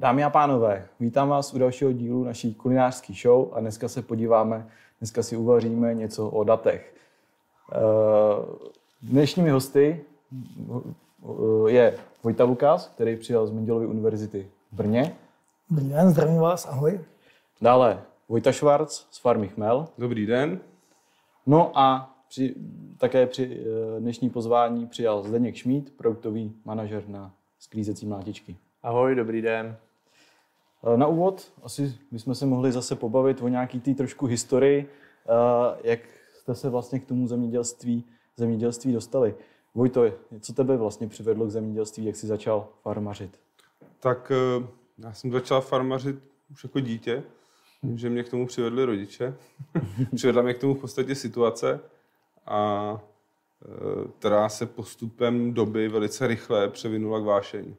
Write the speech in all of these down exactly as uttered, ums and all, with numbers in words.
Dámy a pánové, vítám vás u dalšího dílu naší kulinářské show a dneska se podíváme, dneska si uvaříme něco o datech. Dnešními hosty je Vojta Lukáš, který přijel z Mendelovy univerzity v Brně. Dobrý den, zdravím vás, ahoj. Dále Vojta Švarc z farmy Chmel. Dobrý den. No a při, také při dnešní pozvání přijal Zdeněk Šmíd, produktový manažer na sklízecí mlátičky. Ahoj, dobrý den. Na úvod asi bychom se mohli zase pobavit o nějaký té trošku historii, jak jste se vlastně k tomu zemědělství, zemědělství dostali. Vojto, co tebe vlastně přivedlo k zemědělství, jak jsi začal farmařit? Tak já jsem začal farmařit už jako dítě, že mě k tomu přivedli rodiče. Přivedla mě k tomu v podstatě situace, a která se postupem doby velice rychle převinula k vášení.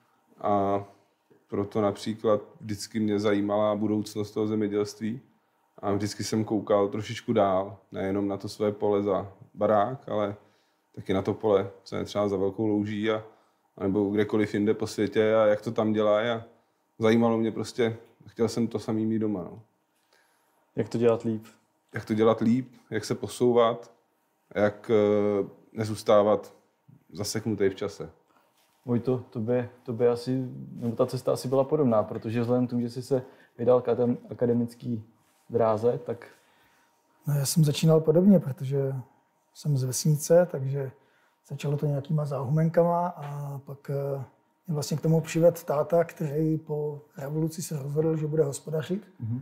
A proto například vždycky mě zajímala budoucnost toho zemědělství a vždycky jsem koukal trošičku dál, nejenom na to své pole za barák, ale taky na to pole, co je třeba za velkou louží a nebo kdekoliv jinde po světě a jak to tam dělá. A zajímalo mě prostě, chtěl jsem to samý mít doma. No. Jak to dělat líp? Jak to dělat líp, jak se posouvat, jak uh, nezůstávat zaseknutý v čase. Vojto, tobě, tobě asi, nebo ta cesta asi byla podobná, protože vzhledem k tomu, že jsi se vydal k akademický dráze, tak... No, já jsem začínal podobně, protože jsem z vesnice, takže začalo to nějakýma záhumenkama a pak mě vlastně k tomu přivedl táta, který po revoluci se rozhodl, že bude hospodařit. Mm-hmm.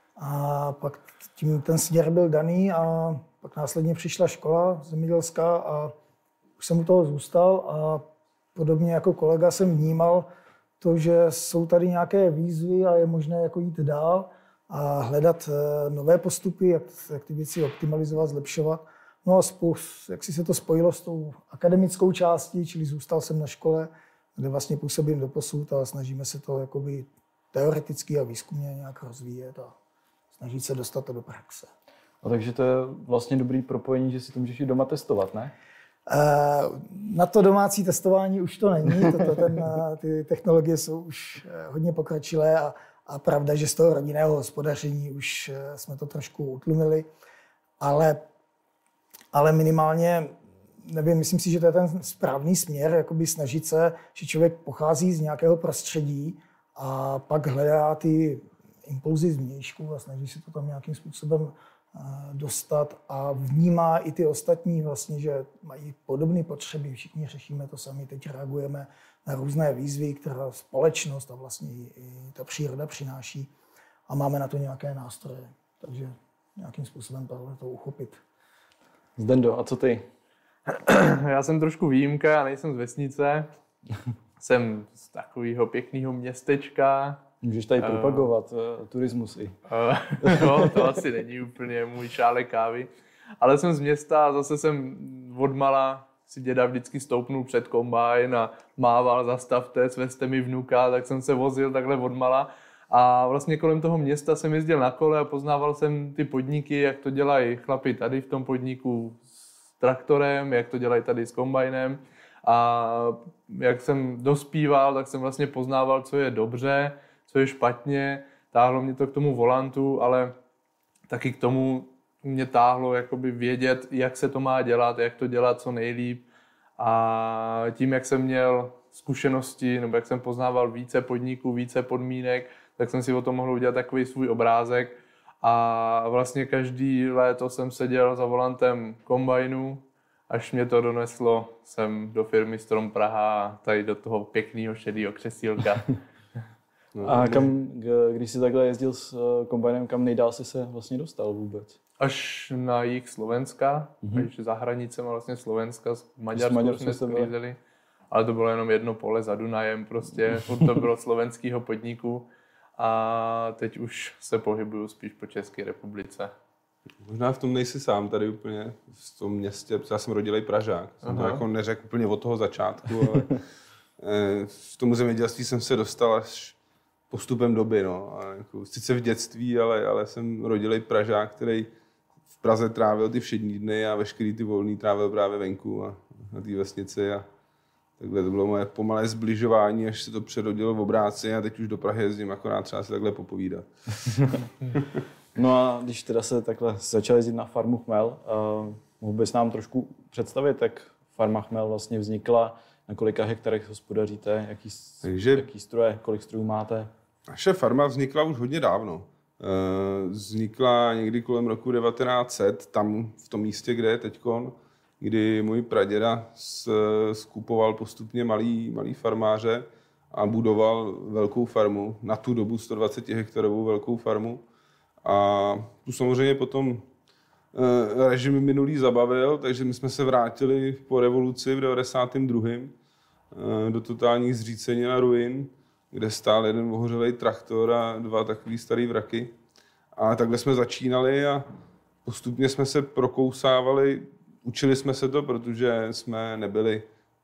A pak tím ten směr byl daný a pak následně přišla škola zemědělská a už jsem u toho zůstal a podobně jako kolega jsem vnímal to, že jsou tady nějaké výzvy a je možné jako jít dál a hledat nové postupy, jak, jak ty věci optimalizovat, zlepšovat. No a spoust, jak si se to spojilo s tou akademickou částí, čili zůstal jsem na škole, kde vlastně působím doposud a snažíme se to jakoby teoreticky a výzkumně nějak rozvíjet a snažit se dostat to do praxe. A takže to je vlastně dobrý propojení, že si to můžeš i doma testovat, ne? Na to domácí testování už to není, toto ten, ty technologie jsou už hodně pokročilé a, a pravda, že z toho rodinného hospodaření už jsme to trošku utlumili, ale, ale minimálně, nevím, myslím si, že to je ten správný směr, jakoby snažit se, že člověk pochází z nějakého prostředí a pak hledá ty impulzy zvnějšku a snaží se to tam nějakým způsobem dostat a vnímá i ty ostatní vlastně, že mají podobné potřeby. Všichni řešíme to sami, teď reagujeme na různé výzvy, které společnost a vlastně i ta příroda přináší a máme na to nějaké nástroje. Takže nějakým způsobem tohle to uchopit. Zdendo, a co ty? Já jsem trošku výjimka, já nejsem z vesnice. Jsem z takového pěkného městečka. Můžeš tady propagovat uh, turismus i. Uh, no, to asi není úplně můj šálek kávy. Ale jsem z města a zase jsem odmala si děda vždycky stoupnul před kombajn a mával, zastavte, svezte mi vnuka, tak jsem se vozil takhle odmala. A vlastně kolem toho města jsem jezdil na kole a poznával jsem ty podniky, jak to dělají chlapi tady v tom podniku s traktorem, jak to dělají tady s kombajnem. A jak jsem dospíval, tak jsem vlastně poznával, co je dobře, co je špatně, táhlo mě to k tomu volantu, ale taky k tomu mě táhlo jakoby vědět, jak se to má dělat, jak to dělat co nejlíp. A tím, jak jsem měl zkušenosti, nebo jak jsem poznával více podniků, více podmínek, tak jsem si o tom mohl udělat takový svůj obrázek. A vlastně každý léto jsem seděl za volantem kombajnu, až mě to doneslo sem do firmy Strom Praha, tady do toho pěkného šedého křesílka. No, a kam, když jsi takhle jezdil s kombajnem, kam nejdál jsi se vlastně dostal vůbec? Až na jih Slovenska, mm-hmm. až za hranicema vlastně Slovenska, s Maďarskou jsme sklízeli. Ale to bylo jenom jedno pole za Dunajem, prostě furt to bylo slovenského podniku. A teď už se pohybuju spíš po České republice. Možná v tom nejsi sám tady úplně, v tom městě, protože já jsem rodilej Pražák. Jsem to jako neřekl úplně od toho začátku, ale v tomu zemědělství jsem se dostal až postupem doby. No. A jako, sice v dětství, ale, ale jsem rodilej Pražák, který v Praze trávil ty všední dny a veškerý ty volný trávil právě venku a na té vesnici. A takhle to bylo moje pomalé zbližování, až se to přerodilo v obráci a teď už do Prahy jezdím akorát třeba se takhle popovídat. No a když teda se takhle začal jezdit na farmu Chmel, uh, mohl bys nám trošku představit, jak farma Chmel vlastně vznikla, na kolika hektarech hospodaříte, jaký, Takže, jaký stroje, kolik strojů máte? Naše farma vznikla už hodně dávno. Vznikla někdy kolem roku devatenáct set, tam v tom místě, kde je teďkon, kdy můj praděda skupoval postupně malý, malý farmáře a budoval velkou farmu, na tu dobu sto dvacet hektarovou velkou farmu. A tu samozřejmě potom režim minulý zabavil, takže my jsme se vrátili po revoluci v devadesátém druhém do totálních zřícení a ruin, kde stál jeden ohořelej traktor a dva takový starý vraky. A takhle jsme začínali a postupně jsme se prokousávali, učili jsme se to, protože jsme nebyli,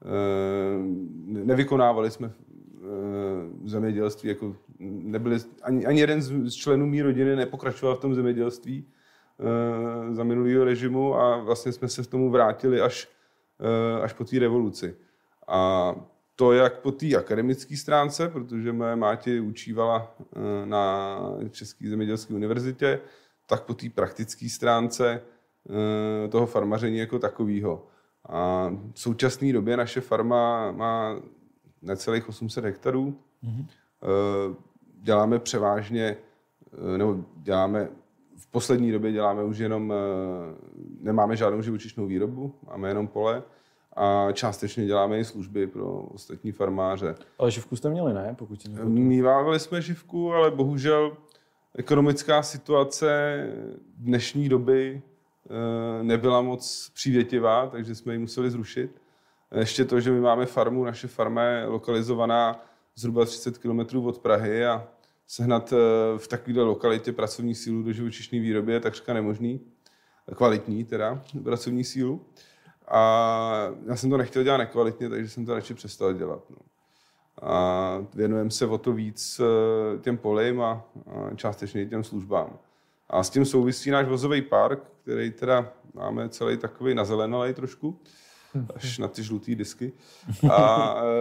nevykonávali jsme zemědělství, jako nebyli, ani, ani jeden z členů mé rodiny nepokračoval v tom zemědělství za minulého režimu a vlastně jsme se k tomu vrátili až, až po té revoluci. A to jak po té akademické stránce, protože moje máti učívala na České zemědělské univerzitě, tak po té praktické stránce toho farmaření jako takového. A v současné době naše farma má necelých osm set hektarů. Mm-hmm. Děláme převážně, nebo děláme, v poslední době děláme už jenom, nemáme žádnou živočišnou výrobu, máme jenom pole. A částečně děláme i služby pro ostatní farmáře. Ale živku jste měli, ne? Pokud Mívali jsme živku, ale bohužel ekonomická situace dnešní doby nebyla moc přívětivá, takže jsme ji museli zrušit. Ještě to, že my máme farmu, naše farma je lokalizovaná zhruba třicet kilometrů od Prahy a sehnat v takovéhle lokalitě pracovní sílu do živočišné výroby je takřka nemožný. Kvalitní teda pracovní sílu. A já jsem to nechtěl dělat nekvalitně, takže jsem to radši přestal dělat. No. A věnujeme se o to víc těm polím a, a částečně těm službám. A s tím souvisí náš vozový park, který teda máme celý takový nazelenalej trošku, až na ty žlutý disky. A e,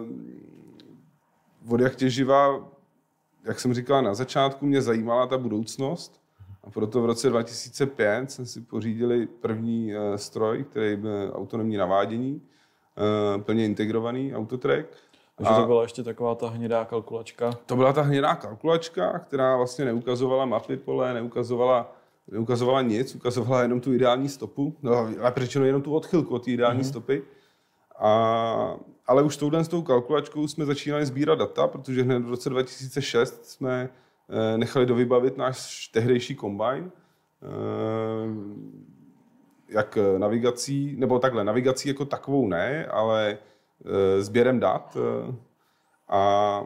od jak těživa, jak jsem říkal na začátku, mě zajímala ta budoucnost. A proto v roce dva tisíce pět jsme si pořídili první stroj, který byl autonomní navádění, plně integrovaný autotrack. Takže to byla ještě taková ta hnědá kalkulačka? To byla ta hnědá kalkulačka, která vlastně neukazovala mapy pole, neukazovala, neukazovala nic, ukazovala jenom tu ideální stopu, no, ale řečeno jenom tu odchylku od té ideální mm-hmm. stopy. A, ale už touhle s tou kalkulačkou jsme začínali sbírat data, protože hned v roce dva tisíce šest jsme nechali dovybavit náš tehdejší kombajn, jak navigací, nebo takhle, navigací jako takovou ne, ale sběrem dat. A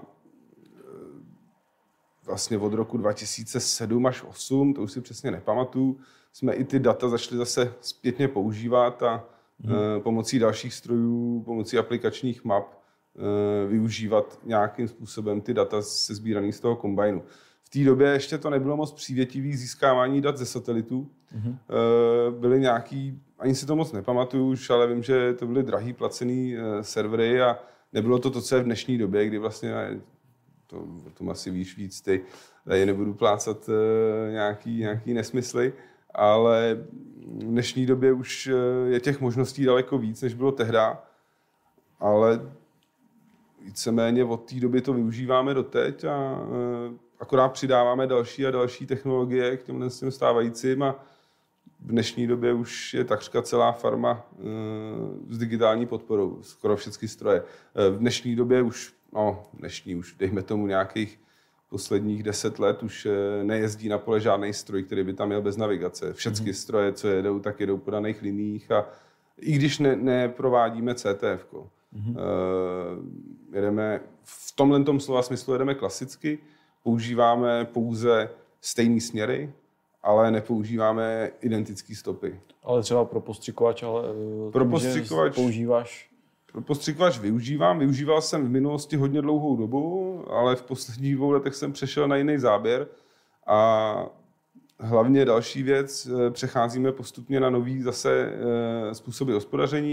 vlastně od roku dva tisíce sedm až osm, to už si přesně nepamatuju, jsme i ty data začali zase zpětně používat a hmm. pomocí dalších strojů, pomocí aplikačních map využívat nějakým způsobem ty data se sbíraný z toho kombajnu. V té době ještě to nebylo moc přívětivý získávání dat ze satelitů. Mm-hmm. Byly nějaký, ani si to moc nepamatuju už, ale vím, že to byly drahý placený servery a nebylo to to, co je v dnešní době, kdy vlastně, to, o tom asi víš víc ty, tady nebudu plácat nějaký, nějaký nesmysly, ale v dnešní době už je těch možností daleko víc, než bylo tehda, ale víceméně od té doby to využíváme doteď a akorát přidáváme další a další technologie k těmhle s těm stávajícím a v dnešní době už je takřka celá farma s digitální podporou, skoro všechny stroje. V dnešní době už, no dnešní už, dejme tomu nějakých posledních deset let, už nejezdí na pole žádný stroj, který by tam měl bez navigace. Všechny mm-hmm. stroje, co jedou, tak jedou po daných liních a i když ne, neprovádíme C T F ko. Mm-hmm. Uh, jedeme, v tomhle tom slova smyslu jedeme klasicky, používáme pouze stejné směry, ale nepoužíváme identické stopy. Ale třeba pro postřikovač, ale pro tím, postřikovač, používáš? Pro postřikovač využívám. Využíval jsem v minulosti hodně dlouhou dobu, ale v posledních dvou letech jsem přešel na jiný záběr. A hlavně další věc, přecházíme postupně na nový zase způsoby hospodaření.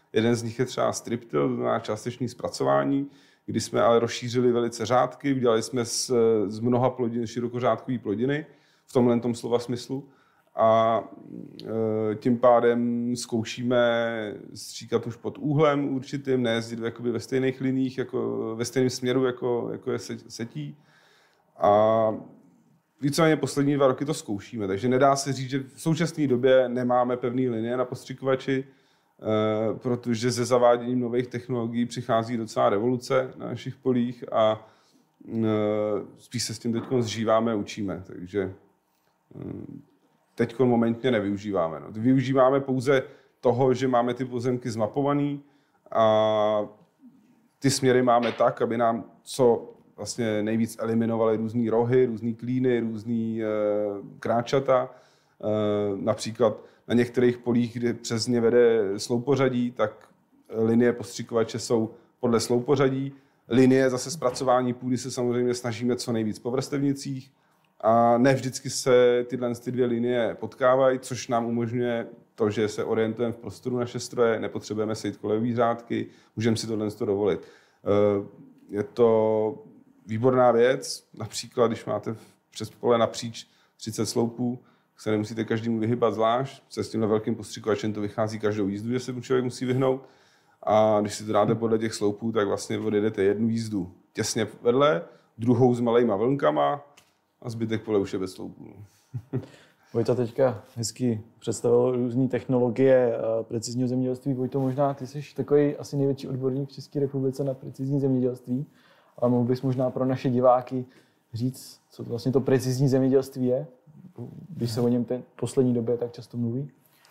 Jeden z nich je třeba striptil, to znamená částečné zpracování, kdy jsme ale rozšířili velice řádky, udělali jsme z, z mnoha plodin širokořádkové plodiny, v tomhle tom slova smyslu. A e, tím pádem zkoušíme stříkat už pod úhlem určitým, nejezdit jakoby ve stejných liních, jako, ve stejném směru, jako, jako je setí. A víceméně poslední dva roky to zkoušíme, takže nedá se říct, že v současné době nemáme pevné linie na postřikovači, e, protože se zaváděním nových technologií přichází docela revoluce na našich polích a e, spíš se s tím teď zžíváme a učíme, takže e, teď momentně nevyužíváme. No. Využíváme pouze toho, že máme ty pozemky zmapovaný a ty směry máme tak, aby nám co vlastně nejvíc eliminovaly různý rohy, různý klíny, různý e, kráčata. E, například na některých polích, kde přes ně vede sloupořadí, tak linie postřikovače jsou podle sloupořadí. Linie zase zpracování půdy se samozřejmě snažíme co nejvíc po vrstevnicích. A ne vždycky se tyhle ty dvě linie potkávají, což nám umožňuje to, že se orientujeme v prostoru naše stroje, nepotřebujeme sejít kolejové řádky, můžeme si tohle dovolit. Je to výborná věc, například když máte přes pole napříč třicet sloupů, se nemusíte každému vyhybat zvlášť, se s tímhle velkým postřikovačem to vychází každou jízdu, že se mu člověk musí vyhnout. A když si to dáte podle těch sloupů, tak vlastně odjedete jednu jízdu těsně vedle, druhou s malejma vlnkama, a zbytek pole už je bez sloupů. Vojta teďka hezky představil různé technologie precizního zemědělství. Vojto, možná ty jsi takový asi největší odborník v České republice na precizní zemědělství, ale mohl bys možná pro naše diváky říct, co to vlastně to precizní zemědělství je, když se o něm ten poslední době tak často mluví?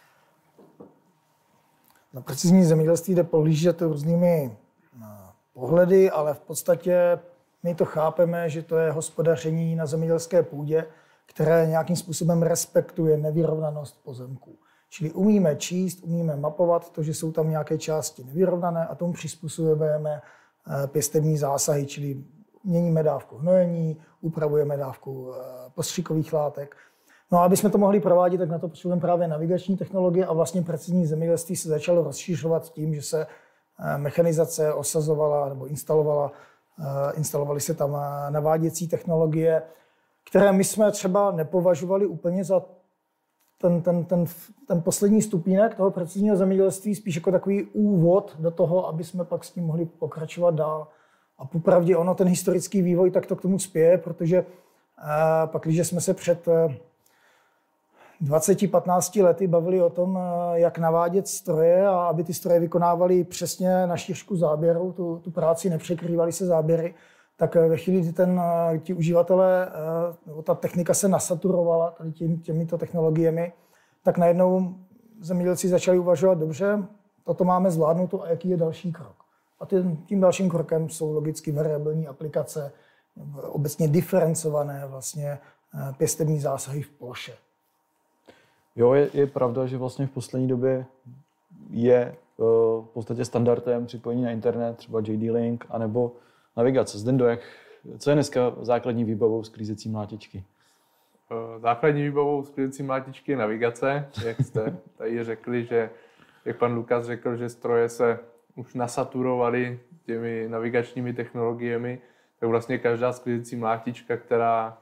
Na precizní zemědělství jde pohlížet různými pohledy, ale v podstatě my to chápeme, že to je hospodaření na zemědělské půdě, které nějakým způsobem respektuje nevyrovnanost pozemků. Čili umíme číst, umíme mapovat to, že jsou tam nějaké části nevyrovnané a tomu přizpůsobujeme pěstební zásahy, čili měníme dávku hnojení, upravujeme dávku postřikových látek. No a aby jsme to mohli provádět, tak na to potřebujeme právě navigační technologie a vlastně precizní zemědělství se začalo rozšiřovat tím, že se mechanizace osazovala nebo instalovala Instalovaly se tam naváděcí technologie, které my jsme třeba nepovažovali úplně za ten, ten, ten, ten poslední stupínek toho precizního zemědělství, spíš jako takový úvod do toho, aby jsme pak s tím mohli pokračovat dál. A popravdě ono, ten historický vývoj, tak to k tomu spěje, protože pak, když jsme se před dvaceti patnácti lety bavili o tom, jak navádět stroje a aby ty stroje vykonávaly přesně na šířku záběru, tu, tu práci, nepřekrývaly se záběry, tak ve chvíli, kdy ten, ti uživatelé, ta technika se nasaturovala tady tím, těmito technologiemi, tak najednou zemědělci začali uvažovat, dobře, toto máme zvládnout a jaký je další krok. A tím, tím dalším krokem jsou logicky variabilní aplikace, obecně diferencované vlastně pěstební zásahy v ploše. Jo, je, je pravda, že vlastně v poslední době je uh, v podstatě standardem připojení na internet, třeba J D-Link, anebo navigace. Zdendo, jak, co je dneska základní výbavou sklízecí mlátičky? Základní výbavou sklízecí mlátičky je navigace, jak jste tady řekli, že jak pan Lukas řekl, že stroje se už nasaturovaly těmi navigačními technologiemi, tak vlastně každá sklízecí mlátička, která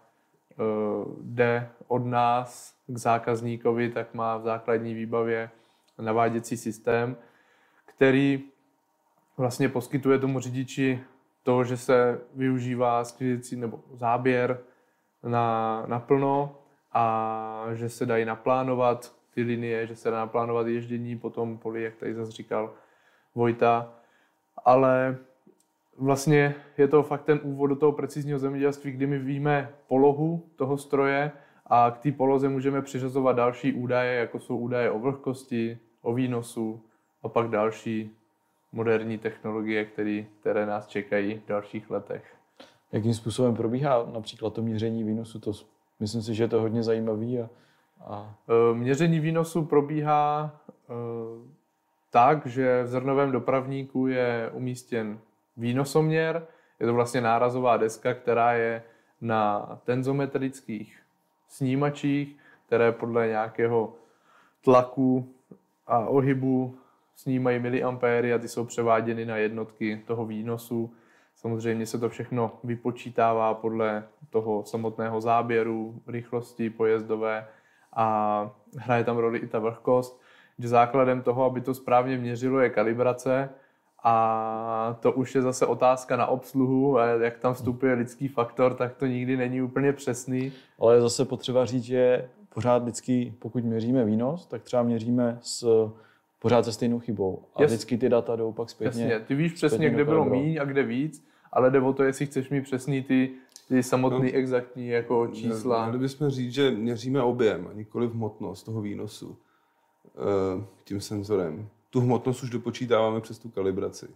jde od nás k zákazníkovi, tak má v základní výbavě naváděcí systém, který vlastně poskytuje tomu řidiči to, že se využívá sklízecí nebo záběr na, naplno a že se dají naplánovat ty linie, že se dá naplánovat ježdění po tom poli, jak tady zase říkal Vojta. Ale vlastně je to fakt ten úvod do toho precizního zemědělství, kdy my víme polohu toho stroje a k té poloze můžeme přiřazovat další údaje, jako jsou údaje o vlhkosti, o výnosu a pak další moderní technologie, které, které nás čekají v dalších letech. Jakým způsobem probíhá například to měření výnosu? To, myslím si, že je to hodně zajímavý. A, a... Měření výnosu probíhá uh, tak, že v zrnovém dopravníku je umístěn výnosoměr. Je to vlastně nárazová deska, která je na tenzometrických snímačích, které podle nějakého tlaku a ohybu snímají miliampéry a ty jsou převáděny na jednotky toho výnosu. Samozřejmě se to všechno vypočítává podle toho samotného záběru, rychlosti pojezdové a hraje tam roli i ta vlhkost. Že základem toho, aby to správně měřilo, je kalibrace a to už je zase otázka na obsluhu a jak tam vstupuje lidský faktor, tak to nikdy není úplně přesný. Ale je zase potřeba říct, že pořád vždycky, pokud měříme výnos, tak třeba měříme s, pořád se stejnou chybou. A Jas, vždycky ty data jdou pak zpětně. Jasně, ty víš přesně, kde bylo míň a kde víc, ale jde o to, jestli chceš mít přesný ty, ty samotný no, exaktní jako čísla. Měli bychom říct, že měříme objem a nikoli hmotnost toho výnosu tím senzorem. Tu hmotnost už dopočítáváme přes tu kalibraci.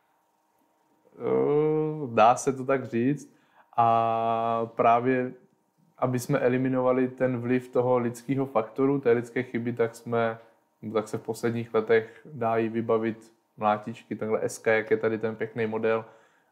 Dá se to tak říct a právě aby jsme eliminovali ten vliv toho lidského faktoru, té lidské chyby, tak jsme, tak se v posledních letech dají vybavit mlátičky, tenhle S K, jak je tady ten pěkný model,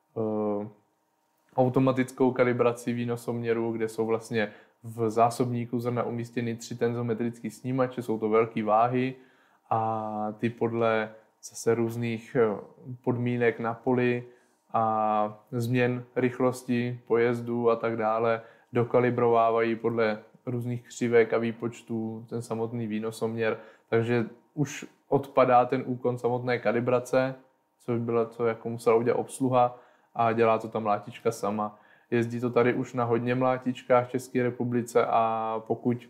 automatickou kalibraci výnosoměru, kde jsou vlastně v zásobníku zrna umístěny tři tenzometrické snímače, jsou to velké váhy a ty podle zase různých podmínek na poli a změn rychlosti pojezdu a tak dále dokalibrovávají podle různých křivek a výpočtů ten samotný výnosoměr. Takže už odpadá ten úkon samotné kalibrace, co by bylo, co jako musela udělat obsluha a dělá to ta mlátička sama. Jezdí to tady už na hodně mlátičkách v České republice a pokud,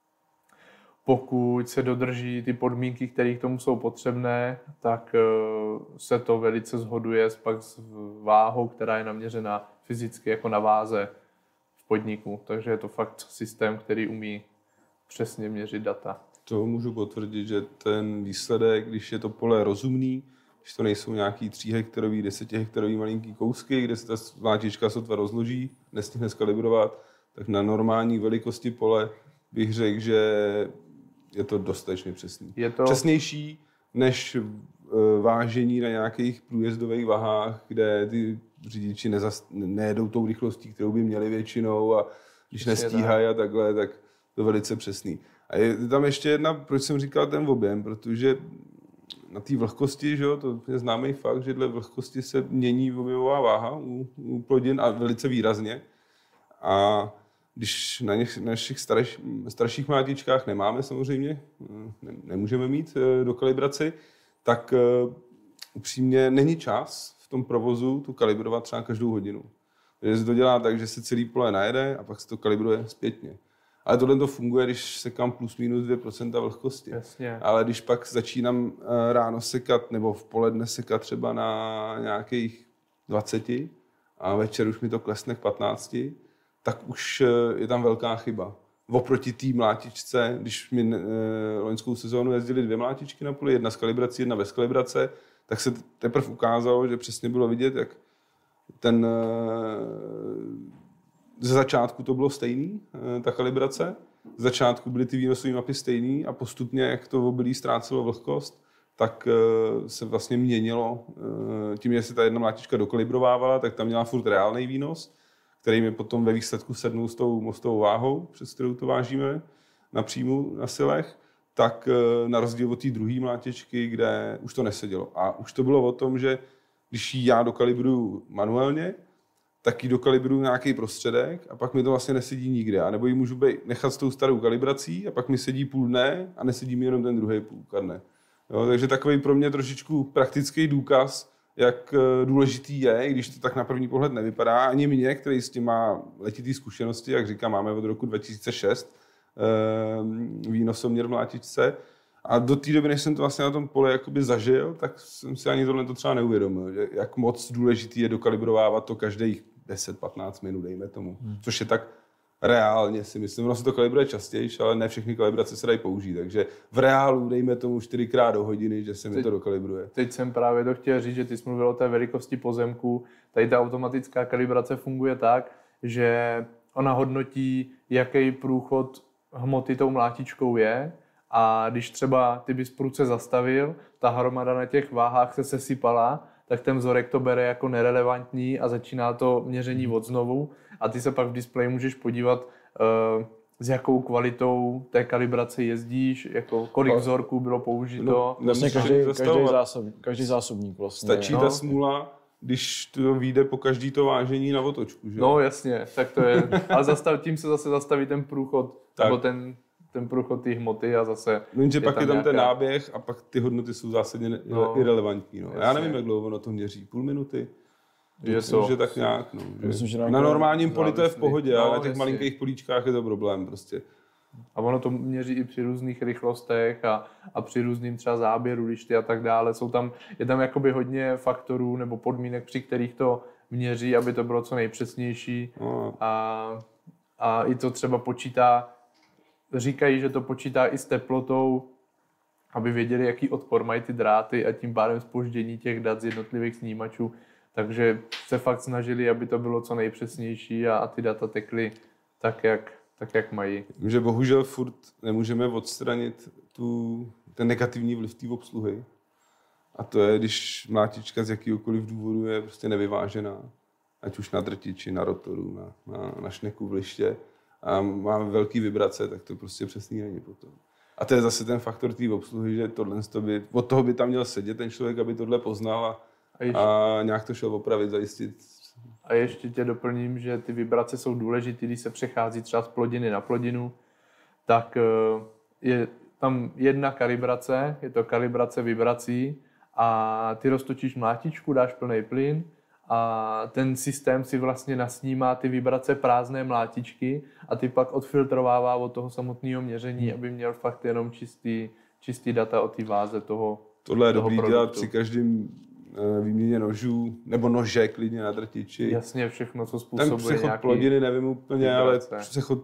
pokud se dodrží ty podmínky, které k tomu jsou potřebné, tak se to velice shoduje pak s váhou, která je naměřena fyzicky jako na váze v podniku. Takže je to fakt systém, který umí přesně měřit data. To můžu potvrdit, že ten výsledek, když je to pole rozumný, když to nejsou nějaký tříhektarový, desetihektarový malinký kousky, kde se ta mlátička sotva rozloží, nestihne skalibrovat, tak na normální velikosti pole bych řekl, že je to dostatečně přesný. Je to přesnější než vážení na nějakých průjezdových vahách, kde ty řidiči nezas, nejedou tou rychlostí, kterou by měli většinou a když nestíhají a takhle, tak to je velice přesný. A je tam ještě jedna, proč jsem říkal ten objem, protože na té vlhkosti, že jo, to je známý fakt, že dle vlhkosti se mění objevová váha u, u plodin a velice výrazně. A když na, něch, na našich starš, starších mlátičkách nemáme samozřejmě, ne, nemůžeme mít do kalibraci, tak uh, upřímně není čas v tom provozu tu kalibrovat třeba každou hodinu. Takže se to dělá tak, že se celý pole najede a pak se to kalibruje zpětně. Ale tohle to funguje, když sekám plus minus dvě procenta vlhkosti. Jasně. Ale když pak začínám ráno sekat nebo v poledne sekat třeba na nějakých dvaceti a večer už mi to klesne k patnácti, tak už je tam velká chyba. Oproti té mlátičce, když mi e, loňskou sezónu jezdili dvě mlátičky na poli, jedna s kalibrací, jedna bez kalibrace, tak se teprve ukázalo, že přesně bylo vidět, jak ten e, ze začátku to bylo stejný, e, ta kalibrace. Z začátku byly ty výnosové mapy stejný a postupně, jak to obilí ztrácelo vlhkost, tak e, se vlastně měnilo. E, tím, že se ta jedna mlátička dokalibrovávala, tak tam měla furt reálný výnos, který mi potom ve výsledku sednul s tou mostovou váhou, přes kterou to vážíme na příjmu na silech, tak na rozdíl od té druhé mlátičky, kde už to nesedělo. A už to bylo o tom, že když ji já dokalibruju manuálně, tak ji dokalibruju nějaký prostředek a pak mi to vlastně nesedí nikde. A nebo ji můžu nechat s tou starou kalibrací a pak mi sedí půl dne a nesedí mi jenom ten druhý půl dne. Jo, takže takový pro mě trošičku praktický důkaz, jak důležitý je, i když to tak na první pohled nevypadá. Ani mě, který s tím má letitý zkušenosti, jak říkám, máme od roku dva tisíce šest výnosoměr v mlátičce. A do té doby, než jsem to vlastně na tom poli jakoby zažil, tak jsem si ani tohle to třeba neuvědomil, že jak moc důležitý je dokalibrovávat to každých deset patnáct minut, dejme tomu. Hmm. Což je tak reálně, si myslím. Ono se to kalibruje častěji, ale ne všechny kalibrace se dají použít. Takže v reálu dejme tomu čtyřikrát do hodiny, že se mi teď, to dokalibruje. Teď jsem právě to chtěl říct, že ty jsi mluvil o té velikosti pozemku. Tady ta automatická kalibrace funguje tak, že ona hodnotí, jaký průchod hmoty tou mlátičkou je. A když třeba ty bys prudce zastavil, ta hromada na těch váhách se sesypala, tak ten vzorek to bere jako nerelevantní a začíná to měření od znovu. A ty se pak v displeji můžeš podívat, s jakou kvalitou té kalibrace jezdíš, jako kolik vzorků bylo použito. No, vlastně každý, každý, zásob, každý zásobník vlastně. Stačí no. ta smůla, když to vyjde po každý to vážení na otočku, že? No jasně, tak to je. Ale zastav, tím se zase zastaví ten průchod, tak. nebo ten, ten průchod té hmoty a zase... No, jenže pak je tam nějaká... ten náběh a pak ty hodnoty jsou zásadně no, irelevantní. No. Já nevím, jak dlouho ono to měří. Půl minuty? Je to. Že tak nějak, no. Že Myslím, že na normálním poli to je v pohodě, no, ale na těch jasně. malinkých políčkách je to problém prostě. A ono to měří i při různých rychlostech a, a při různým třeba záběru lišty a tak dále. Jsou tam, je tam jakoby hodně faktorů nebo podmínek, při kterých to měří, aby to bylo co nejpřesnější. No. A, a i to třeba počítá, říkají, že to počítá i s teplotou, aby věděli, jaký odpor mají ty dráty a tím pádem zpoždění těch dat z jednotlivých snímačů. Takže se fakt snažili, aby to bylo co nejpřesnější a, a ty data tekly tak, jak tak, jak mají. Že bohužel furt nemůžeme odstranit tu, ten negativní vliv té obsluhy. A to je, když mlátička z jakýhokoliv důvodu je prostě nevyvážená. Ať už na drtiči, na rotoru, na, na, na šneku v liště. A máme velký vibrace, tak to prostě přesný není potom. A to je zase ten faktor té obsluhy, že tohle by, od toho by tam měl sedět ten člověk, aby tohle poznal a, a, ještě, a nějak to šel opravit, zajistit. A ještě tě doplním, že ty vibrace jsou důležité, když se přechází třeba z plodiny na plodinu, tak je tam jedna kalibrace, je to kalibrace vibrací a ty roztočíš mlátičku, dáš plný plyn a ten systém si vlastně nasnímá ty vibrace prázdné mlátičky a ty pak odfiltrovává od toho samotného měření, aby měl fakt jenom čistý, čistý data o té váze toho Tohle je toho dobrý produktu. dělat při každém výměně nožů, nebo nože klidně na drtiči. Jasně, všechno, co způsobuje ten přechod nějaký... plodiny nevím úplně, vibrace. Ale přechod,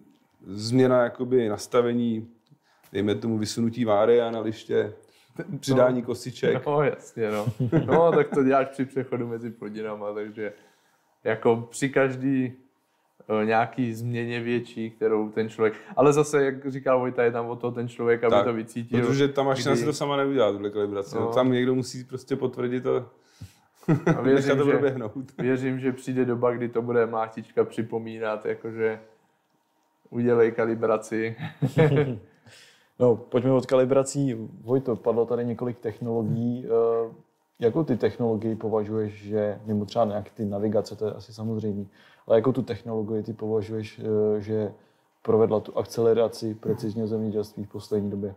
změna jakoby nastavení, dejme tomu vysunutí váry a na liště, přidání no, kosiček. No jasně, no. No tak to děláš při přechodu mezi plodinama, takže jako při každý o, nějaký změně větší, kterou ten člověk... Ale zase, jak říkal Vojta, je tam o toho ten člověk, aby tak, to vycítil. Protože ta mašina kdy... si to sama neudělá, tuhle kalibraci. No. Tam někdo musí prostě potvrdit a, a věřím, nechat to že, proběhnout. Věřím, že přijde doba, kdy to bude mlátička připomínat, jakože udělej kalibraci. No, pojďme od kalibrací. Vojto, padlo tady několik technologií. Jakou ty technologii považuješ, že mimo třeba nějak ty navigace, to je asi samozřejmé, ale jakou tu technologii ty považuješ, že provedla tu akceleraci precizního zemědělství v poslední době?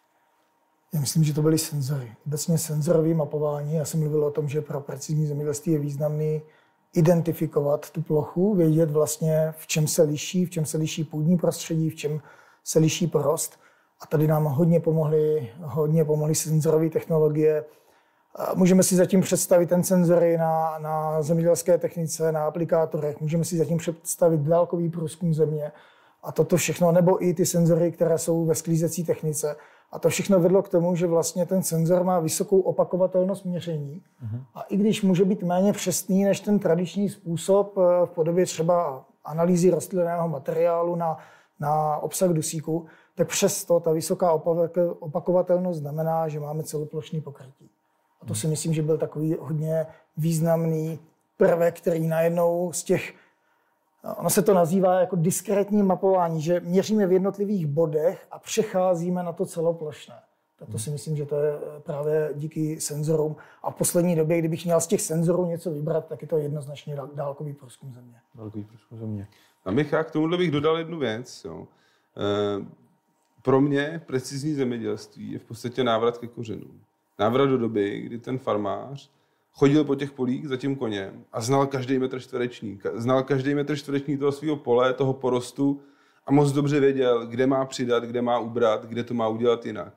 Já myslím, že to byly senzory. Obecně senzorové mapování. Já jsem mluvil o tom, že pro precizní zemědělství je významný identifikovat tu plochu, vědět vlastně, v čem se liší, v čem se liší půdní prostředí, v čem se liší porost. A tady nám hodně pomohly, hodně pomohly senzorové technologie. Můžeme si zatím představit ten senzory na, na zemědělské technice, na aplikátorech, můžeme si zatím představit dálkový průzkum země a toto všechno, nebo i ty senzory, které jsou ve sklízecí technice. A to všechno vedlo k tomu, že vlastně ten senzor má vysokou opakovatelnost měření. Uh-huh. A i když může být méně přesný než ten tradiční způsob v podobě třeba analýzy rostlinného materiálu na, na obsah dusíku, tak přesto ta vysoká opakovatelnost znamená, že máme celoplošný pokrytí. A to si myslím, že byl takový hodně významný prvek, který najednou z těch, ono se to nazývá jako diskrétní mapování, že měříme v jednotlivých bodech a přecházíme na to celoplošné. Tak to si myslím, že to je právě díky senzorům. A v poslední době, kdybych měl z těch senzorů něco vybrat, tak je to jednoznačně dálkový průzkum země. Dálkový průzkum země. A Michal, k tomuhle bych dodal jednu věc. Jo. E, pro mě precizní zemědělství je v podstatě návrat ke kořenům. Návrat do doby, kdy ten farmář chodil po těch polích za tím koněm a znal každý metr čtvereční. Znal každý metr čtvereční toho svého pole, toho porostu a moc dobře věděl, kde má přidat, kde má ubrat, kde to má udělat jinak.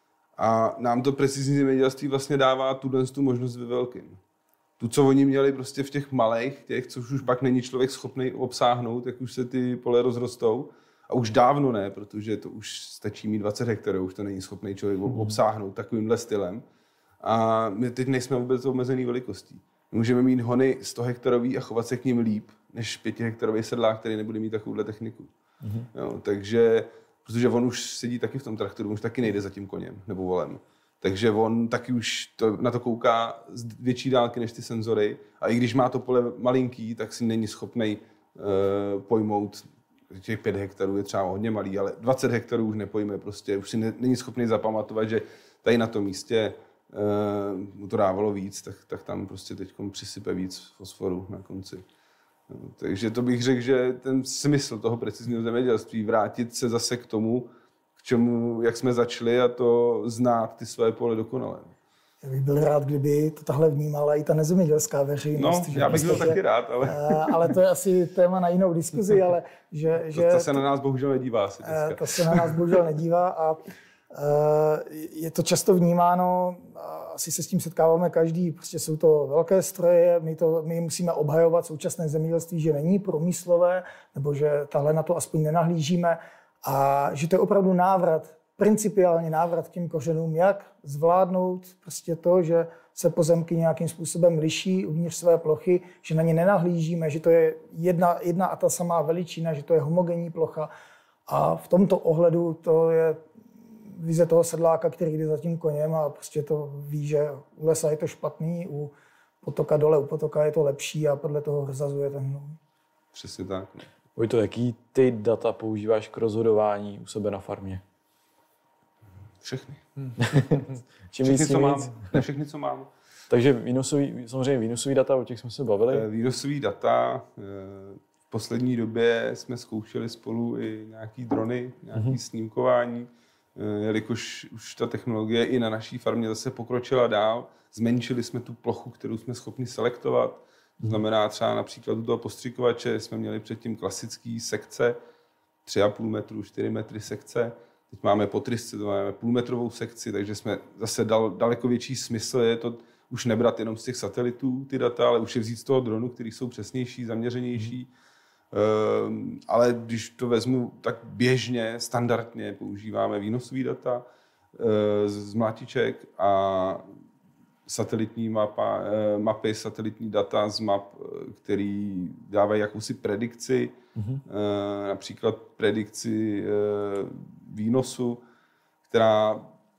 A nám to precizní zemědělství vlastně dává tuhle tu možnost ve velkým. Tu, co oni měli prostě v těch malých, těch, což už pak není člověk schopný obsáhnout, jak už se ty pole rozrostou. A už dávno ne, protože to už stačí mít dvacet hektarů, už to není schopný člověk obsáhnout takovýmhle stylem. A my teď nejsme vůbec omezený velikostí. Můžeme mít hony sto hektarový a chovat se k ním líp, než pěti hektarový sedlák, který nebude mít takovouhle techniku. Mm-hmm. Jo, takže, protože on už sedí taky v tom traktoru, už taky nejde za tím koněm nebo volem. Takže on taky už to, na to kouká z větší dálky než ty senzory. A i když má to pole malinký, tak si není schopný uh, pojmout, těch pět hektarů je třeba hodně malý, ale dvacet hektarů už nepojme prostě, už si ne, není schopný zapamatovat, že tady na tom místě uh, mu to dávalo víc, tak, tak tam prostě teď přisype víc fosforu na konci. No, takže to bych řekl, že ten smysl toho precizního zemědělství, vrátit se zase k tomu, k čemu, jak jsme začali, a to znát ty své pole dokonale. Já bych byl rád, kdyby to tahle vnímala i ta nezemědělská veřejnost. No, já bych byl taky rád, ale... ale to je asi téma na jinou diskuzi, ale že... že to, to se na nás bohužel nedívá asi dneska. To se na nás bohužel nedívá a je to často vnímáno, asi se s tím setkáváme každý, prostě jsou to velké stroje, my, to, my musíme obhajovat současné zemědělství, že není průmyslové, nebo že tahle na to aspoň nenahlížíme a že to je opravdu návrat, principiálně návrat k těm kořenům, jak zvládnout prostě to, že se pozemky nějakým způsobem liší uvnitř své plochy, že na ně nenahlížíme, že to je jedna, jedna a ta samá veličina, že to je homogenní plocha a v tomto ohledu to je vize toho sedláka, který jde za tím koněm a prostě to ví, že u lesa je to špatný, u potoka dole, u potoka je to lepší a podle toho rozazuje ten hnůj. Přesně tak. Vojto, jaký ty data používáš k rozhodování u sebe na farmě? Všechny. Hmm. všechny, co mám. Ne, všechny, co mám. Takže výnosový, samozřejmě výnosový data, o těch jsme se bavili. Výnosový data. V poslední době jsme zkoušeli spolu i nějaký drony, nějaký mm-hmm. snímkování, jelikož už ta technologie i na naší farmě zase pokročila dál. Zmenšili jsme tu plochu, kterou jsme schopni selektovat. To znamená třeba například u toho postřikovače jsme měli předtím klasický sekce, tři a půl metru, čtyři metry sekce. Teď máme po trysce, to máme půlmetrovou sekci, takže jsme zase dal daleko větší smysl. Je to už nebrat jenom z těch satelitů ty data, ale už je vzít z toho dronu, který jsou přesnější, zaměřenější. Um, ale když to vezmu, tak běžně, standardně používáme výnosový data uh, z mlátiček a satelitní mapa, uh, mapy, satelitní data z map, který dávají jakousi predikci, mm-hmm. uh, například predikci uh, výnosu, která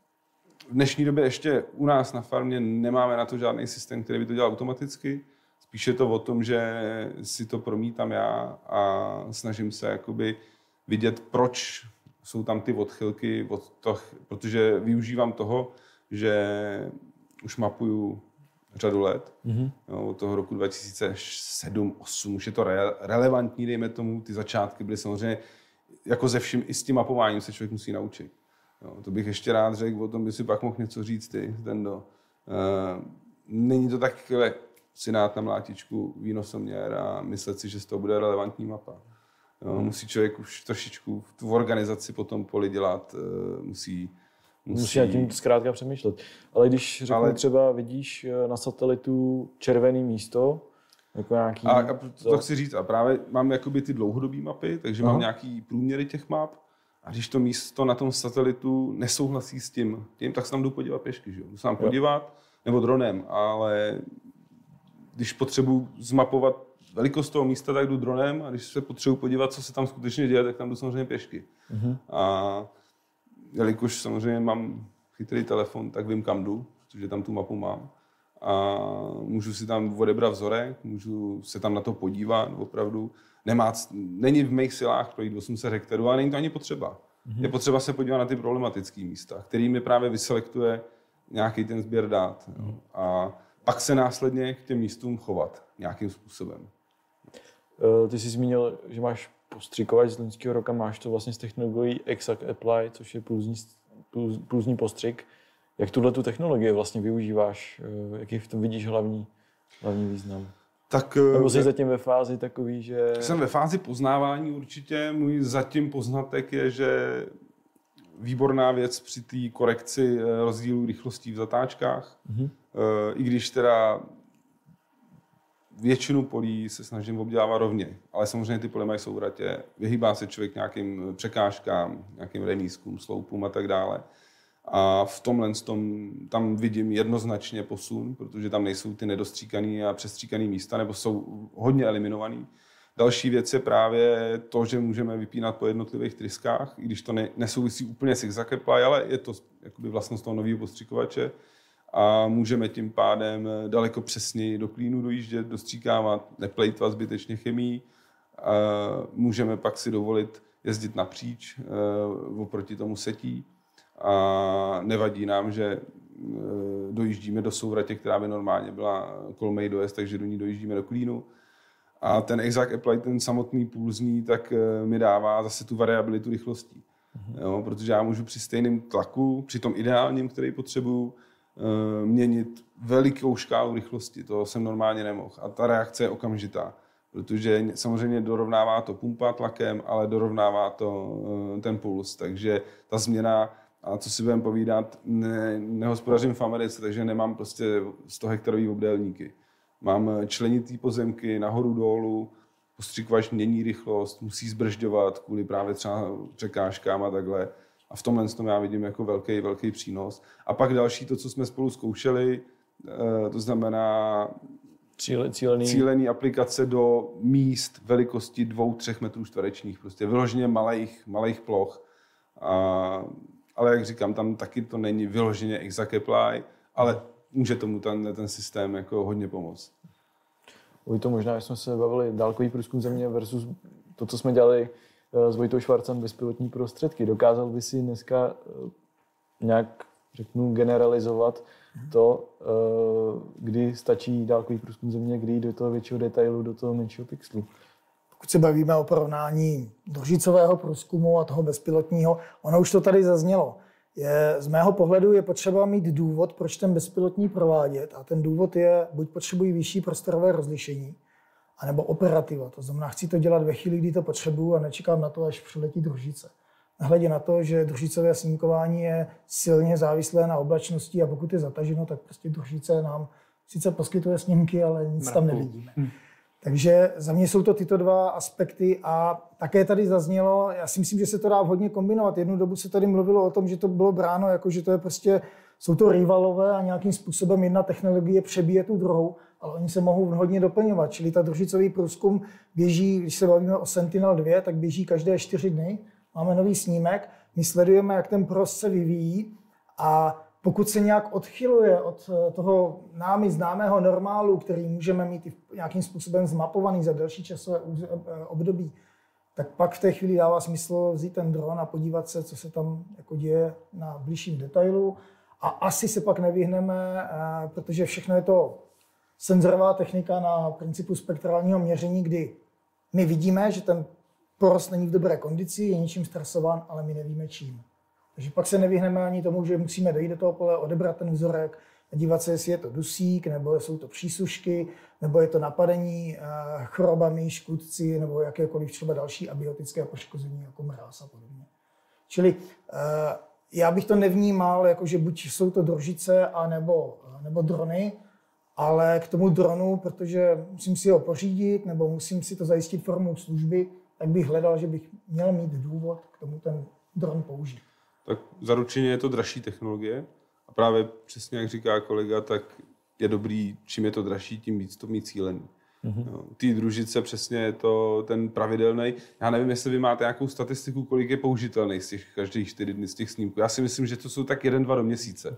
v dnešní době ještě u nás na farmě nemáme na to žádný systém, který by to dělal automaticky. Spíš je to o tom, že si to promítám já a snažím se jakoby vidět, proč jsou tam ty odchylky, od toho, protože využívám toho, že už mapuju řadu let, mm-hmm. jo, od toho roku dva tisíce sedm osm, už je to re- relevantní, dejme tomu, ty začátky byly samozřejmě, jako ze vším, i s tím mapováním se člověk musí naučit. Jo, to bych ještě rád řekl, o tom by si pak mohl něco říct ty, Zdendo. Uh, není to tak si dát na mlátičku výnosoměr a myslet si, že z toho bude relevantní mapa. Jo, musí člověk už trošičku tu organizaci potom poli dělat, musí... Musí, musí nad tím zkrátka přemýšlet. Ale když řeknu Ale... třeba vidíš na satelitu červené místo, jako nějaký... A, a to, to chci říct, a právě mám jakoby ty dlouhodobé mapy, takže Aha. mám nějaký průměry těch map, a když to místo na tom satelitu nesouhlasí s tím, tím tak se tam jdu podívat pěšky, že jo? Jdu se tam podívat, nebo dronem, ale když potřebuji zmapovat velikost toho místa, tak jdu dronem, a když se potřebuji podívat, co se tam skutečně děje, tak tam jdu samozřejmě pěšky. Mm-hmm. A jelikož samozřejmě mám chytrý telefon, tak vím, kam jdu, protože tam tu mapu mám. A můžu si tam odebrat vzorek, můžu se tam na to podívat, opravdu. Nemá, není v mých silách projít osm set hektarů, ale není to ani potřeba. Mm-hmm. Je potřeba se podívat na ty problematické místa, který mi právě vyselektuje nějaký ten sběr dát. Mm-hmm. A pak se následně k těm místům chovat nějakým způsobem. Ty jsi zmínil, že máš postřikovač z loňského roka, máš to vlastně z technologií Exact Apply, což je pulzní, pulzní postřik. Jak tuhle tu technologii vlastně využíváš? Jaký v tom vidíš hlavní, hlavní význam? Tak, Nebo jsi zatím ve fázi takový, že... Jsem ve fázi poznávání určitě. Můj zatím poznatek je, že výborná věc při té korekci rozdílu rychlostí v zatáčkách. Mm-hmm. I když teda většinu polí se snažím obdělávat rovně, ale samozřejmě ty pole mají souvratě, vyhýbá se člověk nějakým překážkám, nějakým remízkům, sloupům a tak dále. A v tomhle tom, tam vidím jednoznačně posun, protože tam nejsou ty nedostříkaný a přestříkaný místa, nebo jsou hodně eliminovaný. Další věc je právě to, že můžeme vypínat po jednotlivých tryskách, i když to ne, nesouvisí úplně s Exact Apply, ale je to jakoby vlastnost toho nového postřikovače. A můžeme tím pádem daleko přesněji do klínu dojíždět, dostříkávat, neplejtvat zbytečně chemii můžeme pak si dovolit jezdit napříč oproti tomu setí a nevadí nám, že dojíždíme do souratě, která by normálně byla kolmej dojezd, takže do ní dojíždíme do klínu. A ten Exact Apply, ten samotný pulzní, tak mi dává zase tu variabilitu rychlostí. Mm-hmm. Jo, protože já můžu při stejném tlaku, při tom ideálním, který potřebuju, měnit velikou škálu rychlosti. To jsem normálně nemohl. A ta reakce je okamžitá. Protože samozřejmě dorovnává to pumpa tlakem, ale dorovnává to ten puls. Takže ta změna, a co si budeme povídat, ne, nehospodařím v Americe, takže nemám prostě sto hektarový obdélníky. Mám členitý pozemky nahoru dolů, postřikovač mění rychlost, musí zbržďovat kvůli právě třeba překážkám a takhle. A v tomhle tom já vidím jako velký, velký přínos. A pak další, to, co jsme spolu zkoušeli, to znamená Cílený. cílený aplikace do míst velikosti dvou, třech metrů čtverečních, prostě vyloženě malých, malých ploch. A, ale jak říkám, tam taky to není vyloženě Exact Apply, ale může tomu ten, ten systém jako hodně pomoct. Vojto, možná, že jsme se bavili dálkový průzkum země versus to, co jsme dělali s Vojtou Švarcem, bezpilotní prostředky. Dokázal by si dneska nějak, řeknu, generalizovat to, kdy stačí dálkový průzkum země, kdy do toho většího detailu, do toho menšího pixelu? Pokud se bavíme o porovnání družicového průzkumu a toho bezpilotního, ono už to tady zaznělo. Je, z mého pohledu je potřeba mít důvod, proč ten bezpilotní provádět. A ten důvod je, buď potřebují vyšší prostorové rozlišení, anebo operativa. To znamená, chci to dělat ve chvíli, kdy to potřebuju a nečekám na to, až přiletí družice. Nehledě na to, že družicové snímkování je silně závislé na oblačnosti a pokud je zataženo, tak prostě družice nám sice poskytuje snímky, ale nic Mraku. Tam nevidíme. Hm. Takže za mě jsou to tyto dva aspekty a také tady zaznělo, já si myslím, že se to dá hodně kombinovat. Jednu dobu se tady mluvilo o tom, že to bylo bráno, jako že to je prostě, jsou to rivalové a nějakým způsobem jedna technologie přebíje tu druhou, ale oni se mohou hodně doplňovat. Čili ta družicový průzkum běží, když se bavíme o Sentinel dva, tak běží každé čtyři dny. Máme nový snímek, my sledujeme, jak ten prost se vyvíjí a pokud se nějak odchyluje od toho námi známého normálu, který můžeme mít i nějakým způsobem zmapovaný za delší časové období, tak pak v té chvíli dává smysl vzít ten dron a podívat se, co se tam jako děje na blížším detailu. A asi se pak nevyhneme, protože všechno je to senzorová technika na principu spektrálního měření, kdy my vidíme, že ten porost není v dobré kondici, je něčím stresován, ale my nevíme čím. Takže pak se nevyhneme ani tomu, že musíme dojít do toho pole, odebrat ten vzorek a dívat se, jestli je to dusík, nebo jsou to přísušky, nebo je to napadení chorobami, škůdci, nebo jakékoliv třeba další abiotické poškození, jako mráz a podobně. Čili já bych to nevnímal, jako že buď jsou to družice, anebo, nebo drony, ale k tomu dronu, protože musím si ho pořídit, nebo musím si to zajistit formou služby, tak bych hledal, že bych měl mít důvod k tomu ten dron použít. Tak zaručeně je to dražší technologie a právě přesně jak říká kolega, tak je dobrý, čím je to dražší, tím víc to mít cílený. Mm-hmm. No, ty družice přesně je to ten pravidelný. Já nevím, jestli vy máte nějakou statistiku, kolik je použitelných z těch každých čtyři dny z těch snímků. Já si myslím, že to jsou tak jeden, dva do měsíce.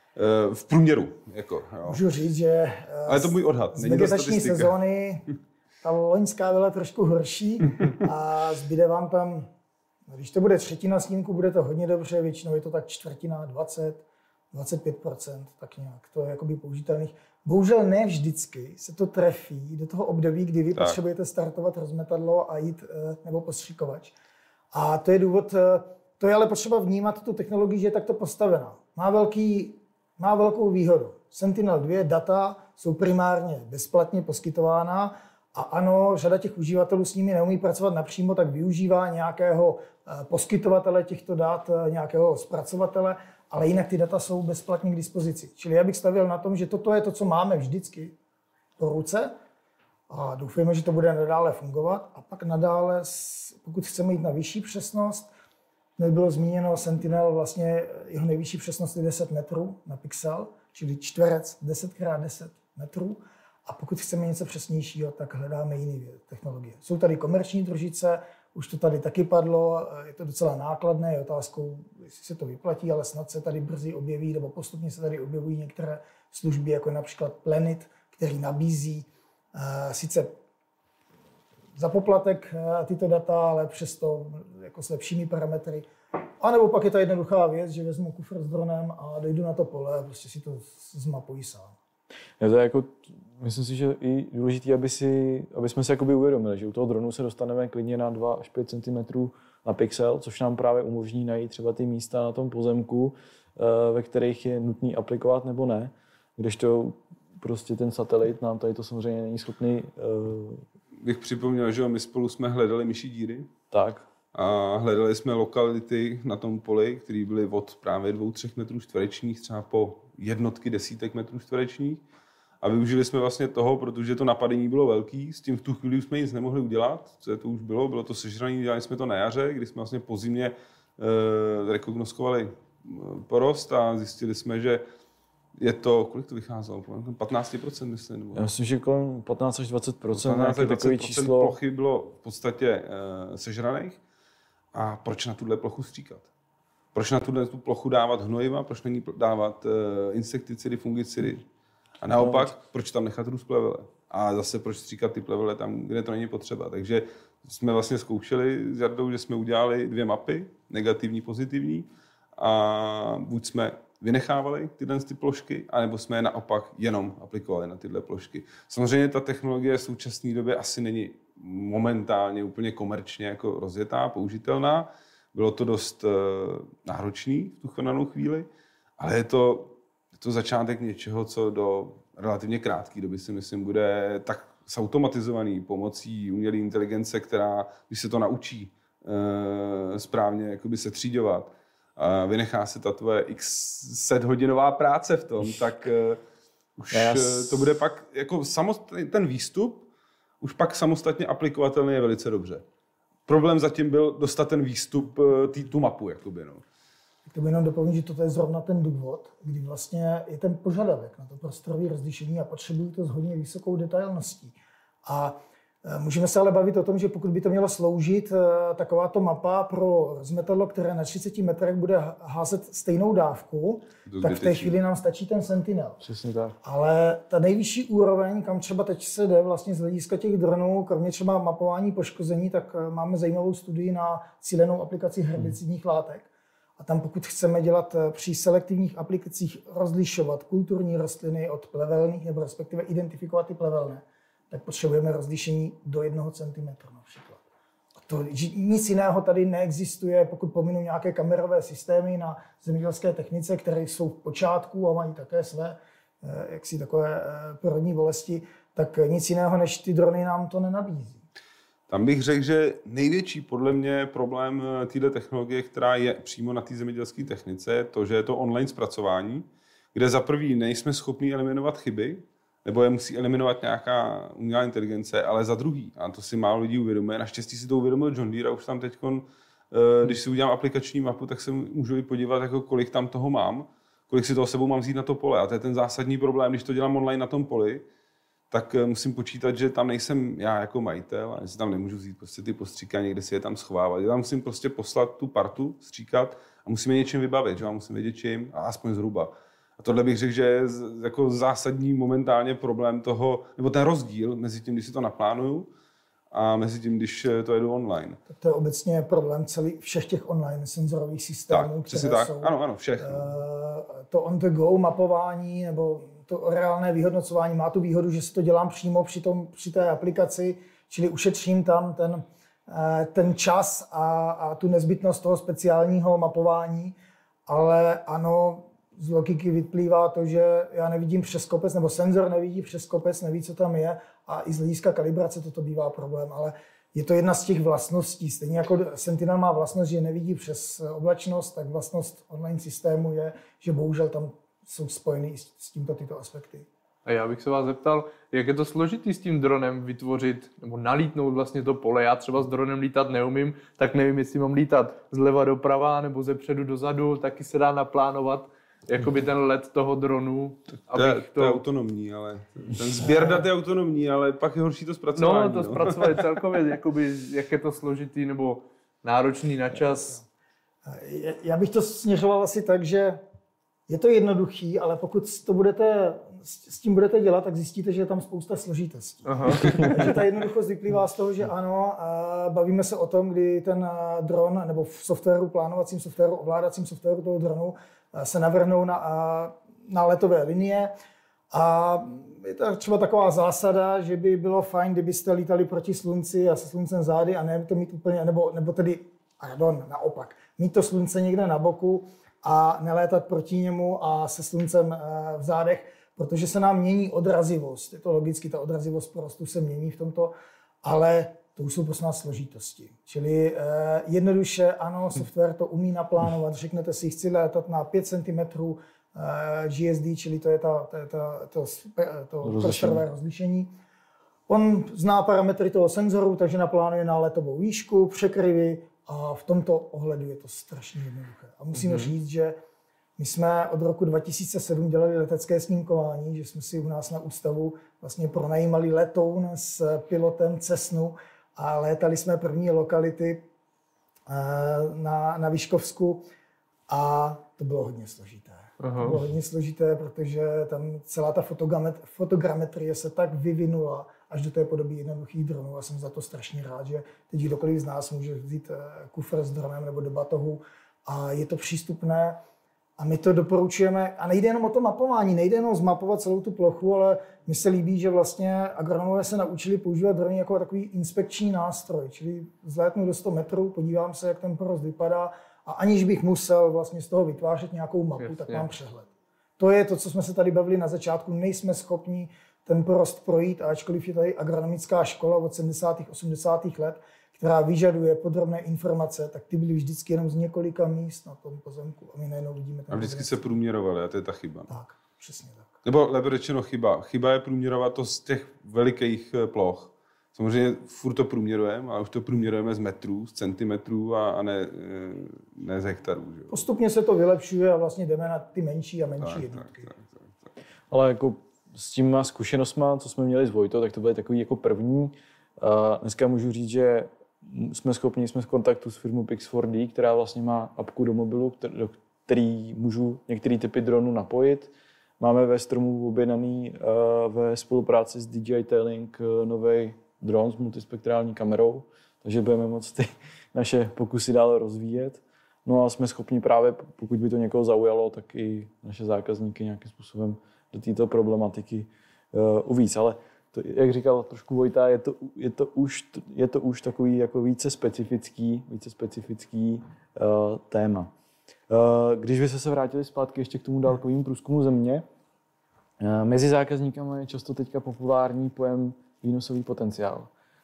V průměru. Jako, jo. Můžu říct, že ale to můj odhad. Z vegetační sezóny ta loňská byla trošku horší a zbyde vám tam, když to bude třetina snímku, bude to hodně dobře, většinou je to tak čtvrtina, dvacet, dvacet pět procent, tak nějak, to je jakoby použitelných. Bohužel ne vždycky se to trefí do toho období, kdy vy tak potřebujete startovat rozmetadlo a jít, nebo postřikovač. A to je důvod, to je ale potřeba vnímat tu technologii, že je takto postavená. Má, velký, má velkou výhodu. Sentinel dva data jsou primárně bezplatně poskytována a ano, řada těch uživatelů s nimi neumí pracovat napřímo, tak využívá nějakého poskytovatele těchto dat, nějakého zpracovatele, ale jinak ty data jsou bezplatně k dispozici. Čili já bych stavěl na tom, že toto je to, co máme vždycky po ruce a doufejme, že to bude nadále fungovat. A pak nadále, pokud chceme jít na vyšší přesnost, nebylo zmíněno Sentinel, vlastně jeho nejvyšší přesnost je deset metrů na pixel, čili čtverec deset krát deset metrů. A pokud chceme něco přesnějšího, tak hledáme jiné technologie. Jsou tady komerční družice, už to tady taky padlo, je to docela nákladné, je otázkou, jestli se to vyplatí, ale snad se tady brzy objeví, nebo postupně se tady objevují některé služby, jako například Planet, který nabízí uh, sice za poplatek tyto data, ale přesto jako s lepšími parametry. A nebo pak je ta jednoduchá věc, že vezmu kufr s dronem a dojdu na to pole a prostě si to zmapuji sám. Je to jako, myslím si, že i důležité, aby, si, aby jsme si jakoby uvědomili, že u toho dronu se dostaneme klidně na dva až pět centimetrů na pixel, což nám právě umožní najít třeba ty místa na tom pozemku, ve kterých je nutný aplikovat nebo ne. Kdežto prostě ten satelit nám tady to samozřejmě není schopný. Uh... Bych připomněl, že my spolu jsme hledali myší díry. Tak. A hledali jsme lokality na tom poli, které byly od právě dvou, třech metrů čtverečních třeba po jednotky desítek metrů čtverečních. A využili jsme vlastně toho, protože to napadení bylo velký, s tím v tu chvíli jsme nic nemohli udělat, co to už bylo, bylo to sežraný, dělali jsme to na jaře, kdy jsme vlastně po zimě e, rekognoskovali porost a zjistili jsme, že je to, kolik to vycházelo? patnáct procent myslím. Nebo... Já myslím, že kolem patnáct až dvacet procent patnáct až dvacet procent číslo... plochy bylo v podstatě e, sežraných. A proč na tuhle plochu stříkat? Proč na tuhle tu plochu dávat hnojiva? Proč na ní dávat e, insekticidy, fungicidy? A naopak, proč tam nechat růst plevele? A zase proč stříkat ty plevele tam, kde to není potřeba? Takže jsme vlastně zkoušeli s Jardou, že jsme udělali dvě mapy, negativní, pozitivní, a buď jsme vynechávali tyhle ty plošky, anebo jsme je naopak jenom aplikovali na tyhle plošky. Samozřejmě ta technologie v současné době asi není momentálně úplně komerčně jako rozjetá, použitelná. Bylo to dost uh, náročný v tu danou chvíli, ale je to, je to začátek něčeho, co do relativně krátké doby si myslím bude tak zautomatizovaný pomocí umělé inteligence, která, když se to naučí uh, správně jakoby se tříďovat, a vynechá se ta tvoje x set hodinová práce v tom, tak uh, už to bude pak jako samostatný ten výstup, už pak samostatně aplikovatelný je velice dobře. Problém zatím byl dostat ten výstup, tý, tu mapu, jakoby, no. To by jenom doplnit, že toto je zrovna ten důvod, kdy vlastně je ten požadavek na to prostorové rozlišení a potřebují to s hodně vysokou detailností. A můžeme se ale bavit o tom, že pokud by to mělo sloužit takováto mapa pro rozmetadlo, které na třiceti metrech bude házet stejnou dávku, tak v té chvíli nám stačí ten Sentinel. Přesně tak. Ale ta nejvyšší úroveň, kam třeba teď se jde vlastně z hlediska těch dronů, kromě třeba mapování poškození, tak máme zajímavou studii na cílenou aplikaci herbicidních hmm. látek. A tam pokud chceme dělat při selektivních aplikacích rozlišovat kulturní rostliny od plevelných, nebo respektive identifikovat ty plevelné, tak potřebujeme rozlišení do jednoho centimetru například. A to, nic jiného tady neexistuje, pokud pominu nějaké kamerové systémy na zemědělské technice, které jsou v počátku a mají také své jaksi takové porodní bolesti, tak nic jiného než ty drony nám to nenabízí. Tam bych řekl, že největší podle mě problém této technologie, která je přímo na té zemědělské technice, je to, že je to online zpracování, kde za prvý nejsme schopni eliminovat chyby, nebo je musí eliminovat nějaká umělá inteligence, ale za druhý, a to si málo lidí uvědomuje, naštěstí si to uvědomil John Deere a už tam teď, když si udělám aplikační mapu, tak se můžu i podívat, jako kolik tam toho mám, kolik si toho sebou mám vzít na to pole. A to je ten zásadní problém, když to dělám online na tom poli, tak musím počítat, že tam nejsem já jako majitel a že si tam nemůžu vzít prostě ty postříky a někde si je tam schovávat. Já tam musím prostě poslat tu partu, stříkat a musíme něčím vybavit, že já musím vědět čím a aspoň zhruba. A tohle bych řekl, že je jako zásadní momentálně problém toho, nebo ten rozdíl mezi tím, když si to naplánuju a mezi tím, když to jedu online. Tak to je obecně problém celý, všech těch online senzorových systémů, tak, které tak. jsou. Ano, ano, všech. To on the go mapování nebo to reálné vyhodnocování má tu výhodu, že si to dělám přímo při, tom, při té aplikaci, čili ušetřím tam ten, ten čas a, a tu nezbytnost toho speciálního mapování, ale ano, z logiky vyplývá to, že já nevidím přes kopec, nebo senzor nevidí přes kopec, neví, co tam je a i z hlediska kalibrace toto bývá problém, ale je to jedna z těch vlastností. Stejně jako Sentinel má vlastnost, že nevidí přes oblačnost, tak vlastnost online systému je, že bohužel tam jsou spojeny s tímto tyto aspekty. A já bych se vás zeptal, jak je to složitý s tím dronem vytvořit nebo nalítnout vlastně to pole. Já třeba s dronem lítat neumím, tak nevím, jestli mám lítat zleva doprava nebo ze předu dozadu, taky se dá naplánovat jakoby ten let toho dronu. To je, to... to je autonomní, ale ten sběr dat je autonomní, ale pak je horší to zpracování. No, to zpracování no. celkově, jakoby, jak je to složitý nebo náročný na čas. Já bych to směřoval asi tak, že Je to jednoduchý, ale pokud to budete, s tím budete dělat, tak zjistíte, že je tam spousta složitostí. Aha. Takže ta jednoduchost vyplývá z toho, že ano, bavíme se o tom, kdy ten dron, nebo v softwaru, plánovacím softwaru, ovládacím softwaru toho dronu se navrhnou na, na letové linie. A je to třeba taková zásada, že by bylo fajn, kdybyste lítali proti slunci a se sluncem zády a ne to mít úplně, nebo, nebo tedy, pardon, naopak, mít to slunce někde na boku a nelétat proti němu a se sluncem v zádech, protože se nám mění odrazivost. Je to logicky, ta odrazivost porostu se mění v tomto, ale to už jsou prostě nás složitosti. Čili eh, jednoduše, ano, software to umí naplánovat, řeknete si, chci létat na pět centimetrů eh, G S D, čili to je ta, to, je ta, to, to prostorové rozlišení. On zná parametry toho senzoru, takže naplánuje na letovou výšku, překryvy a v tomto ohledu je to strašně jednoduché. A musíme mm-hmm. říct, že my jsme od roku dva tisíce sedm dělali letecké snímkování, že jsme si u nás na ústavu vlastně pronajímali letoun s pilotem Cessnu a létali jsme první lokality na, na Vyškovsku a to bylo hodně složité. Aha. To bylo hodně složité, protože tam celá ta fotogrametrie se tak vyvinula až do té podoby jednoduchých dronů a jsem za to strašně rád, že teď kdokoliv z nás může vzít kufr s dronem nebo do batohu a je to přístupné. A my to doporučujeme, a nejde jenom o to mapování, nejde jenom zmapovat celou tu plochu, ale mi se líbí, že vlastně agronomové se naučili používat drony jako takový inspekční nástroj, čili zlétnu do sto metrů, podívám se, jak ten porost vypadá a aniž bych musel vlastně z toho vytvářet nějakou mapu, yes, tak mám yeah. přehled. To je to, co jsme se tady bavili na začátku, nejsme schopni ten porost projít, ačkoliv je tady agronomická škola od sedmdesátých osmdesátých let, která vyžaduje podrobné informace, tak ty byly vždycky jenom z několika míst na tom pozemku a my najednou vidíme ten. A vždycky se průměrovaly a to je ta chyba. Tak, přesně tak. Nebo lépe řečeno chyba. Chyba je průměrovat to z těch velikých ploch. Samozřejmě furt to průměrujeme, ale už to průměrujeme z metrů, z centimetrů a, a ne, ne z hektarů. Že? Postupně se to vylepšuje a vlastně jdeme na ty menší a menší tak, jednotky. Tak, tak, tak, tak. Ale jako s těma zkušenostma, co jsme měli s Vojtou, tak to byly takový jako první. A dneska můžu říct, že jsme schopni, jsme v kontaktu s firmou Pix four D, která vlastně má apku do mobilu, do který můžu některé typy dronů napojit. Máme ve Stromu objednaný uh, ve spolupráci s D J I T-Link uh, nový dron s multispektrální kamerou, takže budeme moct ty naše pokusy dále rozvíjet. No a jsme schopni právě, pokud by to někoho zaujalo, tak i naše zákazníky nějakým způsobem do této problematiky uh, uvíc. Ale to, jak říkal trošku Vojta, je to, je to, už, je to už takový jako více specifický, více specifický uh, téma. Uh, když byste se vrátili zpátky ještě k tomu dálkovému průzkumu země, uh, mezi zákazníkami je často teďka populární pojem výnosový potenciál.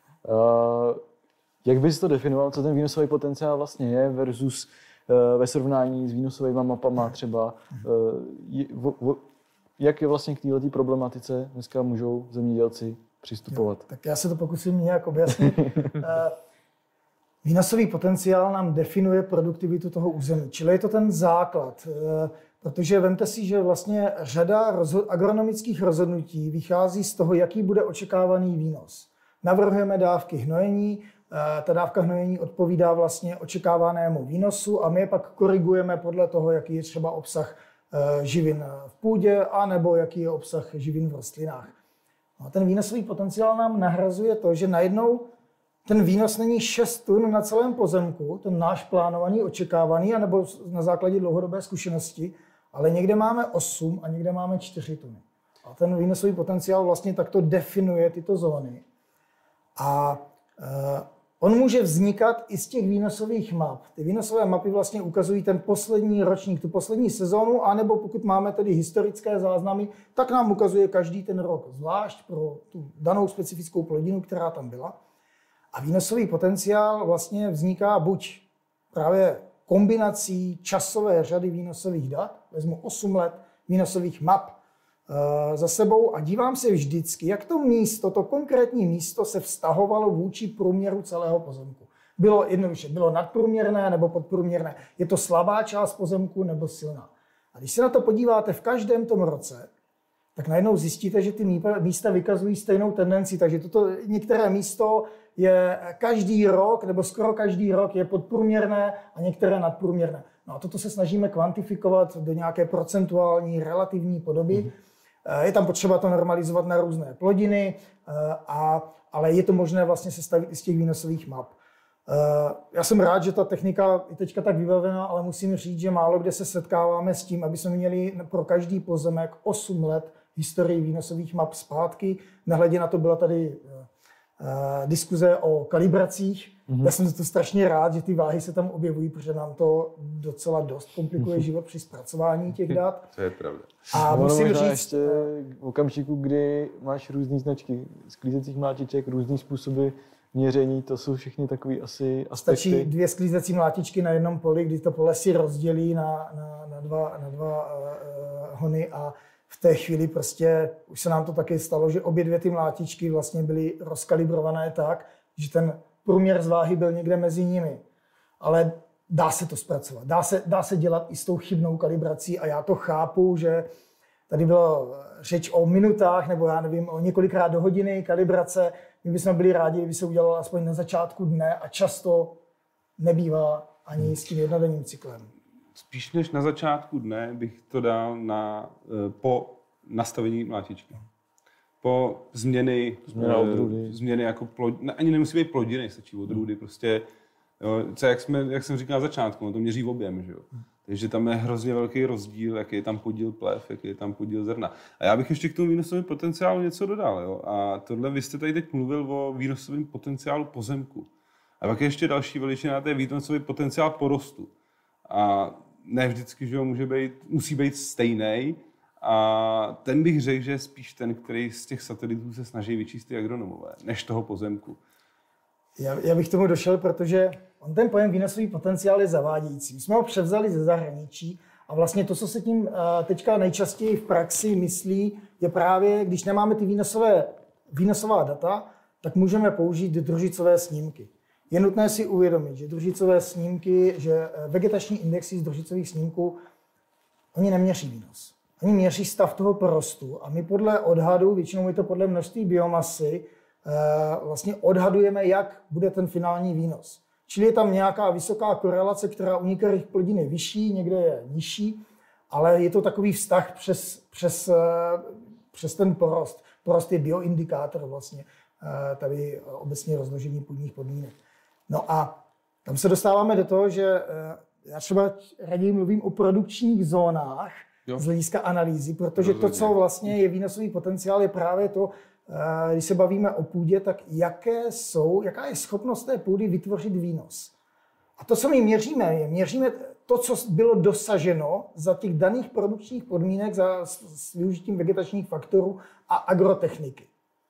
Uh, jak bys to definoval, co ten výnosový potenciál vlastně je versus uh, ve srovnání s výnosovými mapama třeba? Uh, je, vo, vo, Jak je vlastně k této problematice dneska můžou zemědělci přistupovat? Jo, tak já se to pokusím nějak objasnit. Výnosový potenciál nám definuje produktivitu toho území, čili je to ten základ. Protože vemte si, že vlastně řada rozhod- agronomických rozhodnutí vychází z toho, jaký bude očekávaný výnos. Navrhujeme dávky hnojení, ta dávka hnojení odpovídá vlastně očekávanému výnosu a my je pak korigujeme podle toho, jaký je třeba obsah živin v půdě, anebo jaký je obsah živin v rostlinách. No, ten výnosový potenciál nám nahrazuje to, že najednou ten výnos není šest tun na celém pozemku, ten náš plánovaný, očekávaný, anebo na základě dlouhodobé zkušenosti, ale někde máme osm a někde máme čtyři tuny. A ten výnosový potenciál vlastně takto definuje tyto zóny. A e, on může vznikat i z těch výnosových map. Ty výnosové mapy vlastně ukazují ten poslední ročník, tu poslední sezónu, anebo pokud máme tedy historické záznamy, tak nám ukazuje každý ten rok, zvlášť pro tu danou specifickou plodinu, která tam byla. A výnosový potenciál vlastně vzniká buď právě kombinací časové řady výnosových dat, vezmu osm let výnosových map e, za sebou a dívám se vždycky, jak to místo, to konkrétní místo se vztahovalo vůči průměru celého pozemku. Bylo jednoduše, bylo nadprůměrné nebo podprůměrné. Je to slabá část pozemku nebo silná. A když se na to podíváte v každém tom roce, tak najednou zjistíte, že ty místa vykazují stejnou tendenci. Takže toto některé místo je každý rok, nebo skoro každý rok je podprůměrné a některé nadprůměrné. No a toto se snažíme kvantifikovat do nějaké procentuální, relativní podoby. Mm-hmm. Je tam potřeba to normalizovat na různé plodiny, a, ale je to možné vlastně sestavit i z těch výnosových map. Já jsem rád, že ta technika je teďka tak vybavená, ale musím říct, že málo kde se setkáváme s tím, aby jsme měli pro každý pozemek osm let historii výnosových map zpátky. Nehledě na to byla tady uh, diskuze o kalibracích. Mm-hmm. Já jsem to strašně rád, že ty váhy se tam objevují, protože nám to docela dost komplikuje mm-hmm. život při zpracování těch dat. To je pravda. A no, musím říct... ještě v okamžiku, kdy máš různé značky sklízecích mlátiček, různý způsoby měření, to jsou všechny takové asi aspekty. Stačí dvě sklízecí mlátičky na jednom poli, kdy to pole si rozdělí na, na, na dva, na dva uh, hony a v té chvíli prostě už se nám to taky stalo, že obě dvě ty mlátičky vlastně byly rozkalibrované tak, že ten průměr z váhy byl někde mezi nimi. Ale dá se to zpracovat. Dá se, dá se dělat i s tou chybnou kalibrací a já to chápu, že tady byla řeč o minutách nebo já nevím, o několikrát do hodiny kalibrace. My bychom byli rádi, kdyby se udělalo aspoň na začátku dne a často nebývá ani s tím jednodenním cyklem. Spíš než na začátku dne bych to dal na, po nastavení mlátičky. Po změny, odrůdy. změny jako plod, ani nemusí být plodiny, stačí odrůdy, prostě, jo, co, jak, jsme, jak jsem říkal na začátku, no to měří v objem, že jo. Takže tam je hrozně velký rozdíl, jaký je tam podíl plev, jaký je tam podíl zrna. A já bych ještě k tomu výnosovému potenciálu něco dodal, jo. A tohle, vy jste tady teď mluvil o výnosovém potenciálu pozemku. A pak je ještě další veličina, to je výnosový potenciál porostu. A ne vždycky, že ho může být, musí být stejný. A ten bych řekl, že je spíš ten, který z těch satelitů se snaží vyčíst ty agronomové, než toho pozemku. Já, já bych tomu došel, protože on ten pojem výnosový potenciál je zavádějící. My jsme ho převzali ze zahraničí a vlastně to, co se tím teďka nejčastěji v praxi myslí, je právě, když nemáme ty výnosové, výnosová data, tak můžeme použít družicové snímky. Je nutné si uvědomit, že družicové snímky, že vegetační indexy z družicových snímků, oni neměří výnos. Oni měří stav toho porostu a my podle odhadu, většinou je to podle množství biomasy, vlastně odhadujeme, jak bude ten finální výnos. Čili je tam nějaká vysoká korelace, která u některých plodin je vyšší, někde je nižší, ale je to takový vztah přes, přes, přes ten porost. Porost je bioindikátor vlastně tady obecně rozložení půdních podmínek. No a tam se dostáváme do toho, že já třeba raději mluvím o produkčních zónách, jo, z hlediska analýzy, protože to, co vlastně je výnosový potenciál, je právě to, když se bavíme o půdě, tak jaké jsou, jaká je schopnost té půdy vytvořit výnos. A to, co my měříme, je měříme to, co bylo dosaženo za těch daných produkčních podmínek za, s využitím vegetačních faktorů a agrotechniky.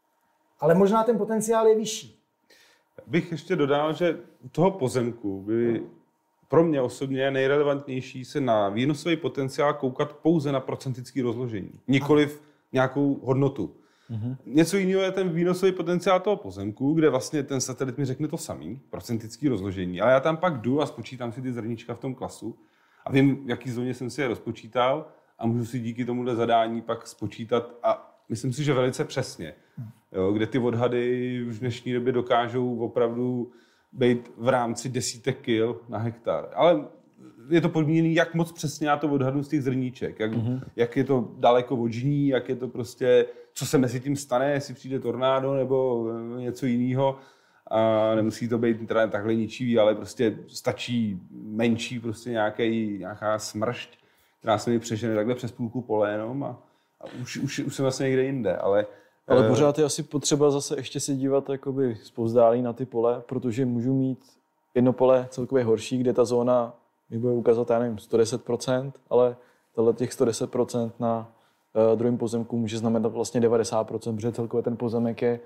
Ale možná ten potenciál je vyšší. Bych ještě dodal, že u toho pozemku by pro mě osobně je nejrelevantnější se na výnosový potenciál koukat pouze na procentický rozložení, nikoliv nějakou hodnotu. Mm-hmm. Něco jiného je ten výnosový potenciál toho pozemku, kde vlastně ten satelit mi řekne to samý, procentický rozložení, ale já tam pak jdu a spočítám si ty zrníčka v tom klasu a vím, v jaký zóně jsem si je rozpočítal a můžu si díky tomuhle zadání pak spočítat a myslím si, že velice přesně, jo, kde ty odhady už v dnešní době dokážou opravdu být v rámci desítek kil na hektar. Ale je to podmíněné, jak moc přesně já to odhadnu z těch zrníček, jak, mm-hmm. jak je to daleko od žní, jak je to prostě, co se mezi tím stane, jestli přijde tornádo nebo něco jiného. A nemusí to být teda takhle ničivý, ale prostě stačí menší prostě nějaký, nějaká smršť, která se mi přežene takhle přes půlku pole jenom a, a už, už, už jsem vlastně někde jinde, ale Ale pořád je asi potřeba zase ještě se dívat jakoby zpovzdálí na ty pole, protože můžu mít jedno pole celkově horší, kde ta zóna mi bude ukázat, já nevím, sto deset procent, ale tohle těch sto deset procent na uh, druhém pozemku může znamenat vlastně devadesát procent, protože celkově ten pozemek je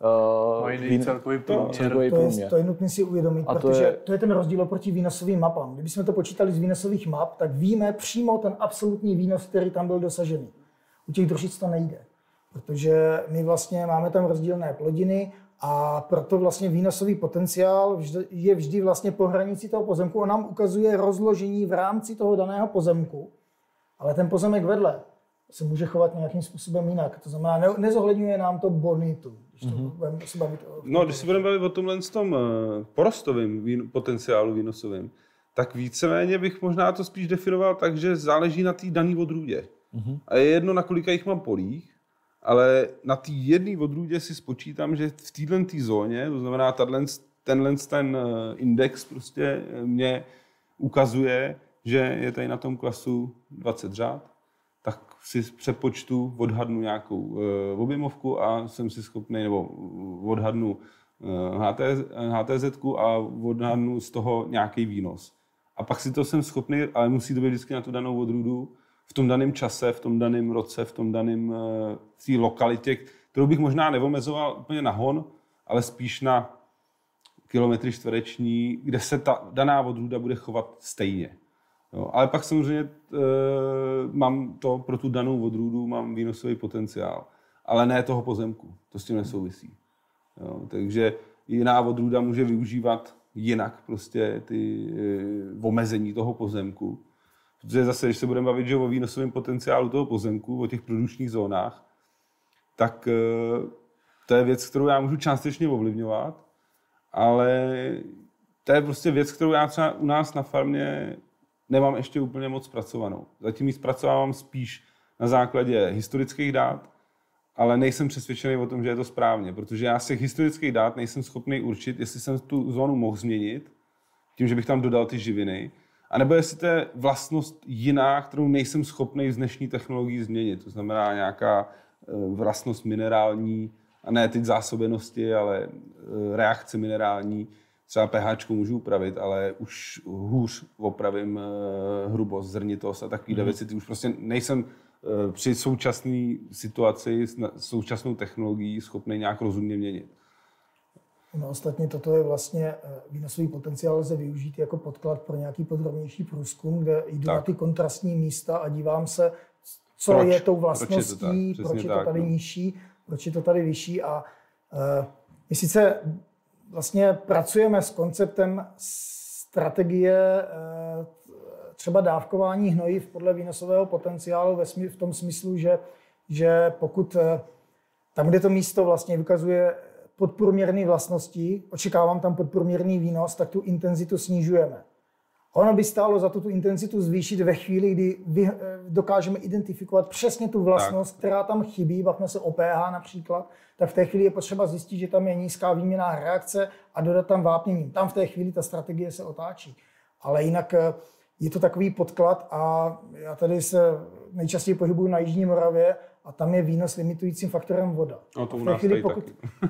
uh, jiný celkový průměr. Celkový to, průměr. Je, to je nutné si uvědomit, a protože to je, to je ten rozdíl oproti výnosovým mapám. Kdybychom to počítali z výnosových map, tak víme přímo ten absolutní výnos, který tam byl dosažený. U těch družic to nejde. Protože my vlastně máme tam rozdílné plodiny a proto vlastně výnosový potenciál vždy, je vždy vlastně po hranici toho pozemku. On nám ukazuje rozložení v rámci toho daného pozemku, ale ten pozemek vedle se může chovat nějakým způsobem jinak. To znamená, ne, nezohledňuje nám to bonitu. Když to mm-hmm. budeme se bavit o no, když se budeme bavit o tomhle tom porostovém vín, potenciálu výnosovém, tak víceméně bych možná to spíš definoval tak, že záleží na té dané odrůdě. Mm-hmm. A je jedno, na kolika jich mám polích, ale na té jedné odrůdě si spočítám, že v této tý zóně, to znamená tato, tenhle ten index prostě mě ukazuje, že je tady na tom klasu dvacet řád, tak si přepočtu, odhadnu nějakou uh, objemovku a jsem si schopný, nebo odhadnu uh, há té zetku a odhadnu z toho nějaký výnos. A pak si to jsem schopný, ale musí to být vždycky na tu danou odrůdu, v tom daném čase, v tom daném roce, v tom daném, uh, v té lokalitě, kterou bych možná neomezoval úplně na hon, ale spíš na kilometry čtvereční, kde se ta daná odrůda bude chovat stejně. Jo, ale pak samozřejmě e, mám to pro tu danou odrůdu, mám výnosový potenciál, ale ne toho pozemku, to s tím nesouvisí. Jo, takže jiná odrůda může využívat jinak prostě ty e, omezení toho pozemku. Protože zase, když se budeme bavit že o výnosovém potenciálu toho pozemku, o těch produkčních zónách, tak e, to je věc, kterou já můžu částečně ovlivňovat, ale to je prostě věc, kterou já třeba u nás na farmě nemám ještě úplně moc zpracovanou. Zatím ji zpracovávám spíš na základě historických dát, ale nejsem přesvědčený o tom, že je to správně, protože já z těch historických dát nejsem schopný určit, jestli jsem tu zónu mohl změnit, tím, že bych tam dodal ty živiny, anebo jestli to je vlastnost jiná, kterou nejsem schopný z dnešní technologií změnit. To znamená nějaká vlastnost minerální, a ne ty zásobenosti, ale reakce minerální. Třeba pH můžu upravit, ale už hůř opravím hrubost, zrnitost a takovýhle mm. věci. Ty už prostě nejsem při současné situaci s současnou technologií schopný nějak rozumně měnit. No, ostatně toto je vlastně výnosový potenciál, lze využít jako podklad pro nějaký podrobnější průzkum, kde jdu tak na ty kontrastní místa a dívám se, co proč? je tou vlastností, proč je to, proč je to tady tak, nižší, proč je to tady vyšší. A uh, my sice vlastně pracujeme s konceptem strategie třeba dávkování hnojiv podle výnosového potenciálu v tom smyslu, že, že pokud tam, kde to místo vlastně vykazuje podprůměrné vlastnosti, očekávám tam podprůměrný výnos, tak tu intenzitu snižujeme. Ono by stálo za to tu intenzitu zvýšit ve chvíli, kdy dokážeme identifikovat přesně tu vlastnost, tak, která tam chybí, bavme se o pH například, tak v té chvíli je potřeba zjistit, že tam je nízká výměnná reakce a dodat tam vápněním. Tam v té chvíli ta strategie se otáčí. Ale jinak je to takový podklad a já tady se nejčastěji pohybuju na Jižní Moravě a tam je výnos limitujícím faktorem voda. No to u nás chvíli, pokud...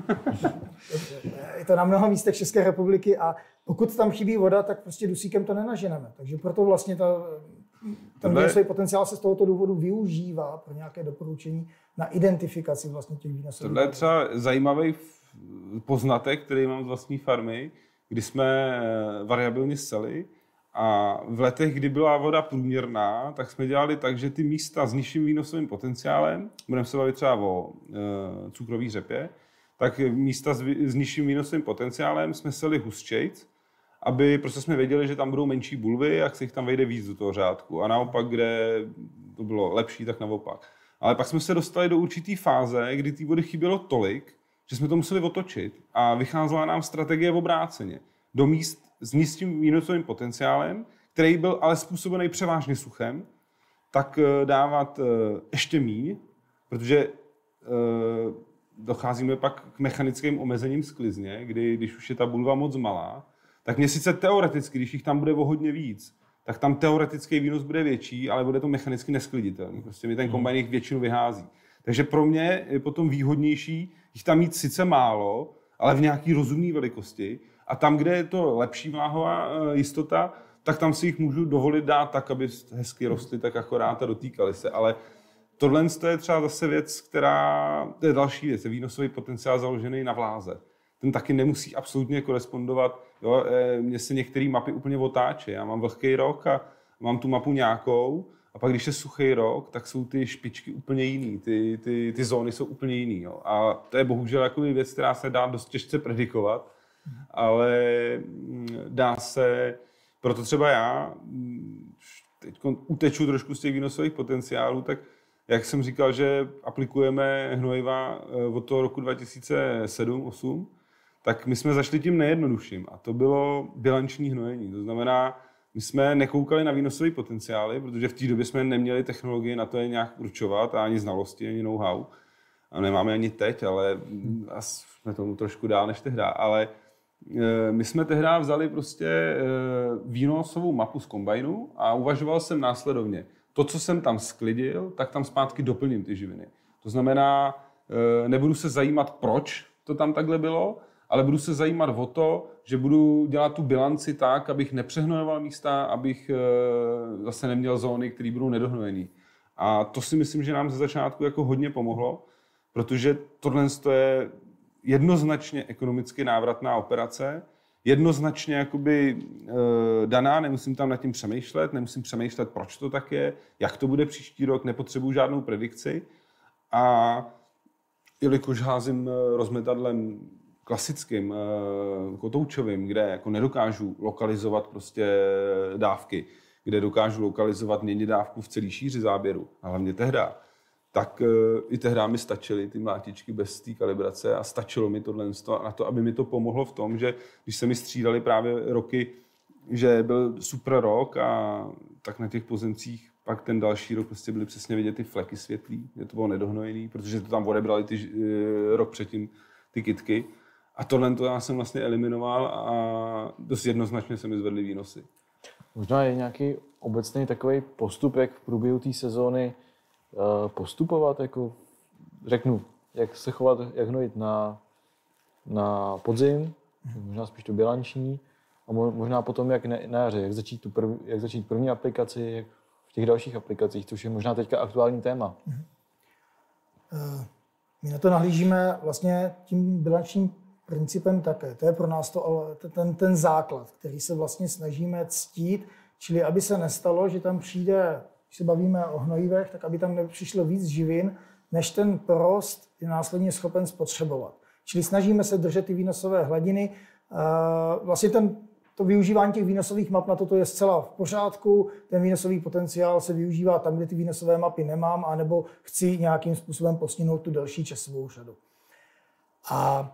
Je to na mnoha místech České republiky a pokud tam chybí voda, tak prostě dusíkem to nenaženeme. Takže proto vlastně ta, ten výnosový potenciál se z tohoto důvodu využívá pro nějaké doporučení na identifikaci vlastně těch výnosových. Tohle je třeba zajímavý poznatek, který mám z vlastní farmy, kdy jsme variabilně seli. A v letech, kdy byla voda průměrná, tak jsme dělali tak, že ty místa s nižším výnosovým potenciálem, budeme se bavit třeba o e, cukrový řepě, tak místa s, s nižším výnosovým potenciálem jsme seli husčejc, aby prostě jsme věděli, že tam budou menší bulvy, jak se jich tam vejde víc do toho řádku. A naopak, kde to bylo lepší, tak naopak. Ale pak jsme se dostali do určité fáze, kdy té vody chybělo tolik, že jsme to museli otočit a vycházela nám strategie v obráceně. Do míst s nízkým výnosovým potenciálem, který byl ale způsobený převážně suchem, tak dávat ještě míň, protože docházíme pak k mechanickým omezením sklizně, kdy když už je ta bulva moc malá, tak mě sice teoreticky, když jich tam bude o hodně víc, tak tam teoretický výnos bude větší, ale bude to mechanicky neskliditelný. Prostě mi ten kombajn jich většinu vyhází. Takže pro mě je potom výhodnější jich tam mít sice málo, ale v nějaký rozumné velikosti. A tam, kde je to lepší vláhová jistota, tak tam si jich můžu dovolit dát tak, aby hezky rostly, tak akorát a dotýkaly se. Ale tohle je třeba zase věc, která, to je další věc, je výnosový potenciál založený na vláze. Ten taky nemusí absolutně korespondovat. Jo, mně se některé mapy úplně otáčí. Já mám vlhký rok a mám tu mapu nějakou, a pak když je suchý rok, tak jsou ty špičky úplně jiný, ty, ty, ty zóny jsou úplně jiný. Jo. A to je bohužel jako věc, která se dá dost těžce predikovat, ale dá se, proto třeba já teď uteču trošku z těch výnosových potenciálů, tak jak jsem říkal, že aplikujeme hnojiva od toho roku dva tisíce sedm osm, tak my jsme zašli tím nejjednodušším a to bylo bilanční hnojení. To znamená, my jsme nekoukali na výnosové potenciály, protože v té době jsme neměli technologii na to je nějak určovat a ani znalosti, ani know-how. A nemáme ani teď, ale jsme tomu trošku dál než tehdy. Ale my jsme tehdy vzali prostě výnosovou mapu z kombajnu a uvažoval jsem následovně. To, co jsem tam sklidil, tak tam zpátky doplním ty živiny. To znamená, nebudu se zajímat, proč to tam takhle bylo, ale budu se zajímat o to, že budu dělat tu bilanci tak, abych nepřehnojoval místa, abych zase neměl zóny, které budou nedohnojené. A to si myslím, že nám ze začátku jako hodně pomohlo, protože tohle je jednoznačně ekonomicky návratná operace, jednoznačně jakoby e, daná, nemusím tam nad tím přemýšlet, nemusím přemýšlet, proč to tak je, jak to bude příští rok, nepotřebuji žádnou predikci. A jelikož házím rozmetadlem klasickým, e, kotoučovým, kde jako nedokážu lokalizovat prostě dávky, kde dokážu lokalizovat měnit dávku v celé šíři záběru, a hlavně tehda, tak i tehdy mi stačily ty mlátičky bez té kalibrace a stačilo mi tohle na to, aby mi to pomohlo v tom, že když se mi střídaly právě roky, že byl super rok a tak na těch pozemcích pak ten další rok prostě byly přesně vidět ty fleky světlý, že to bylo nedohnojený, protože to tam odebrali ty, rok předtím ty kytky. A tohle to já jsem vlastně eliminoval a dost jednoznačně se mi zvedly výnosy. Možná je nějaký obecný takový postup, jak v průběhu té sezóny postupovat, jako řeknu, jak se chovat, jak hnojit na, na podzim, možná spíš to bilanční, a možná potom jak na jaře, jak začít, tu prv, jak začít první aplikaci, jak v těch dalších aplikacích, což je možná teďka aktuální téma. My na to nahlížíme vlastně tím bilančním principem také. To je pro nás to, ale ten, ten základ, který se vlastně snažíme ctít, čili aby se nestalo, že tam přijde, když se bavíme o hnojivech, tak aby tam nepřišlo víc živin, než ten porost je následně schopen spotřebovat. Čili snažíme se držet ty výnosové hladiny. Vlastně ten, to využívání těch výnosových map na toto je zcela v pořádku. Ten výnosový potenciál se využívá tam, kde ty výnosové mapy nemám, anebo chci nějakým způsobem postihnout tu delší časovou řadu. A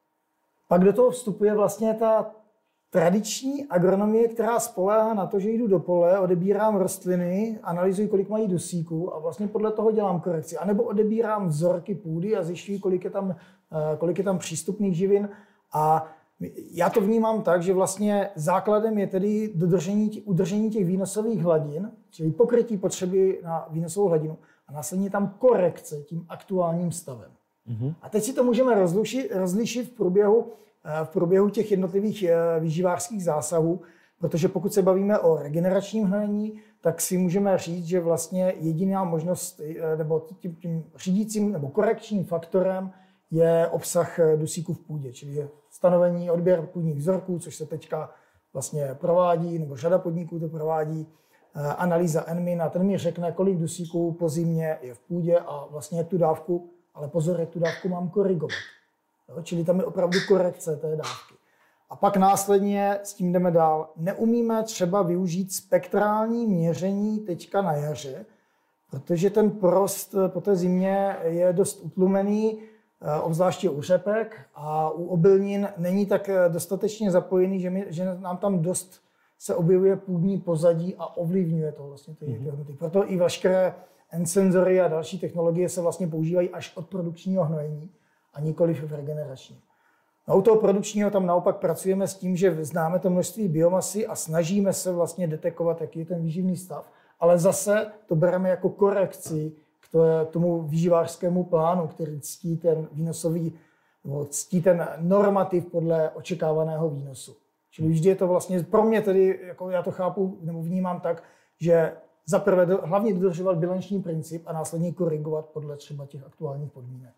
pak do toho vstupuje vlastně ta tradiční agronomie, která spoléhá na to, že jdu do pole, odebírám rostliny, analyzuji, kolik mají dusíku a vlastně podle toho dělám korekci. A nebo odebírám vzorky půdy a zjišťuji, kolik je tam, kolik je tam přístupných živin. A já to vnímám tak, že vlastně základem je tedy dodržení, udržení těch výnosových hladin, čili pokrytí potřeby na výnosovou hladinu a následně tam korekce tím aktuálním stavem. Mm-hmm. A teď si to můžeme rozlišit, rozlišit v průběhu v průběhu těch jednotlivých výživářských zásahů, protože pokud se bavíme o regeneračním hnojení, tak si můžeme říct, že vlastně jediná možnost, nebo tím, tím řídícím nebo korekčním faktorem je obsah dusíku v půdě, čili stanovení, odběr půdních vzorků, což se teďka vlastně provádí, nebo řada podniků to provádí, analýza N M I, a ten mi řekne, kolik dusíků po zimě je v půdě a vlastně jak tu dávku, ale pozor, jak tu dávku mám korigovat. Jo, čili tam je opravdu korekce té dávky. A pak následně s tím jdeme dál. Neumíme třeba využít spektrální měření teďka na jaře, protože ten porost po té zimě je dost utlumený, obzvláště u řepek a u obilnin není tak dostatečně zapojený, že, my, že nám tam dost se objevuje půdní pozadí a ovlivňuje to vlastně ty mm-hmm. hodnoty. Proto i veškeré N-senzory a další technologie se vlastně používají až od produkčního hnojení a nikoliv v regeneračním. No, u toho produkčního tam naopak pracujeme s tím, že známe to množství biomasy a snažíme se vlastně detekovat, jaký je ten výživný stav, ale zase to bereme jako korekci k tomu výživářskému plánu, který ctí ten výnosový, nebo ctí ten normativ podle očekávaného výnosu. Čili vždy je to vlastně, pro mě tedy, jako já to chápu, nebo vnímám tak, že za prvé hlavně dodržovat bilanční princip a následně korigovat podle třeba těch aktuálních podmínek.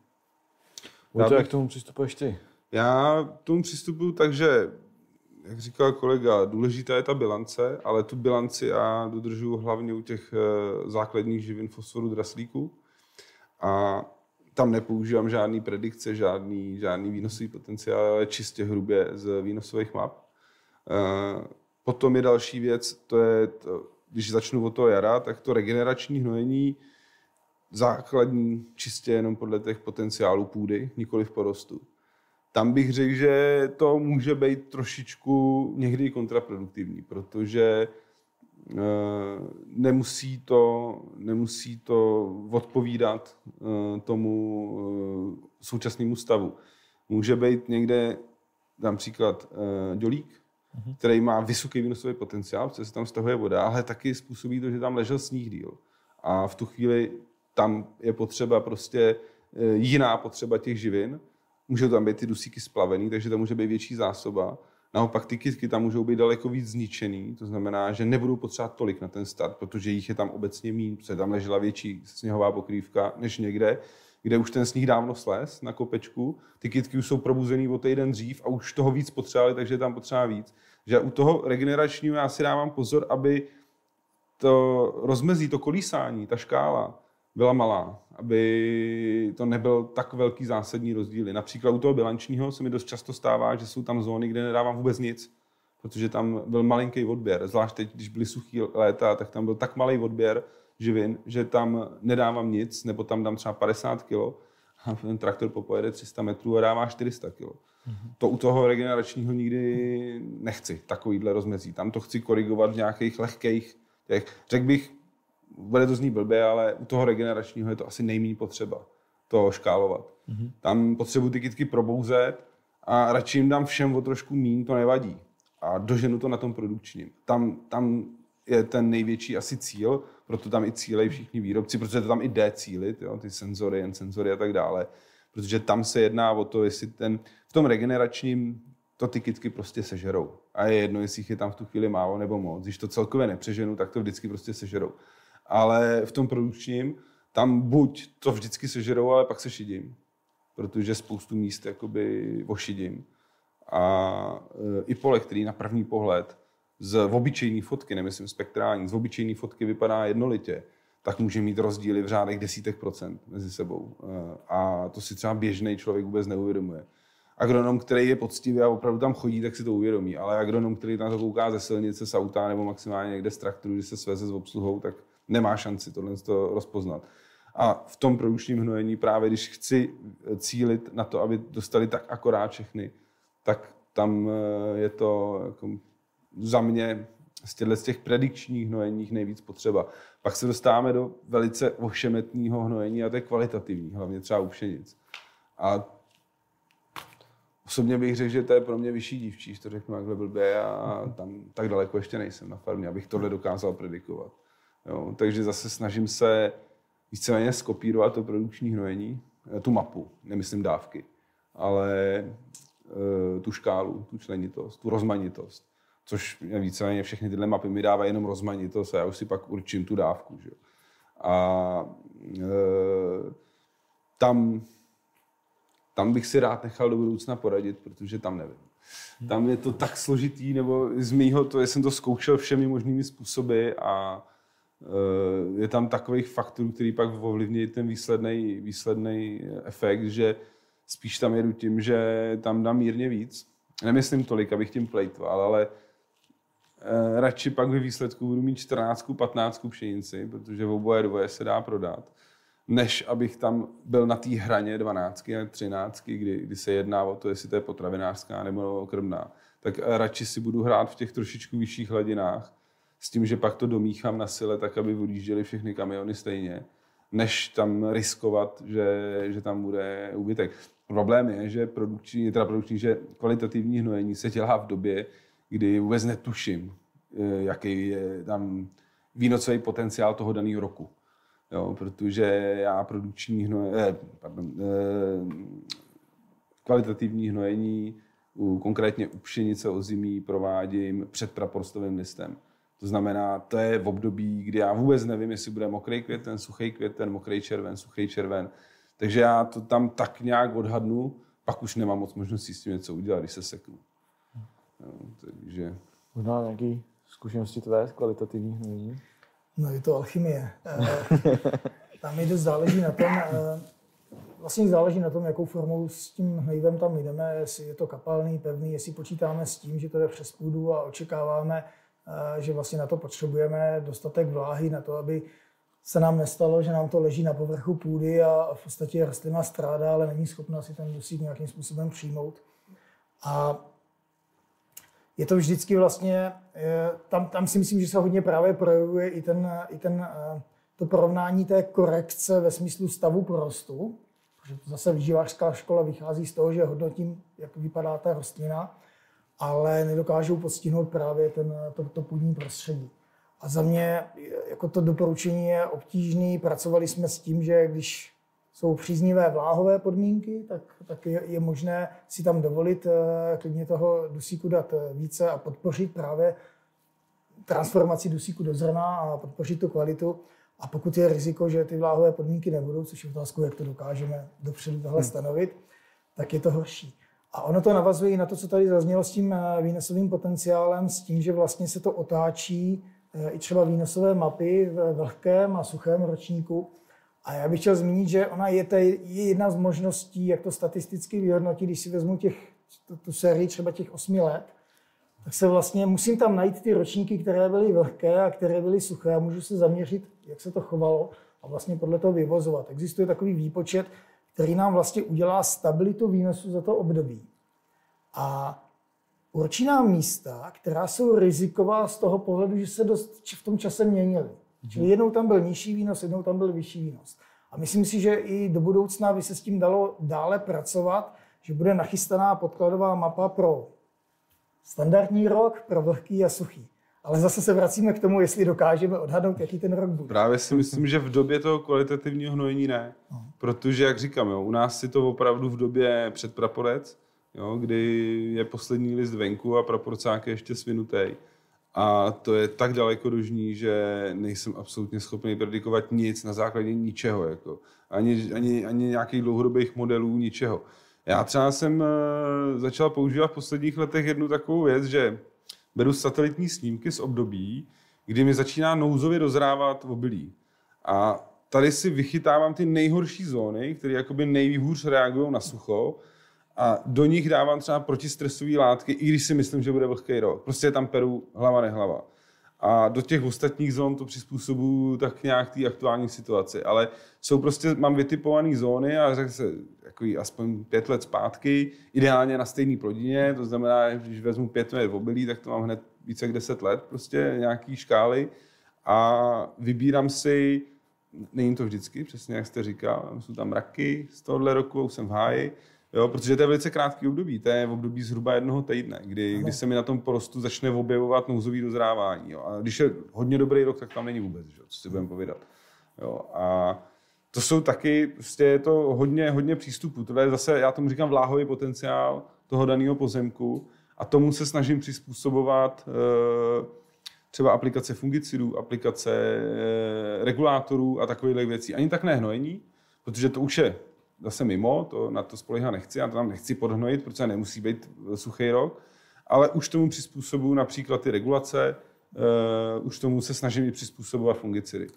Já to, jak k tomu přistupuješ ty? Já k tomu přistupuji tak, že, jak říkal kolega, důležitá je ta bilance, ale tu bilanci já dodržuji hlavně u těch základních živin fosforu, draslíku. A tam nepoužívám žádný predikce, žádný, žádný výnosový potenciál, ale čistě hrubě z výnosových map. Potom je další věc, to je, to, když začnu od toho jara, tak to regenerační hnojení základní čistě jenom podle těch potenciálů půdy, nikoli v porostu. tam bych řekl, že to může být trošičku někdy kontraproduktivní, protože uh, nemusí, to, nemusí to odpovídat uh, tomu uh, současnému stavu. Může být někde, dám příklad, uh, dělík, uh-huh. který má vysoký výnosový potenciál, protože se tam stahuje voda, ale taky způsobí to, že tam ležel sníh díl. A v tu chvíli tam je potřeba prostě uh, jiná potřeba těch živin. Můžou tam být ty dusíky splavený, takže tam může být větší zásoba. Naopak ty kytky tam můžou být daleko víc zničený, to znamená, že nebudou potřebovat tolik na ten start, protože jich je tam obecně míň, protože tam ležela větší sněhová pokrývka než někde, kde už ten sníh dávno slez na kopečku. Ty kytky už jsou probuzený o týden dřív a už toho víc potřebovali, takže je tam potřeba víc. Že u toho regeneračního já si dávám pozor, aby to rozmezí, to kolísání, ta škála byla malá, aby to nebyl tak velký zásadní rozdíly. Například u toho bilančního se mi dost často stává, že jsou tam zóny, kde nedávám vůbec nic, protože tam byl malinký odběr. Zvlášť teď, když byly suchý léta, tak tam byl tak malý odběr živin, že tam nedávám nic, nebo tam dám třeba padesát kilo a ten traktor popojede tři sta metrů a dává čtyři sta kilo. Mm-hmm. To u toho regeneračního nikdy nechci, takovýhle rozmezí. Tam to chci korigovat v nějakých lehkých těch, řekl bych, bude to znít blbě, ale u toho regeneračního je to asi nejméně potřeba to škálovat. Mm-hmm. Tam potřebuji ty kytky probouzet a radši jim dám všem o trošku míň, to nevadí. A doženu to na tom produkčním. Tam, tam je ten největší asi cíl, proto tam i cílejí všichni výrobci, protože to tam i jde cílit, jo, ty senzory, jen senzory a tak dále. Protože tam se jedná o to, jestli ten, v tom regeneračním to ty kytky prostě sežerou. A je jedno, jestli jich je tam v tu chvíli málo nebo moc. Když to celkově nepřeženu, tak to vždycky prostě sežerou. Ale v tom produkčním, tam buď to vždycky sežerou, ale pak se šidím, protože spoustu míst jakoby ošidím. A e, i pole, který na první pohled z obyčejné fotky, nemyslím spektrální, z obyčejné fotky vypadá jednolitě, tak může mít rozdíly v řádech desítek procent mezi sebou. E, a to si třeba běžný člověk vůbec neuvědomuje. Agronom, který je poctivý a opravdu tam chodí, tak si to uvědomí, ale agronom, který tam to kouká ze silnice, z auta nebo maximálně někde z traktoru, když se sveze s obsluhou, tak nemá šanci tohle to rozpoznat. A v tom produkčním hnojení právě, když chci cílit na to, aby dostali tak akorát všechny, tak tam je to jako za mě z těch predikčních hnojeních nejvíc potřeba. Pak se dostáváme do velice ošemetného hnojení a to je kvalitativní, hlavně třeba u pšenic. A osobně bych řekl, že to je pro mě vyšší dívčí, že to řeknu takhle blbě a tam tak daleko ještě nejsem na farmě, abych tohle dokázal predikovat. Jo, takže zase snažím se víceméně skopírovat to produkční hnojení, tu mapu, nemyslím dávky, ale e, tu škálu, tu členitost, tu rozmanitost, což víceméně všechny tyhle mapy mi dávají jenom rozmanitost a já už si pak určím tu dávku. Že? A e, tam, tam bych si rád nechal do budoucna poradit, protože tam nevím. Tam je to tak složitý, nebo z mýho, to jsem to zkoušel všemi možnými způsoby a je tam takových faktorů, který pak ovlivní ten výsledný, výsledný efekt, že spíš tam jedu tím, že tam dám mírně víc. Nemyslím tolik, abych tím plejtval, ale eh, radši pak ve výsledku budu mít čtrnáct patnáct pšenici, protože v oboje dvoje se dá prodat, než abych tam byl na té hraně dvanáct a třináct, kdy, kdy se jedná o to, jestli to je potravinářská nebo krmná. Tak radši si budu hrát v těch trošičku vyšších hladinách, s tím, že pak to domíchám na sile, tak aby odjížděly všechny kamiony stejně, než tam riskovat, že, že tam bude úbytek. Problém je, že produkční, teda produkční, že kvalitativní hnojení se dělá v době, kdy vůbec netuším, jaký je tam výnosový potenciál toho daného roku. Jo, protože já produkční hnojení, eh, pardon, eh, kvalitativní hnojení, u, konkrétně u pšenice ozimí provádím před praporstovým listem. To znamená, to je v období, kdy já vůbec nevím, jestli bude mokrý květen, suchý květen, mokrý červen, suchý červen. Takže já to tam tak nějak odhadnu, pak už nemám moc možností s tím něco udělat, když se seknu. No, takže... Možná nějaké zkušenosti tvé z kvalitativní hnojení? No je to alchymie. Tam mi dost záleží na tom, vlastně záleží na tom, jakou formou s tím hnojivem tam jdeme, jestli je to kapalný, pevný, jestli počítáme s tím, že to jde přes půdu a očekáváme, že vlastně na to potřebujeme dostatek vláhy na to, aby se nám nestalo, že nám to leží na povrchu půdy a v podstatě rostlina strádá, ale není schopna si ten dusík nějakým způsobem přijmout. A je to vždycky vlastně, tam, tam si myslím, že se hodně právě projevuje i, ten, i ten, to porovnání té korekce ve smyslu stavu porostu, protože to zase výživářská škola vychází z toho, že hodnotím, jak vypadá ta rostlina, ale nedokážou postihnout právě ten, to, to půdní prostředí. A za mě jako to doporučení je obtížný. Pracovali jsme s tím, že když jsou příznivé vláhové podmínky, tak, tak je, je možné si tam dovolit klidně toho dusíku dát více a podpořit právě transformaci dusíku do zrna a podpořit tu kvalitu. A pokud je riziko, že ty vláhové podmínky nebudou, což je otázka, jak to dokážeme dopředu tohle stanovit, tak je to horší. A ono to navazuje i na to, co tady zaznělo s tím výnosovým potenciálem, s tím, že vlastně se to otáčí i třeba výnosové mapy v vlhkém a suchém ročníku. A já bych chtěl zmínit, že ona je, taj, je jedna z možností, jak to statisticky vyhodnotit, když si vezmu těch, tu, tu sérii třeba těch osmi let, tak se vlastně musím tam najít ty ročníky, které byly vlhké a které byly suché a můžu se zaměřit, jak se to chovalo a vlastně podle toho vyvozovat. Existuje takový výpočet, který nám vlastně udělá stabilitu výnosu za to období. A určí nám místa, která jsou riziková z toho pohledu, že se dost v tom čase měnily. Čili jednou tam byl nižší výnos, jednou tam byl vyšší výnos. A myslím si, že i do budoucna by se s tím dalo dále pracovat, že bude nachystaná podkladová mapa pro standardní rok, pro vlhký a suchý. Ale zase se vracíme k tomu, jestli dokážeme odhadnout, jaký ten rok bude. Právě si myslím, že v době toho kvalitativního hnojení ne. Protože, jak říkám, jo, u nás si to opravdu v době před praporec, jo, kdy je poslední list venku a praporcák je ještě svinutej. A to je tak daleko do žní, že nejsem absolutně schopný predikovat nic na základě ničeho. Jako. Ani, ani, ani nějakých dlouhodobých modelů, ničeho. Já třeba jsem začal používat v posledních letech jednu takovou věc, že beru satelitní snímky z období, kdy mi začíná nouzově dozrávat obilí. A tady si vychytávám ty nejhorší zóny, které jakoby nejhůř reagují na sucho, a do nich dávám třeba protistresové látky, i když si myslím, že bude vlhký rok. Prostě je tam peru hlava nehlava. A do těch ostatních zón to přizpůsobuju tak nějak té aktuální situaci. Ale jsou prostě, mám vytipované zóny a řekl se, jako aspoň pět let zpátky, ideálně na stejné plodině, to znamená, že když vezmu pět let obilí, tak to mám hned více jak deset let, prostě nějaký škály. A vybírám si, není to vždycky, přesně jak jste říkal, jsou tam mraky z tohohle roku, už jsem v háji. Jo, protože to je velice krátký období, to je v období zhruba jednoho týdne, kdy, kdy se mi na tom porostu začne objevovat nouzový dozrávání. Jo. A když je hodně dobrý rok, tak tam není vůbec, že? Co si budeme povídat. Jo. A to jsou taky, prostě je to hodně, hodně přístupů. Tohle je zase, já tomu říkám vláhový potenciál toho daného pozemku a tomu se snažím přizpůsobovat e, třeba aplikace fungicidů, aplikace e, regulátorů a takových věcí. Ani tak nehnojení, protože to už je zase mimo, to, na to spoléhat nechci, já to tam nechci podhnojit, protože nemusí být suchý rok, ale už tomu přizpůsobuju například ty regulace, uh, už tomu se snažím i přizpůsobovat fungicidy.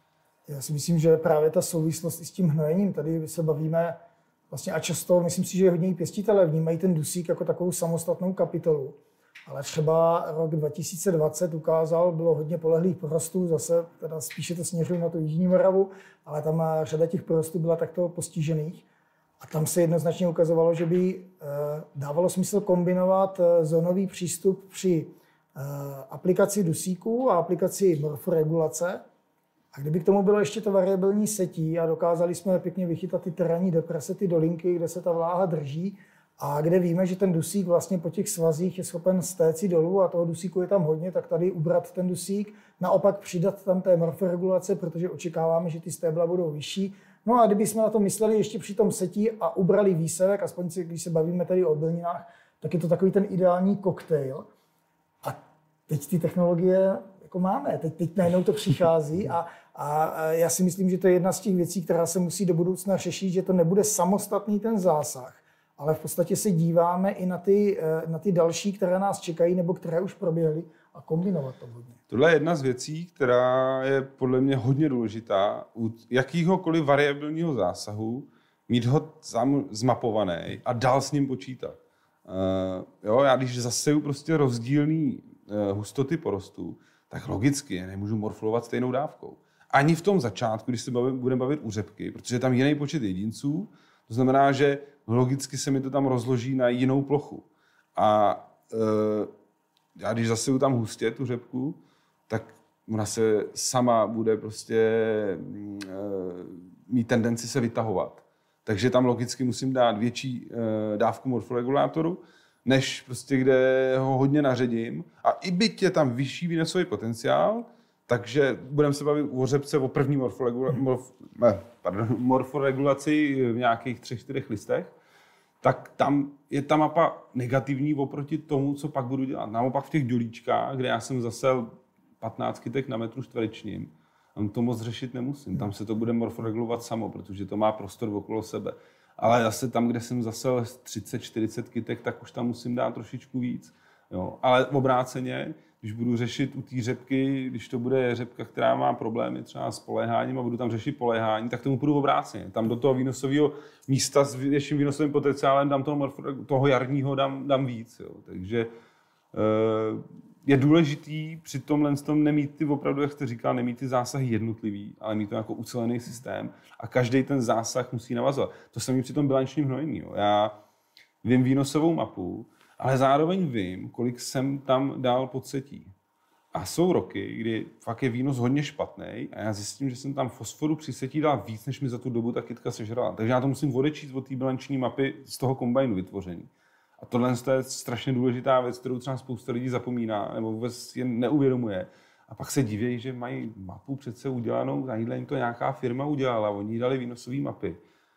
Já si myslím, že právě ta souvislost i s tím hnojením, tady se bavíme vlastně a často, myslím si, že hodně pěstitelé vnímají ten dusík jako takovou samostatnou kapitolu. Ale třeba rok dva tisíce dvacet ukázal, bylo hodně polehlých porostů, zase teda spíše to směřuje na tu Jižní Moravu, ale tam řada těch porostů byla takto postižených. A tam se jednoznačně ukazovalo, že by dávalo smysl kombinovat zónový přístup při aplikaci dusíků a aplikaci morforegulace. A kdyby k tomu bylo ještě to variabilní setí a dokázali jsme pěkně vychytat ty terénní deprese, ty dolinky, kde se ta vláha drží, a kde víme, že ten dusík vlastně po těch svazích je schopen stéci dolů a toho dusíku je tam hodně, tak tady ubrat ten dusík, naopak přidat tam té morforegulace, protože očekáváme, že ty stébla budou vyšší. No a kdyby jsme na to mysleli ještě při tom setí a ubrali výsevek, aspoň si, když se bavíme tady o obilninách, tak je to takový ten ideální koktejl. A teď ty technologie jako máme, teď, teď najednou to přichází a, a já si myslím, že to je jedna z těch věcí, která se musí do budoucna řešit, že to nebude samostatný ten zásah, ale v podstatě se díváme i na ty, na ty další, které nás čekají nebo které už proběhly a kombinovat to hodně. Tohle je jedna z věcí, která je podle mě hodně důležitá. U jakýhokoliv variabilního zásahu mít ho sám zmapovaný a dál s ním počítat. Uh, jo, já když zaseju prostě rozdílný uh, hustoty porostů, tak logicky je nemůžu morflovat stejnou dávkou. ani v tom začátku, když se bavím, budeme bavit u řepky, protože je tam jiný počet jedinců, to znamená, že logicky se mi to tam rozloží na jinou plochu. A e, já když zaseju tam hustě tu řepku, tak ona se sama bude prostě e, mít tendenci se vytahovat. Takže tam logicky musím dát větší e, dávku morforegulátoru, než prostě kde ho hodně naředím. A i byť je tam vyšší výnosový potenciál, takže budeme se bavit o řepce o první morforegula- morf, ne, pardon, morforegulaci v nějakých třech, čtyřech listech, tak tam je ta mapa negativní oproti tomu, co pak budu dělat. Naopak v těch dělíčkách, kde já jsem zasel patnáct kytek na metru čtverečním, tam to moc řešit nemusím. Tam se to bude morforegulovat samo, protože to má prostor okolo sebe. Ale zase tam, kde jsem zasel třicet čtyřicet kytek, tak už tam musím dát trošičku víc. Jo. Ale obráceně, když budu řešit u té řepky, když to bude řepka, která má problémy třeba s poléháním a budu tam řešit poléhání, tak tomu půjdu obráceně. Tam do toho výnosového místa s větším výnosovým potenciálem dám toho, morfo, toho jarního dám, dám víc. Jo. Takže je důležitý při tomhle tom nemít ty opravdu, jak jste říkal, nemít ty zásahy jednotlivý, ale mít to jako ucelený systém a každý ten zásah musí navazovat. To samé při tom bilančním hnojení. Jo. Já vím výnosovou mapu, ale zároveň vím, kolik jsem tam dal podsetí. A jsou roky, kdy fakt je výnos hodně špatný a já zjistím, že jsem tam fosforu při setí dal víc, než mi za tu dobu ta kytka sežrala. Takže já to musím odečíst od té bilanční mapy z toho kombajnu vytvoření. A tohle je strašně důležitá věc, kterou třeba spousta lidí zapomíná nebo vůbec jen neuvědomuje. A pak se diví, že mají mapu přece udělanou, tadyhle jim to nějaká firma udělala, oni jí dali výnosové mapy.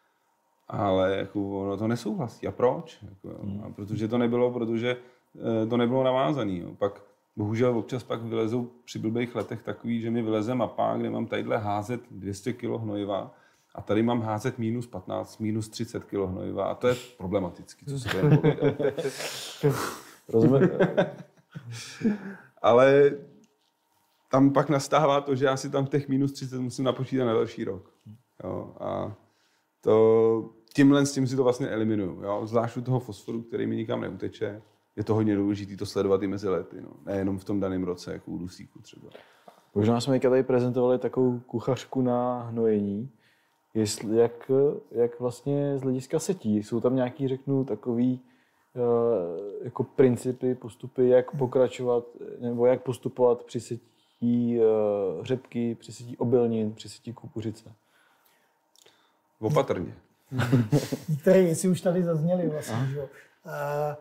Ale jako ono to nesouhlasí. A proč? Jako, hmm. a protože to nebylo, protože to nebylo navázané. Pak bohužel občas pak vylezou při blbých letech takový, že mi vyleze mapa, kde mám tadyhle házet dvě stě kilo hnojiva a tady mám házet minus patnáct, minus třicet kilo hnojiva a to je problematický, co se to jen povídá. Rozumím. Ale tam pak nastává to, že já si tam těch minus třicet musím napočítat na další rok. Jo, a to tímhle s tím si to vlastně eliminuju. Jo? Zvlášť u toho fosforu, který mi nikam neuteče. Je to hodně důležité to sledovat i mezi lety. No. Nejenom v tom daném roce, jako u dusíku třeba. Možná jsme tady prezentovali takovou kuchařku na hnojení. Jestli, jak, jak vlastně z hlediska setí, jsou tam nějaký, řeknu, takový uh, jako principy, postupy, jak pokračovat, nebo jak postupovat při setí uh, řepky, při setí obilnin, při setí kukuřice? Opatrně. Některé věci už tady zazněly vlastně. Že? A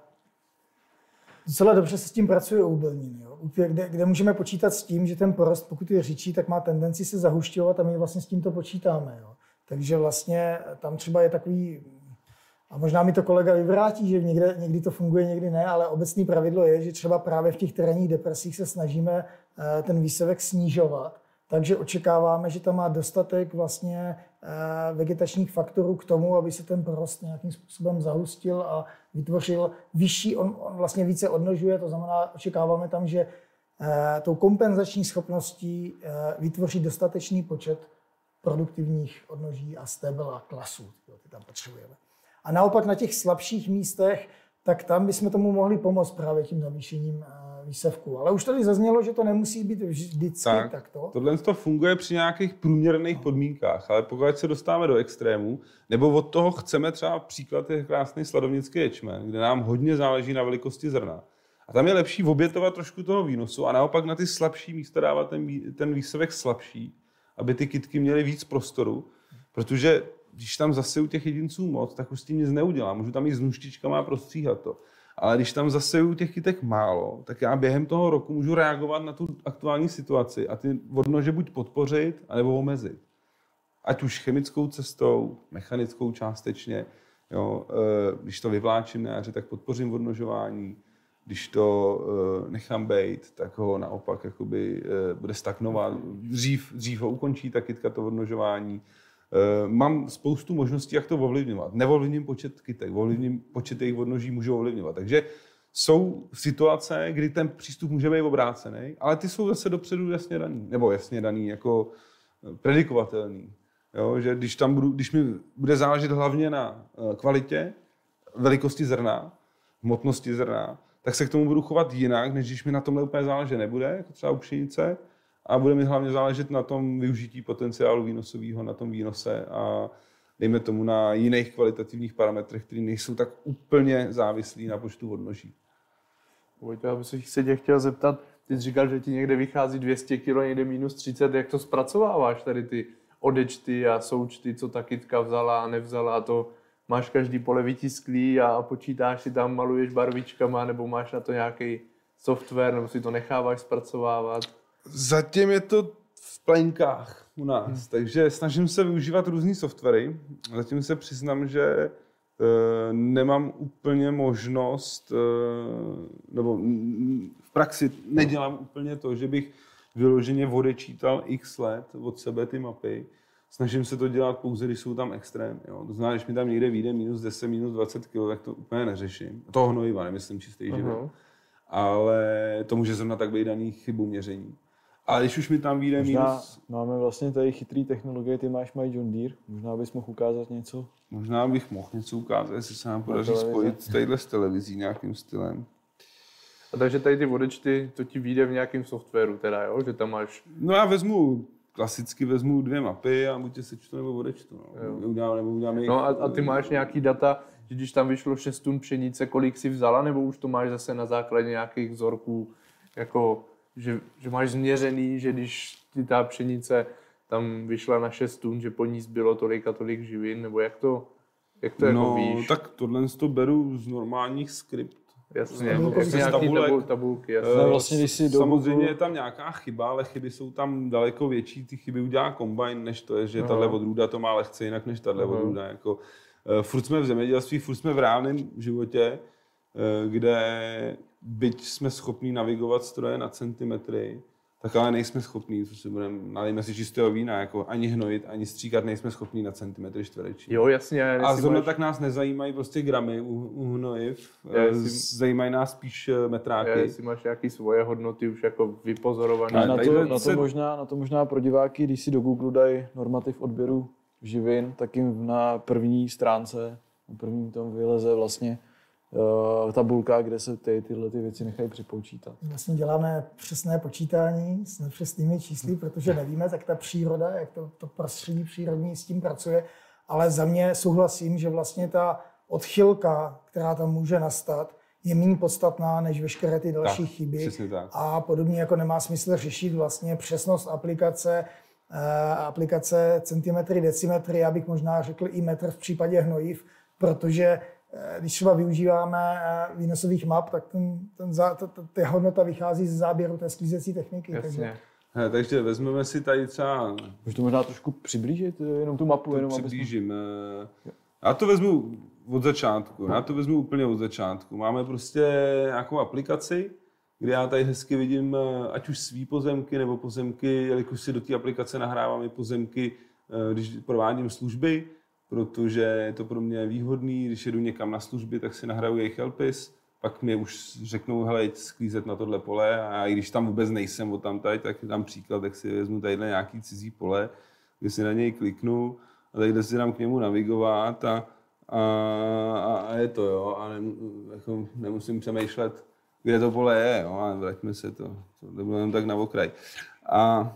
docela dobře se s tím pracuje u obilnin, kde, kde můžeme počítat s tím, že ten porost, pokud je řidčí, tak má tendenci se zahušťovat a my vlastně s tím to počítáme. Jo. Takže vlastně tam třeba je takový, a možná mi to kolega vyvrátí, že někde, někdy to funguje, někdy ne, ale obecné pravidlo je, že třeba právě v těch terénních depresích se snažíme ten výsevek snižovat, takže očekáváme, že tam má dostatek vlastně vegetačních faktorů k tomu, aby se ten porost nějakým způsobem zahustil a vytvořil vyšší, on, on vlastně více odnožuje, to znamená, očekáváme tam, že tou kompenzační schopností vytvoří dostatečný počet produktivních odnoží a stébel a klasů, ty tam potřebujeme. A naopak na těch slabších místech, tak tam bychom tomu mohli pomoct právě tím navýšením výsevku. Ale už tady zaznělo, že to nemusí být vždycky tak, takto. Tohle to funguje při nějakých průměrných no. podmínkách, ale pokud se dostáváme do extrému, nebo od toho chceme třeba příklad je krásný sladovnický ječmen, kde nám hodně záleží na velikosti zrna. A tam je lepší obětovat trošku toho výnosu a naopak na ty slabší místa dávat ten, ten výsevek slabší, aby ty kytky měly víc prostoru, protože když tam zase u těch jedinců moc, tak už s tím nic neudělám. Můžu tam jít s nůžtičkama a prostříhat to. Ale když tam zase u těch kytek málo, tak já během toho roku můžu reagovat na tu aktuální situaci a ty odnože buď podpořit, anebo omezit. Ať už chemickou cestou, mechanickou částečně. Jo, když to vyvláčím na jaře, tak podpořím odnožování. Když to nechám bejt, tak ho naopak jakoby bude stagnovat. Dřív, dřív ho ukončí ta kytka, to odnožování. Mám spoustu možností, jak to ovlivňovat. Neovlivním počet kytek, ovlivním počet jejich odnoží můžu ovlivňovat. Takže jsou situace, kdy ten přístup může být obrácený, ale ty jsou zase dopředu jasně daný. Nebo jasně daný, jako predikovatelný. Jo, že když, tam budu, když mi bude záležet hlavně na kvalitě, velikosti zrna, hmotnosti zrna, tak se k tomu budu chovat jinak, než když mi na tomhle úplně záležet nebude, jako třeba u pšenice. a bude mi hlavně záležet na tom využití potenciálu výnosového, na tom výnose a dejme tomu na jiných kvalitativních parametrech, které nejsou tak úplně závislí na počtu odnoží. Vojto, já bych se tě chtěl zeptat, ty jsi říkal, že ti někde vychází dvě stě kilo, někde minus třicet, jak to zpracováváš tady ty odečty a součty, co ta kytka vzala a nevzala, a to máš každý pole vytisklý a počítáš si tam, maluješ barvičkama, nebo máš na to nějaký software, nebo si to necháváš zpracovávat? Zatím je to v plenkách u nás, hmm. takže snažím se využívat různý softwary. Zatím se přiznám, že e, nemám úplně možnost, e, nebo v praxi nedělám úplně to, že bych vyloženě odečítal x let od sebe ty mapy. Snažím se to dělat pouze, když jsou tam extrém. Jo. To znamená, když mi tam někde vyjde minus deset, minus dvacet kilo, tak to úplně neřeším. Toho hnojiva, nemyslím čistý živý. Uh-huh. Ale to může zrovna tak být daný chybu měření. Ale když už mi tam vyjde možná minus... máme vlastně tady chytrý technologie, ty máš mají John Deere. Možná bys mohl ukázat něco? Možná bych mohl něco ukázat, jestli se nám podaří spojit tadyhle s televizí nějakým stylem. A takže tady ty odečty, to ti vyjde v nějakém softwaru teda, jo? Že tam máš... No já vezmu, klasicky vezmu dvě mapy a buď je sečtu nebo odečtu. No. Udělám, nebo udělám jejich... no a, a ty máš nějaký data, že když tam vyšlo šest tun pšenice, kolik si vzala, nebo už to máš zase na základě nějakých vzorků, jako, že, že máš změřený, že když ty ta pšenice tam vyšla na šest tun, že po ní zbylo tolik a tolik živin, nebo jak to, jak to no, jako víš? tak tohle to beru z normálních skript. Jasně, jako nějaký tabul, tabulky, jasně. No, vlastně, když si samozřejmě je tam nějaká chyba, ale chyby jsou tam daleko větší. Ty chyby udělá kombajn, než to je, že tahle odrůda to má lehce jinak než tahle uh-huh. odrůda. Jako, uh, furt jsme v zemědělství, furt jsme v reálném životě, uh, kde byť jsme schopní navigovat stroje na centimetry, tak ale nejsme schopní, co si budeme, nalejme si čistého vína, jako ani hnojit, ani stříkat, nejsme schopní na centimetry čtvereční. Jo, jasně. A zrovna máš... tak nás nezajímají prostě gramy u, u hnojiv, jestli... zajímají nás spíš metráky. Já, jestli máš nějaké svoje hodnoty už jako vypozorované. Na, na, to, na, to možná, na to možná pro diváky, když si do Google dají normativ odběru živin, tak jim na první stránce, na prvním tom vyleze vlastně Uh, tabulka, kde se ty, tyhle ty věci nechají připočítat. Vlastně děláme přesné počítání s nepřesnými čísly, protože nevíme, tak ta příroda, jak to, to prostředí přírodní s tím pracuje, ale za mě souhlasím, že vlastně ta odchylka, která tam může nastat, je méně podstatná než veškeré ty další tak, chyby. Tak. A podobně jako nemá smysl řešit vlastně přesnost aplikace, uh, aplikace centimetry, decimetry, já bych možná řekl i metr v případě hnojiv, protože když třeba využíváme výnosových map, tak ten, ten, ta, ta, ta hodnota vychází z záběru té sklízecí techniky. Jasně. Takže... He, takže vezmeme si tady třeba... Můžu to možná trošku přiblížit, jenom tu mapu? To jenom přiblížím. Jsme... Já to vezmu od začátku. Já to vezmu úplně od začátku. Máme prostě nějakou aplikaci, kde já tady hezky vidím ať už svý pozemky nebo pozemky, jelikož si do té aplikace nahrávám i pozemky, když provádím služby, protože je to pro mě výhodný, když jedu někam na služby, tak si nahraju jejich helpis, pak mě už řeknou, hele, jď sklízet na tohle pole a i když tam vůbec nejsem od tam tady, tak dám příklad, tak si vezmu tadyhle nějaký cizí pole, kde si na něj kliknu a tadyhle si dám k němu navigovat a, a, a je to, jo, a nem, jako nemusím přemýšlet, kde to pole je, jo, a vraťme se to, to bylo tak na okraj. A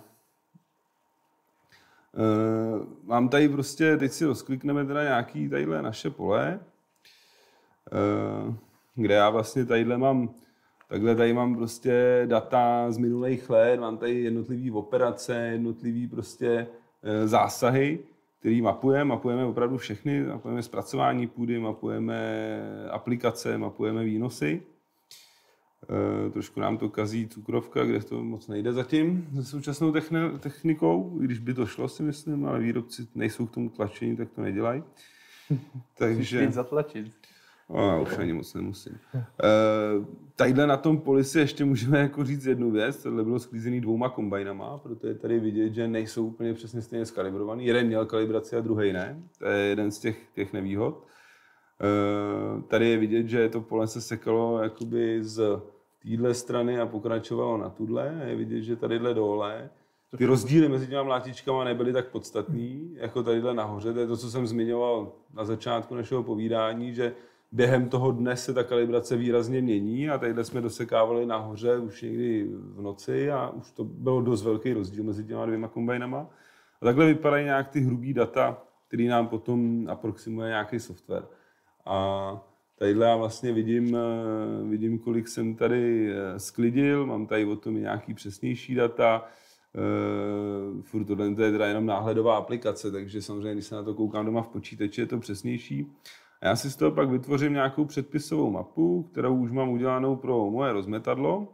Uh, mám tady prostě, teď si rozklikneme teda nějaký tadyhle naše pole, uh, kde já vlastně tadyhle mám, takhle tady mám prostě data z minulých let, mám tady jednotlivý operace, jednotlivý prostě uh, zásahy, který mapujeme, mapujeme opravdu všechny, mapujeme zpracování půdy, mapujeme aplikace, mapujeme výnosy. Uh, trošku nám to kazí cukrovka, kde to moc nejde zatím se současnou techni- technikou, i když by to šlo, si myslím, ale výrobci nejsou k tomu tlačení, tak to nedělají. Takže... Musíš zatlačit. No, už ani moc nemusím. Uh, tadyhle na tom poli si ještě můžeme jako říct jednu věc, tohle bylo sklízený dvouma kombajnama, proto je tady vidět, že nejsou úplně přesně stejně skalibrovaný. Jeden měl kalibraci a druhý ne, to je jeden z těch, těch nevýhod. Uh, tady je vidět, že to pole se sekalo jakoby z téhle strany a pokračovalo na tuhle. A je vidět, že tadyhle dole ty rozdíly mezi těma mlátičkama nebyly tak podstatný, jako tadyhle nahoře. To je to, co jsem zmiňoval na začátku našeho povídání, že během toho dne se ta kalibrace výrazně mění a tadyhle jsme dosekávali nahoře už někdy v noci a už to bylo dost velký rozdíl mezi těma dvěma kombajnama. A takhle vypadají nějak ty hrubý data, který nám potom aproximuje nějaký software. A tadyhle já vlastně vidím, vidím, kolik jsem tady sklidil, mám tady o tom i nějaký přesnější data. Uh, furt tohle je teda jenom náhledová aplikace, takže samozřejmě, když se na to koukám doma v počítači, je to přesnější. A já si z toho pak vytvořím nějakou předpisovou mapu, kterou už mám udělanou pro moje rozmetadlo.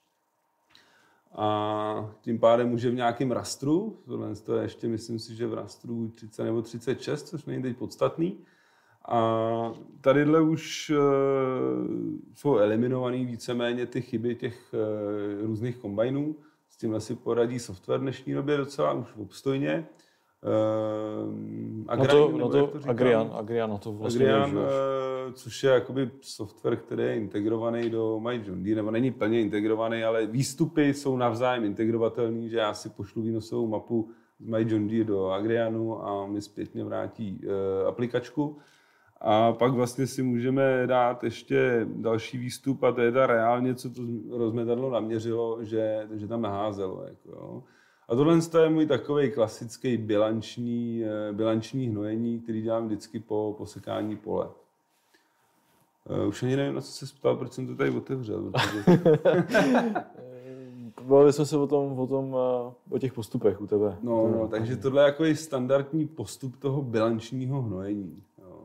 A tím pádem už je v nějakém rastru, tohle to je ještě, myslím si, že v rastru třicet nebo třicet šest, což není teď podstatný. A tadyhle už uh, jsou eliminovaný víceméně ty chyby těch uh, různých kombajnů. S tímhle si poradí software v dnešní době docela už obstojně. Uh, Agrian, no to, no to, to Agrian, Agrian, no to vlastně Agrian, uh, což je jakoby software, který je integrovaný do My John Deere, nebo není plně integrovaný, ale výstupy jsou navzájem integrovatelný, že já si pošlu výnosovou mapu z My John Deere do Agrianu a mi zpětně vrátí uh, aplikačku. A pak vlastně si můžeme dát ještě další výstup a to je ta reálně, co to rozmetadlo naměřilo, že, že tam naházelo. Jako, jo. A tohle je můj takový klasický bilanční, bilanční hnojení, který dělám vždycky po posekání pole. Už ani nevím, na co se ptal, proč jsem to tady otevřel. Protože... Bavili jsme se o tom, o tom, o těch postupech u tebe. No, no, takže tohle je jako standardní postup toho bilančního hnojení.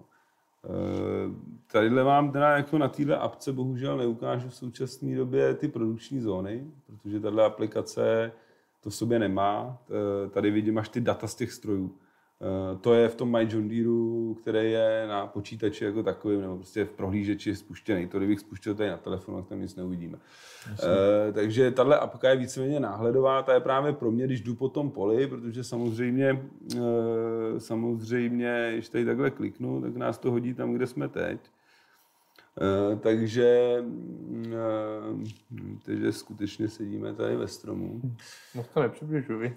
Tadyhle vám teda jako na téhle apce bohužel neukážu v současné době ty produkční zóny, protože tahle aplikace to v sobě nemá. Tady vidím až ty data z těch strojů. To je v tom My John Deere, který je na počítači jako takovým, nebo prostě v prohlížeči spuštěný. To kdybych spuštěl tady na telefonu, tak tam nic neuvidíme. E, takže tahle apka je víceméně náhledová, ta je právě pro mě, když jdu po tom poli, protože samozřejmě, e, samozřejmě, když tady takhle kliknu, tak nás to hodí tam, kde jsme teď. E, takže, e, takže skutečně sedíme tady ve stromu. Moc to nepřibližuji.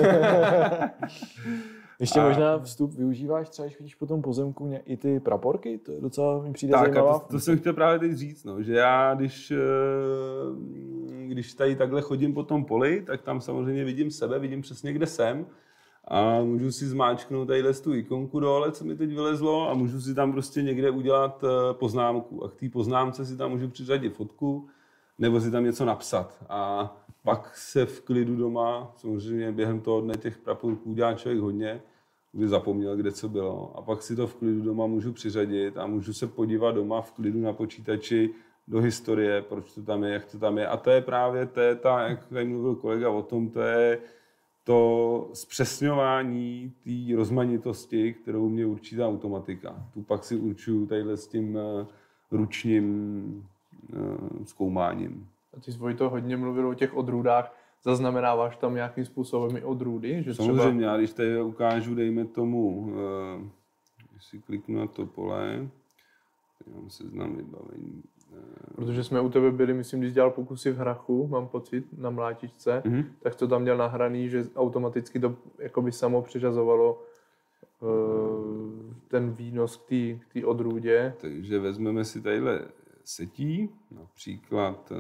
Ještě a... možná vstup využíváš třeba, když vidíš po tom pozemku i ty praporky, to je docela mi přijde tak, zajímavá. To, to jsem chtěl právě teď říct, no, že já když, když tady takhle chodím po tom poli, tak tam samozřejmě vidím sebe, vidím přesně, kde jsem a můžu si zmáčknout tadyhle tu ikonku dole, co mi teď vylezlo a můžu si tam prostě někde udělat poznámku a k té poznámce si tam můžu přiřadit fotku nebo si tam něco napsat a pak se v klidu doma, samozřejmě během toho dne těch praporků dělá člověk hodně, by zapomněl, kde co bylo. A pak si to v klidu doma můžu přiřadit a můžu se podívat doma v klidu na počítači do historie, proč to tam je, jak to tam je. A to je právě, to je ta, jak tady mluvil kolega o tom, to je to zpřesňování té rozmanitosti, kterou mě určí ta automatika. Tu pak si určuju tadyhle s tím ručním zkoumáním. A ty jsi, Vojto, hodně mluvil o těch odrůdách. Zaznamenáváš tam nějakým způsobem i odrůdy? Že samozřejmě, třeba... a když tady ukážu, dejme tomu, když si kliknu na to pole, tady mám seznam vybavení. Protože jsme u tebe byli, myslím, když dělal pokusy v hrachu, mám pocit, na mlátičce, mm-hmm. tak to tam měl nahraný, že automaticky to jakoby samo přiřazovalo uh, ten výnos k té odrůdě. Takže vezmeme si tadyhle setí, například,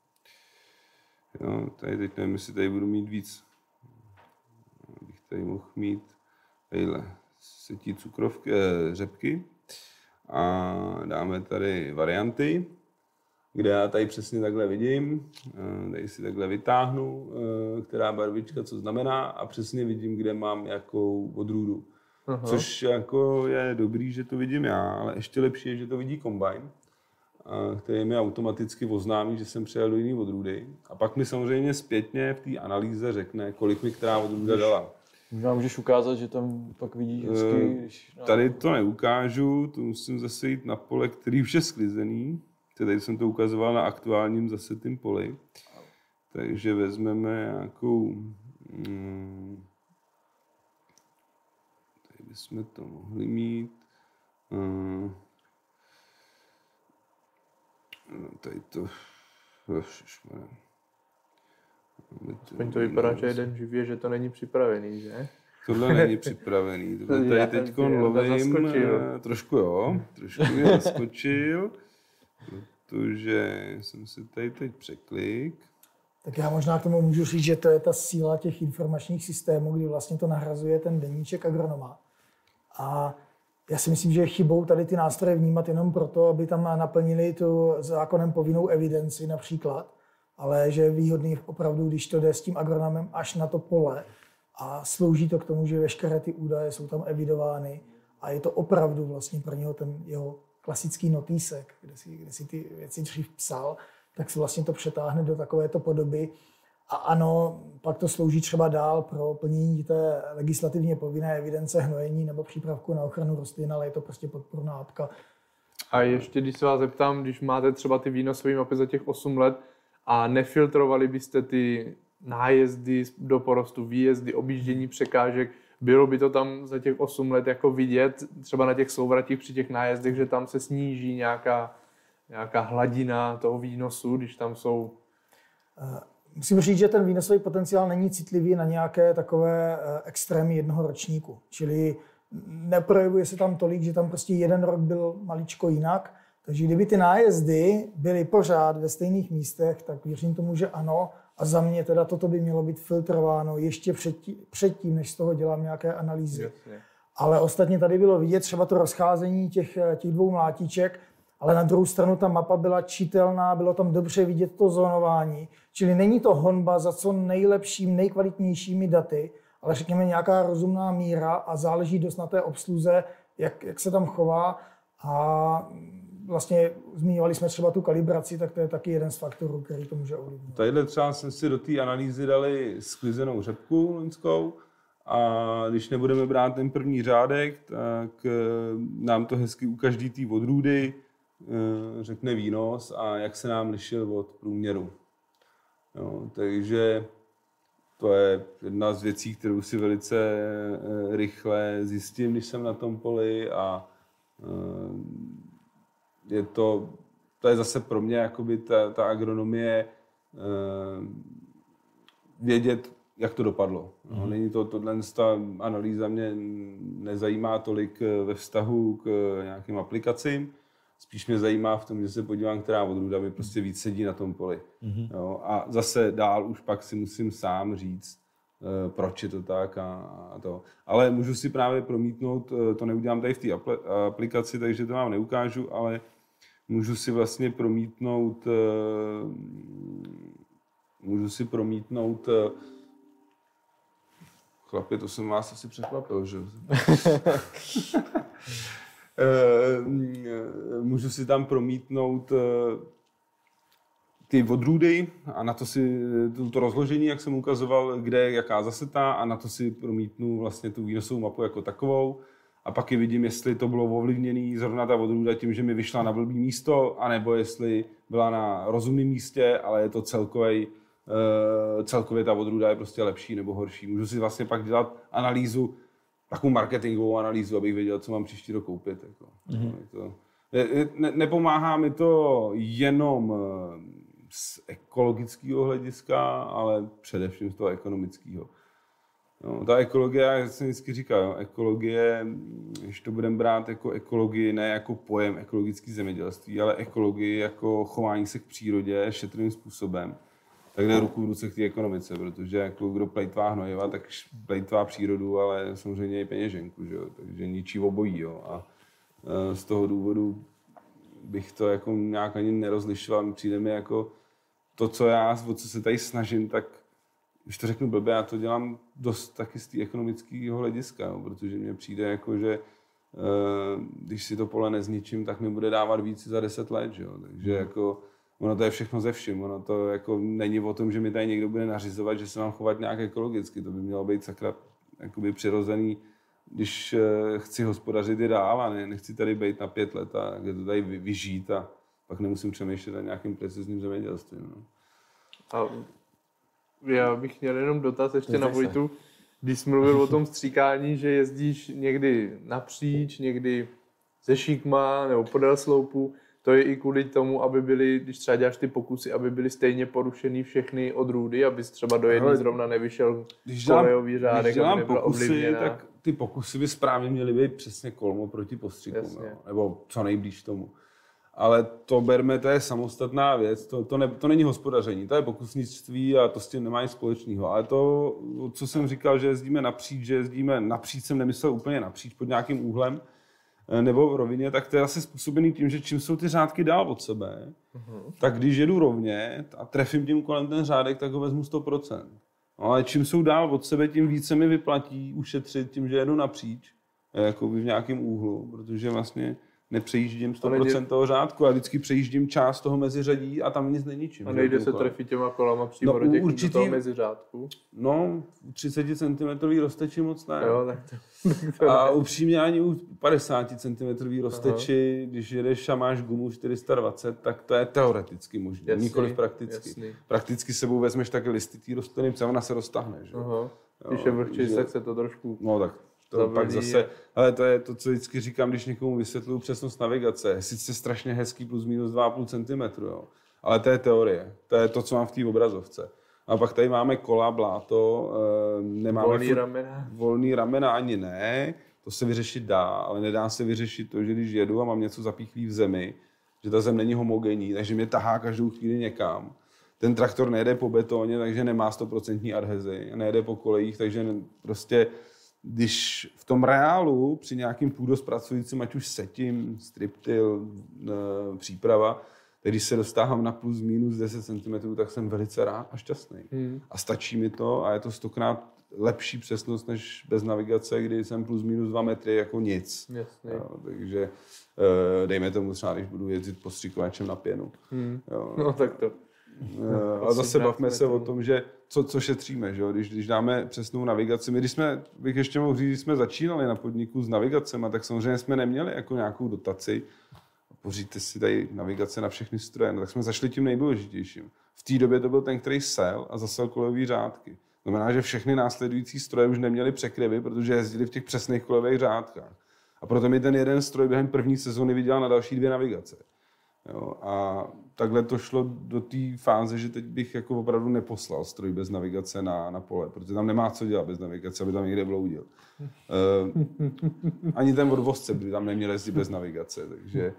jo, tady teď nevím, jestli tady budu mít víc, abych tady mohl mít tadyhle setí cukrovky, řepky a dáme tady varianty, kde já tady přesně takhle vidím, tady si takhle vytáhnu, která barvička co znamená a přesně vidím, kde mám jakou odrůdu. Aha. Což jako je dobrý, že to vidím já, ale ještě lepší je, že to vidí kombajn, který mi automaticky oznámí, že jsem přijel do jiné odrůdy. A pak mi samozřejmě zpětně v té analýze řekne, kolik mi která odrůda dala. Možná můžeš ukázat, že tam pak vidíš hezky, když... Tady to neukážu, to musím zase jít na pole, který už je sklizený. Tady jsem to ukazoval na aktuálním zase tím poli. Takže vezmeme nějakou... Hmm, tady bychom to mohli mít. Hmm, No, tady to... Aspoň to vypadá, že jeden živě, že to není připravený, že? tohle není připravený. Tohle tady teď lovím, trošku jo, trošku mě zaskočil, protože jsem si tady teď překlik. Tak já možná k tomu můžu říct, že to je ta síla těch informačních systémů, kdy vlastně to nahrazuje ten deníček agronoma. A já si myslím, že je chybou tady ty nástroje vnímat jenom proto, aby tam naplnili tu zákonem povinnou evidenci například, ale že je výhodný opravdu, když to jde s tím agronomem až na to pole a slouží to k tomu, že veškeré ty údaje jsou tam evidovány a je to opravdu vlastně pro něho ten jeho klasický notýsek, kde si, kde si ty věci dřív psal, tak se vlastně to přetáhne do takovéto podoby. A ano, pak to slouží třeba dál pro plnění té legislativně povinné evidence hnojení nebo přípravku na ochranu rostlin, ale je to prostě podporná apka. A ještě, když se vás zeptám, když máte třeba ty výnosové mapy za těch osm let a nefiltrovali byste ty nájezdy do porostu, výjezdy, objíždění překážek, bylo by to tam za těch osm let jako vidět, třeba na těch souvratích při těch nájezdech, že tam se sníží nějaká, nějaká hladina toho výnosu, když tam jsou... Musím říct, že ten výnosový potenciál není citlivý na nějaké takové extrémy jednoho ročníku. Čili neprojevuje se tam tolik, že tam prostě jeden rok byl maličko jinak. Takže kdyby ty nájezdy byly pořád ve stejných místech, tak věřím tomu, že ano. A za mě teda toto by mělo být filtrováno ještě předtím, předtím než z toho dělám nějaké analýzy. Jasně. Ale ostatně tady bylo vidět třeba to rozcházení těch, těch dvou mlátiček, ale na druhou stranu ta mapa byla čitelná, bylo tam dobře vidět to zónování. Čili není to honba za co nejlepším, nejkvalitnějšími daty, ale řekněme nějaká rozumná míra a záleží dost na té obsluze, jak, jak se tam chová. A vlastně zmiňovali jsme třeba tu kalibraci, tak to je taky jeden z faktorů, který to může ovlivnit. Tadyhle třeba jsme si do té analýzy dali sklizenou řepku loňskou a když nebudeme brát ten první řádek, tak nám to hezky u každý té odrůdy řekne výnos a jak se nám lišil od průměru. Jo, takže to je jedna z věcí, kterou si velice rychle zjistím, když jsem na tom poli a je to, to je zase pro mě jakoby ta, ta agronomie vědět, jak to dopadlo. No, mm. Není to, tohle ta analýza mě nezajímá tolik ve vztahu k nějakým aplikacím, spíš mě zajímá v tom, že se podívám, která odrůda mi prostě víc sedí na tom poli. Mm-hmm. Jo, a zase dál už pak si musím sám říct, uh, proč je to tak a, a to. Ale můžu si právě promítnout, uh, to neudělám tady v té apl- aplikaci, takže to vám neukážu, ale můžu si vlastně promítnout, uh, můžu si promítnout, uh, chlapi, to jsem vás asi překvapil, že? Můžu si tam promítnout ty odrůdy a na to si to rozložení, jak jsem ukazoval, kde je jaká zasetá a na to si promítnu vlastně tu výnosovou mapu jako takovou a pak i vidím, jestli to bylo ovlivněné zrovna ta odrůda tím, že mi vyšla na blbý místo, anebo jestli byla na rozumném místě, ale je to celkovej, celkově ta odrůda je prostě lepší nebo horší. Můžu si vlastně pak dělat analýzu, takovou marketingovou analýzu, abych věděl, co mám příští rok koupit. Jako. Mm-hmm. To, ne, nepomáhá mi to jenom z ekologického hlediska, ale především z toho ekonomického. No, ta ekologie, jak jsem vždycky říkal, jo, ekologie, když to budeme brát jako ekologii, ne jako pojem ekologické zemědělství, ale ekologii jako chování se k přírodě šetrným způsobem, tak jde ruku v ruce k té ekonomice, protože jako kdo plejtvá hnojiva, tak plejtvá přírodu, ale samozřejmě i peněženku, že jo? Takže ničí obojí. Jo? A z toho důvodu bych to jako nějak ani nerozlišoval. Přijde mi jako to, co já, o co se tady snažím, tak když to řeknu blbě, já to dělám dost taky z té ekonomického hlediska, jo? Protože mně přijde jako, že když si to pole nezničím, tak mi bude dávat víc za deset let, že jo? Takže jako ono to je všechno ze vším, ono to jako není o tom, že mi tady někdo bude nařizovat, že se mám chovat nějak ekologicky, to by mělo být sakra jakoby přirozený, když chci hospodařit i dál a ne, nechci tady být na pět let a kde to tady vyžít a pak nemusím přemýšlet na nějakým precizním zemědělství. No. A já bych měl jenom dotaz ještě na Vojtu, když jsi mluvil o tom stříkání, že jezdíš někdy napříč, někdy ze šikma nebo podél sloupu, to je i kvůli tomu, aby byly, když třeba děláš ty pokusy, aby byly stejně porušený všechny odrůdy, aby třeba do jedné zrovna nevyšel kolejový řádek, když dělám aby nebyla pokusy, ovlivněná. tak ty pokusy by správně měly být přesně kolmo proti postřikům, nebo co nejblíž tomu. Ale to berme, to je samostatná věc, to, to, ne, to není hospodaření, to je pokusnictví a to s tím nemá nic společného. Ale to, co jsem říkal, že jezdíme napříč, že jezdíme napříč, jsem nemyslel úplně napříč pod nějakým úhlem, nebo v rovině, tak to je asi způsobený tím, že čím jsou ty řádky dál od sebe, uh-huh. tak když jedu rovně a trefím tím kolem ten řádek, tak ho vezmu sto procent. No, ale čím jsou dál od sebe, tím více mi vyplatí ušetřit tím, že jedu napříč, jako v nějakém úhlu, protože vlastně nepřejíždím sto procent toho řádku a vždycky přejíždím část toho meziřadí a tam nic neníčím. A nejde se trefit těma kolama přímo no, do, těch, určitý, do toho meziřádku? No, u třicet centimetrů rozteči moc ne. Jo, tak to, tak to a ne. Upřímně ani u padesát centimetrů rozteči, aha. když jedeš a máš gumu čtyři sta dvacet, tak to je teoreticky možné, nikoliv prakticky. Jasný. Prakticky sebou vezmeš taky listy té rostliny, protože ona se roztahne. Že? Aha. Když je vlhčí, tak se to trošku... No tak. To pak zase, ale to je to, co vždycky říkám, když někomu vysvětluju přesnost navigace. Sice strašně hezký plus minus dva a půl centimetru, jo. Ale to je teorie. To je to, co mám v té obrazovce. A pak tady máme kola, bláto, nemáme volný furt, ramena. Volný ramena ani ne, to se vyřešit dá, ale nedá se vyřešit to, že když jedu a mám něco zapíchlý v zemi, že ta zem není homogenní, takže mě tahá každou chvíli někam. Ten traktor nejede po betoně, takže nemá sto procent adhezi, nejede po kolejích, takže prostě když v tom reálu při nějakým půdospracujícím, ať už setím, striptil, příprava, tak když se dostávám na plus minus deset centimetrů, tak jsem velice rád a šťastný. Hmm. A stačí mi to a je to stokrát lepší přesnost než bez navigace, kdy jsem plus minus dva metry jako nic. Jo, takže dejme tomu třeba, když budu jezdit postřikovačem na pěnu. Hmm. Jo. No tak to. A zase bavme se o tom, že co, co šetříme, že jo? Když, když dáme přesnou navigaci. My, když jsme, bych ještě mohl říct, když jsme začínali na podniku s navigacemi, tak samozřejmě jsme neměli jako nějakou dotaci. Poříďte si tady navigace na všechny stroje. No, tak jsme zašli tím nejdůležitějším. V té době to byl ten, který sel a zasel kolejové řádky. Znamená, že všechny následující stroje už neměly překryvy, protože jezdili v těch přesných kolejových řádkách. A proto mi ten jeden stroj během první sezóny vydělal na další dvě navigace. Jo, a takhle to šlo do té fáze, že teď bych jako opravdu neposlal stroj bez navigace na, na pole, protože tam nemá co dělat bez navigace, aby tam někde bloudil. Uh, ani ten odvozce by tam neměl jezdit bez navigace, takže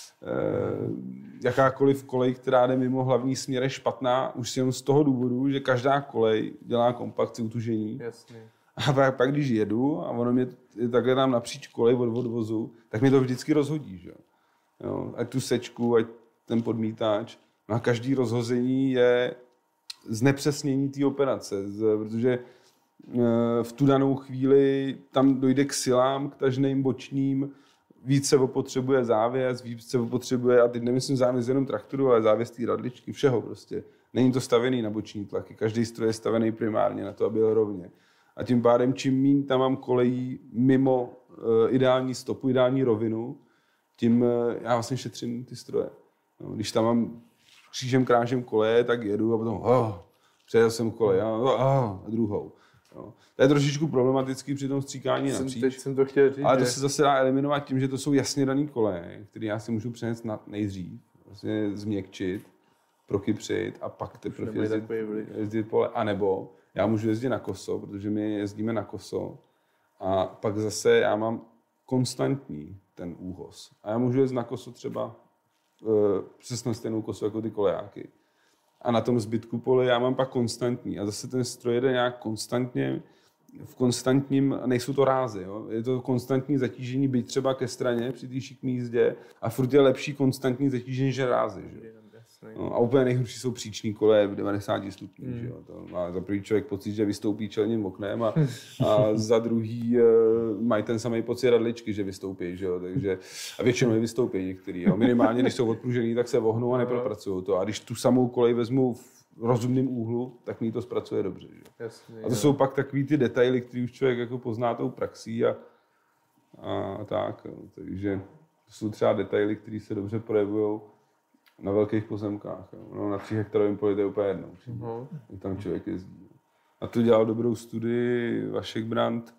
uh, jakákoliv kolej, která jde mimo hlavní směr, je špatná už jenom z toho důvodu, že každá kolej dělá kompakci utužení. Jasně. A pak, pak když jedu a ono mě takhle dám napříč kolej od odvozu, tak mi to vždycky rozhodí, že? Jo, ať tu sečku, ať ten podmítač. No a každý rozhození je znepřesnění té operace, protože v tu danou chvíli tam dojde k silám, k tažným bočním, víc se opotřebuje závěs, víc se opotřebuje, a teď nemyslím závěs jenom traktoru, ale závěs té radličky, všeho prostě. Není to stavěný na boční tlaky, každý stroj je stavěný primárně na to, aby byl rovně. A tím pádem, čím míň tam mám kolejí mimo uh, ideální stopu, ideální rovinu, tím já vlastně šetřím ty stroje. No, když tam mám křížem krážem koleje, tak jedu a potom oh, přejel jsem kolej a, oh, a druhou. No. To je trošičku problematický při tom stříkání napříč. Teď jsem to chtěl říct, ale to že... se zase dá eliminovat tím, že to jsou jasně daný koleje, které já si můžu přenést na nejdřív, vlastně změkčit, prokypřit a pak teprve jezdit, jezdit pole. A nebo já můžu jezdit na koso, protože my jezdíme na koso a pak zase já mám konstantní ten úhoz. A já můžu jezdit na koso třeba e, přesně stejnou kosu jako ty kolejáky. A na tom zbytku pole já mám pak konstantní. A zase ten stroj jede nějak konstantně, v konstantním, nejsou to rázy, jo? Je to konstantní zatížení, byť třeba ke straně při té šikmé jízdě a furt je lepší konstantní zatížení, že rázy. Že? No, a úplně nejhorší jsou příční koleje v devadesáti stupních. Mm. Že jo? To má za první člověk pocit, že vystoupí čelním oknem a, a za druhý e, mají ten samý pocit radličky, že vystoupí. Že jo? Takže, a většinou nevystoupí některý. Jo? Minimálně, když jsou odpružený, tak se vohnou a nepropracují to. A když tu samou kolej vezmu v rozumném úhlu, tak mi to zpracuje dobře. Že? Jasně, a to jo. Jsou pak takový ty detaily, které už člověk jako pozná tou praxí a, a, a tak. Jo? Takže to jsou třeba detaily, které se dobře projevují na velkých pozemkách. Jo. No, na tři hektarovém poli to je úplně jedno. Uh-huh. Tam člověk jezdí. A to dělal dobrou studii Vašek Brandt,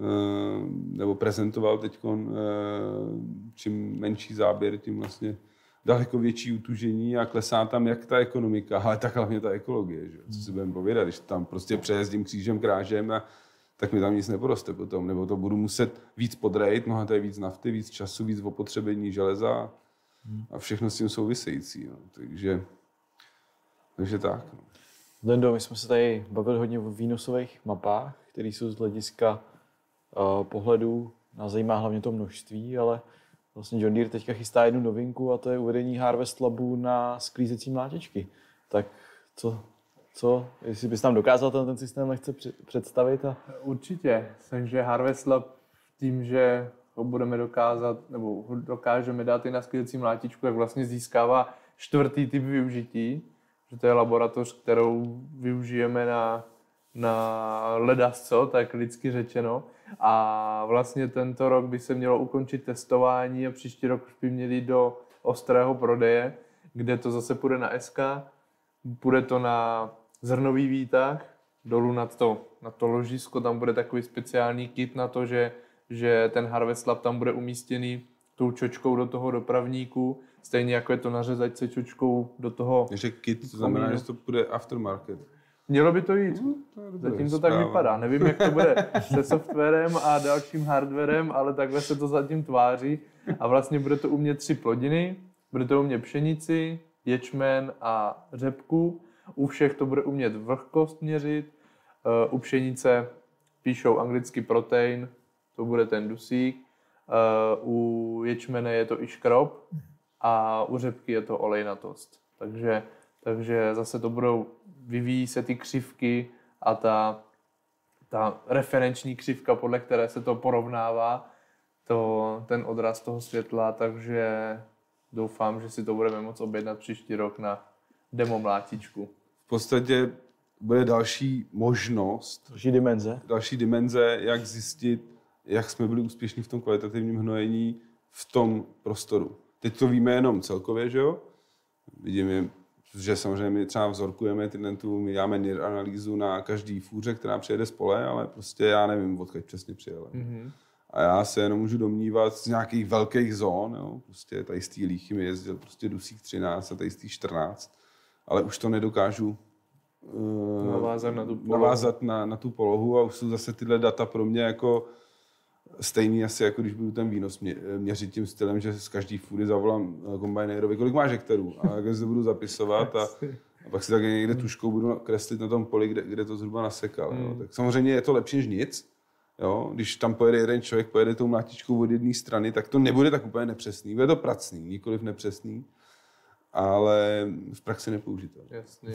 nebo prezentoval teď, čím menší záběr, tím vlastně daleko větší utužení a klesá tam jak ta ekonomika, ale tak hlavně ta ekologie, že? Co si budeme povědat, když tam prostě přejezdím křížem krážem, a, tak mi tam nic neporoste potom, nebo to budu muset víc podrejt, no a to je víc nafty, víc času, víc opotřebení železa a všechno s tím související, no. takže, takže tak. No. Lendo, my jsme se tady bavili hodně o výnosových mapách, které jsou z hlediska uh, pohledu, nás zajímá hlavně to množství, ale vlastně John Deere teďka chystá jednu novinku a to je uvedení Harvest Labu na sklízecí mlátičky. Tak co, co jestli bys nám dokázal ten, ten systém lehce představit? A... Určitě. Takže Harvest Lab tím, že ho budeme dokázat, nebo ho dokážeme dát i na sklízecí mlátičku, tak vlastně získává čtvrtý typ využití, že to je laboratoř, kterou využijeme na, na ledasco, tak lidsky řečeno. A vlastně tento rok by se mělo ukončit testování a příští rok už by měli do ostrého prodeje, kde to zase půjde na S K, půjde to na zrnový výtah, dolů nad to, na to ložisko, tam bude takový speciální kit na to, že, že ten Harvest Lab tam bude umístěný tou čočkou do toho dopravníku, stejně jako je to na řezačce čočkou do toho. Takže kit, to znamená, že to bude aftermarket. Mělo by to jít. No, to zatím to zpráva. tak vypadá. Nevím, jak to bude se softwarem a dalším hardwarem, ale takhle se to zatím tváří. A vlastně bude to umět tři plodiny. Bude to umět pšenici, ječmen a řepku. U všech to bude umět vlhkost měřit. U pšenice píšou anglicky protein, to bude ten dusík. U ječmene je to i škrob a u řepky je to olejnatost. Takže, takže zase to budou, vyvíjí se ty křivky a ta, ta referenční křivka, podle které se to porovnává, to, ten odraz toho světla, takže doufám, že si to budeme moct objednat příští rok na demo mlátičku. V podstatě bude další možnost, další dimenze, další dimenze, jak zjistit, jak jsme byli úspěšní v tom kvalitativním hnojení v tom prostoru. Teď to víme jenom celkově, že jo? Vidíme, že samozřejmě my třeba vzorkujeme tyhle tu, my děláme N I R analýzu na každý fůře, která přijede z pole, ale prostě já nevím, odkud přesně přijela. Mm-hmm. A já se jenom můžu domnívat z nějakých velkých zón, jo? Prostě tady z té líchy mi jezdil prostě dusík třináct a tady z té čtrnáct, ale už to nedokážu uh, navázat, na tu, navázat na, na tu polohu a už jsou zase tyhle data pro mě jako stejný asi, jako když budu ten výnos mě, měřit tím stylem, že z každý fůry zavolám kombajnérovi, kolik máš hektarů a jak se budu zapisovat a, a pak si tak někde tuškou budu kreslit na tom poli, kde, kde to zhruba nasekal. Mm. Jo. Tak samozřejmě je to lepší než nic. Jo. Když tam pojede jeden člověk, pojede tou mlátičkou od jedné strany, tak to nebude tak úplně nepřesný. Bude to pracný, nikoliv nepřesný, ale v praxi nepoužitelný. Jasně.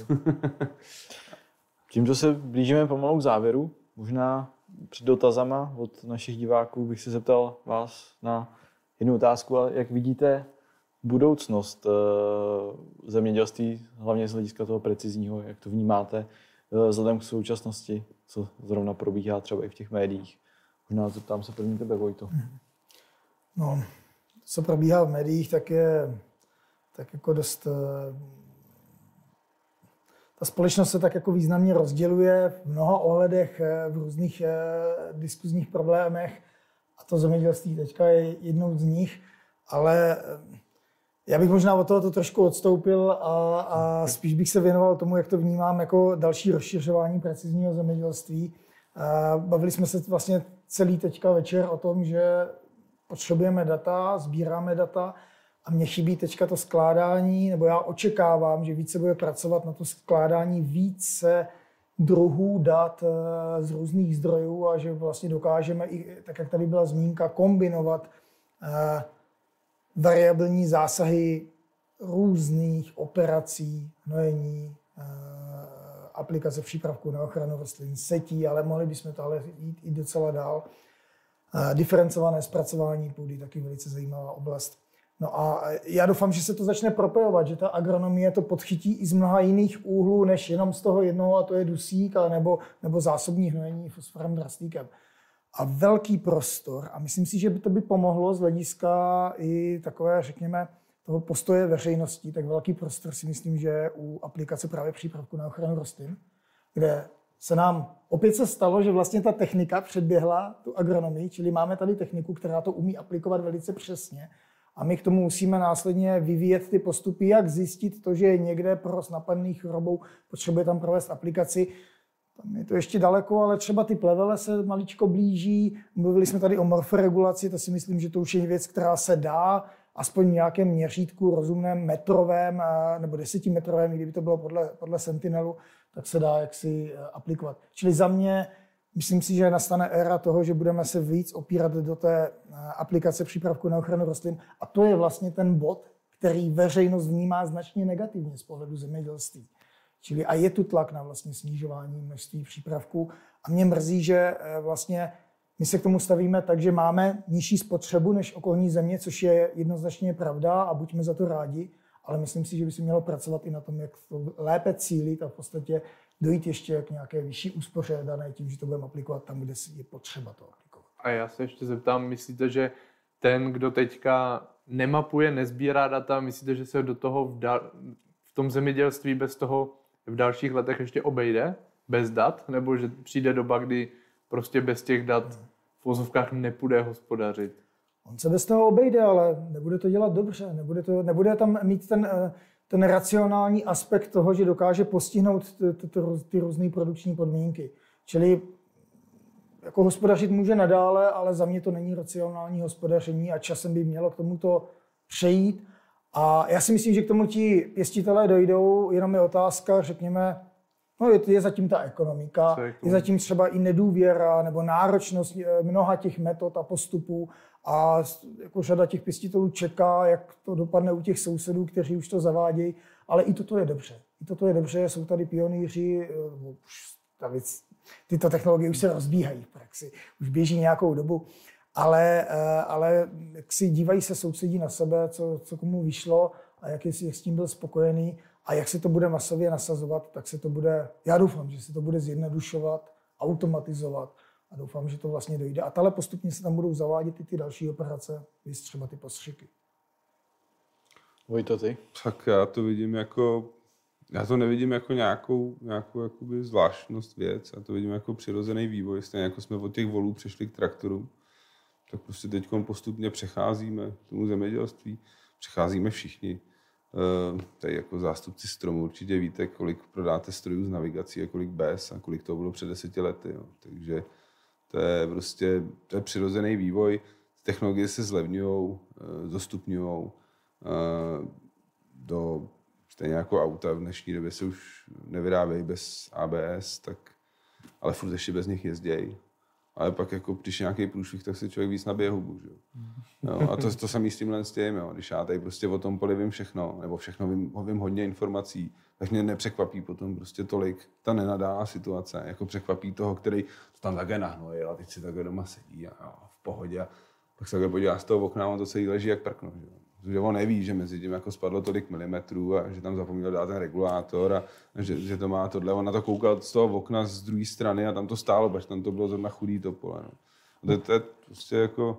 Tímto se blížíme pomalu k závěru. Možná před dotazama od našich diváků bych se zeptal vás na jednu otázku, jak vidíte budoucnost zemědělství, hlavně z hlediska toho precizního, jak to vnímáte vzhledem k současnosti, co zrovna probíhá třeba i v těch médiích. Možná zeptám se první tebe, Vojto. No, co probíhá v médiích, tak je tak jako dost... Ta společnost se tak jako významně rozděluje v mnoha ohledech, v různých eh, diskuzních problémech a to zemědělství teďka je jednou z nich, ale já bych možná od tohoto trošku odstoupil a, a spíš bych se věnoval tomu, jak to vnímám jako další rozšiřování precizního zemědělství. A bavili jsme se vlastně celý teďka večer o tom, že potřebujeme data, sbíráme data, a mně chybí teďka to skládání, nebo já očekávám, že více bude pracovat na to skládání více druhů dat z různých zdrojů a že vlastně dokážeme, i, tak jak tady byla zmínka, kombinovat eh, variabilní zásahy různých operací, hnojení, eh, aplikace přípravků na ochranu rostlin, setí, ale mohli bychom to ale jít i docela dál. Eh, diferencované zpracování půdy, taky velice zajímavá oblast. No a já doufám, že se to začne propojovat, že ta agronomie to podchytí i z mnoha jiných úhlů, než jenom z toho jednoho, a to je dusík, nebo, nebo zásobní hnojení fosforem draslíkem. A velký prostor, a myslím si, že by to by pomohlo z hlediska i takové, řekněme, toho postoje veřejnosti, tak velký prostor si myslím, že u aplikace právě přípravku na ochranu rostlin, kde se nám opět se stalo, že vlastně ta technika předběhla tu agronomii, čili máme tady techniku, která to umí aplikovat velice přesně. A my k tomu musíme následně vyvíjet ty postupy, jak zjistit to, že někde provoz napadený chorobou potřebuje tam provést aplikaci. Tam je to ještě daleko, ale třeba ty plevele se maličko blíží. Mluvili jsme tady o morforegulaci, to si myslím, že to už je věc, která se dá aspoň v nějakém měřítku rozumném, metrovém nebo desetimetrovém, kdyby to bylo podle, podle Sentinelu, tak se dá jaksi aplikovat. Čili za mě, myslím si, že nastane éra toho, že budeme se víc opírat do té aplikace přípravku na ochranu rostlin. A to je vlastně ten bod, který veřejnost vnímá značně negativně z pohledu zemědělství. Čili a je tu tlak na vlastně snižování množství přípravků. A mě mrzí, že vlastně my se k tomu stavíme tak, že máme nižší spotřebu než okolní země, což je jednoznačně pravda a buďme za to rádi, ale myslím si, že by se mělo pracovat i na tom, jak to lépe cílit a v podstatě dojít ještě k nějaké vyšší úspoře dané tím, že to budeme aplikovat tam, kde je potřeba to aplikovat. A já se ještě zeptám, myslíte, že ten, kdo teďka nemapuje, nezbírá data, myslíte, že se do toho v, da- v tom zemědělství bez toho v dalších letech ještě obejde? Bez dat? Nebo že přijde doba, kdy prostě bez těch dat v vozovkách nepůjde hospodařit? On se bez toho obejde, ale nebude to dělat dobře. Nebude, to, nebude tam mít ten, ten racionální aspekt toho, že dokáže postihnout ty, ty, ty různé produkční podmínky. Čili jako hospodařit může nadále, ale za mě to není racionální hospodaření a časem by mělo k tomuto přejít. A já si myslím, že k tomu ti pěstitelé dojdou, jenom je otázka, řekněme, no je, je zatím ta ekonomika, je zatím třeba i nedůvěra nebo náročnost mnoha těch metod a postupů a jako řada těch pěstitelů čeká, jak to dopadne u těch sousedů, kteří už to zavádějí, ale i toto je dobře. I toto je dobře, jsou tady pionýři, už tady, tyto technologie už se rozbíhají v praxi, už běží nějakou dobu, ale, ale jak si dívají se sousedí na sebe, co, co komu vyšlo a jak, je, jak s tím byl spokojený. A jak se to bude masově nasazovat, tak se to bude, já doufám, že se to bude zjednodušovat, automatizovat a doufám, že to vlastně dojde. A tahle postupně se tam budou zavádět i ty další operace, víc třeba ty postřiky. Vojto, ty? Tak já to vidím jako, já to nevidím jako nějakou, nějakou jakoby zvláštnost věc, já to vidím jako přirozený vývoj, stejně jako jsme od těch volů přešli k traktorům, tak prostě teď postupně přecházíme k tomu zemědělství, přecházíme všichni. Tady jako zástupci stromu určitě víte, kolik prodáte strojů s navigací a kolik bez a kolik to bylo před deseti lety. Jo. Takže to je prostě to je přirozený vývoj. Technologie se zlevňují, dostupňují do stejně jako auta. V dnešní době se už nevyrábějí bez A B S, tak, ale furt ještě bez nich jezdějí. Ale pak jako když nějaký průšvih, tak se člověk víc nabije hubu. Že? Jo, a to, to samý s tímhle s tím, jo. Když já tady prostě o tom poli vím všechno, nebo všechno vím, vím hodně informací, tak mě nepřekvapí potom prostě tolik ta nenadálá situace, jako překvapí toho, který to tam také nahnojil a teď si takhle doma sedí a jo, v pohodě. A pak se takhle podívá z toho okna a on to celý leží jak prkno. Že? Protože on neví, že mezi tím jako spadlo tolik milimetrů a že tam zapomněl dát ten regulátor a že, že to má tohle. On na to koukal z toho okna z druhé strany a tam to stálo, protože tam to bylo zrovna chudý to pole. No. To, to je prostě jako...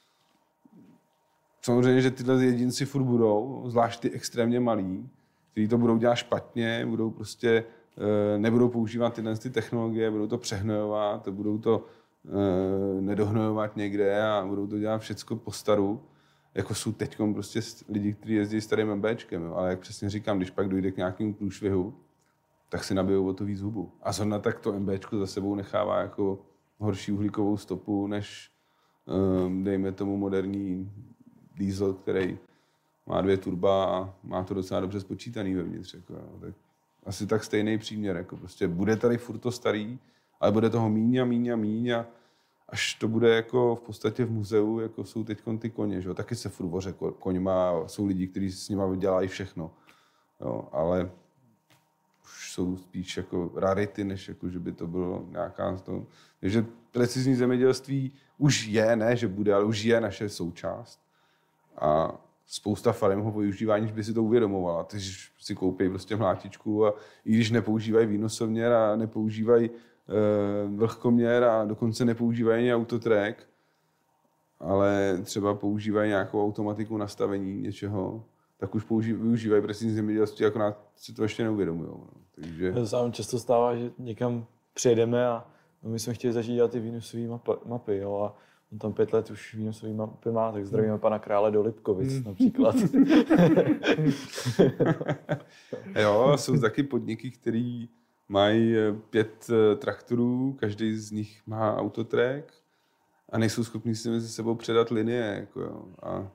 Samozřejmě, že tyhle jedinci furt budou, zvlášť ty extrémně malí, kteří to budou dělat špatně, budou prostě, nebudou používat tyhle ty technologie, budou to přehnojovat, budou to nedohnojovat někde a budou to dělat všecko po staru. Jako jsou teď prostě lidi, kteří jezdí starým MBčkem, jo. Ale jak přesně říkám, když pak dojde k nějakému průšvihu, tak si nabijou o to víc hubu. A zrovna tak to MBčko za sebou nechává jako horší uhlíkovou stopu, než dejme tomu moderní diesel, který má dvě turba a má to docela dobře spočítaný vevnitř. Jako, jo. Tak asi tak stejný příměr. Jako prostě bude tady furt to starý, ale bude toho míň a míň a míň a až to bude jako v podstatě v muzeu, jako jsou teď ty koně, že jo? Taky se furt voře koňma a jsou lidi, kteří s nimi dělají všechno. Jo? Ale už jsou spíš jako rarity, než jako, že by to bylo nějaká... To... Takže precizní zemědělství už je, ne, že bude, ale už je naše součást. A spousta farem ho využívá, aniž by si to uvědomovala. Ty si koupí prostě mlátičku a i když nepoužívají výnosovměr a nepoužívají vlhkoměr a dokonce nepoužívají ani autotrack, ale třeba používají nějakou automatiku nastavení něčeho, tak už používají, využívají precizní zemědělství, akorát si to ještě neuvědomují. No. Takže... Sám často stává, že někam přijedeme a my jsme chtěli začít dělat ty výnosové mapy, jo, a On tam pět let už výnosový mapy má, tak zdravíme pana Krále do Lipkovic mm. například. Jo, jsou taky podniky, který mají pět traktorů, každý z nich má autotrack a nejsou schopni si mezi sebou předat linie. Jako jo. A,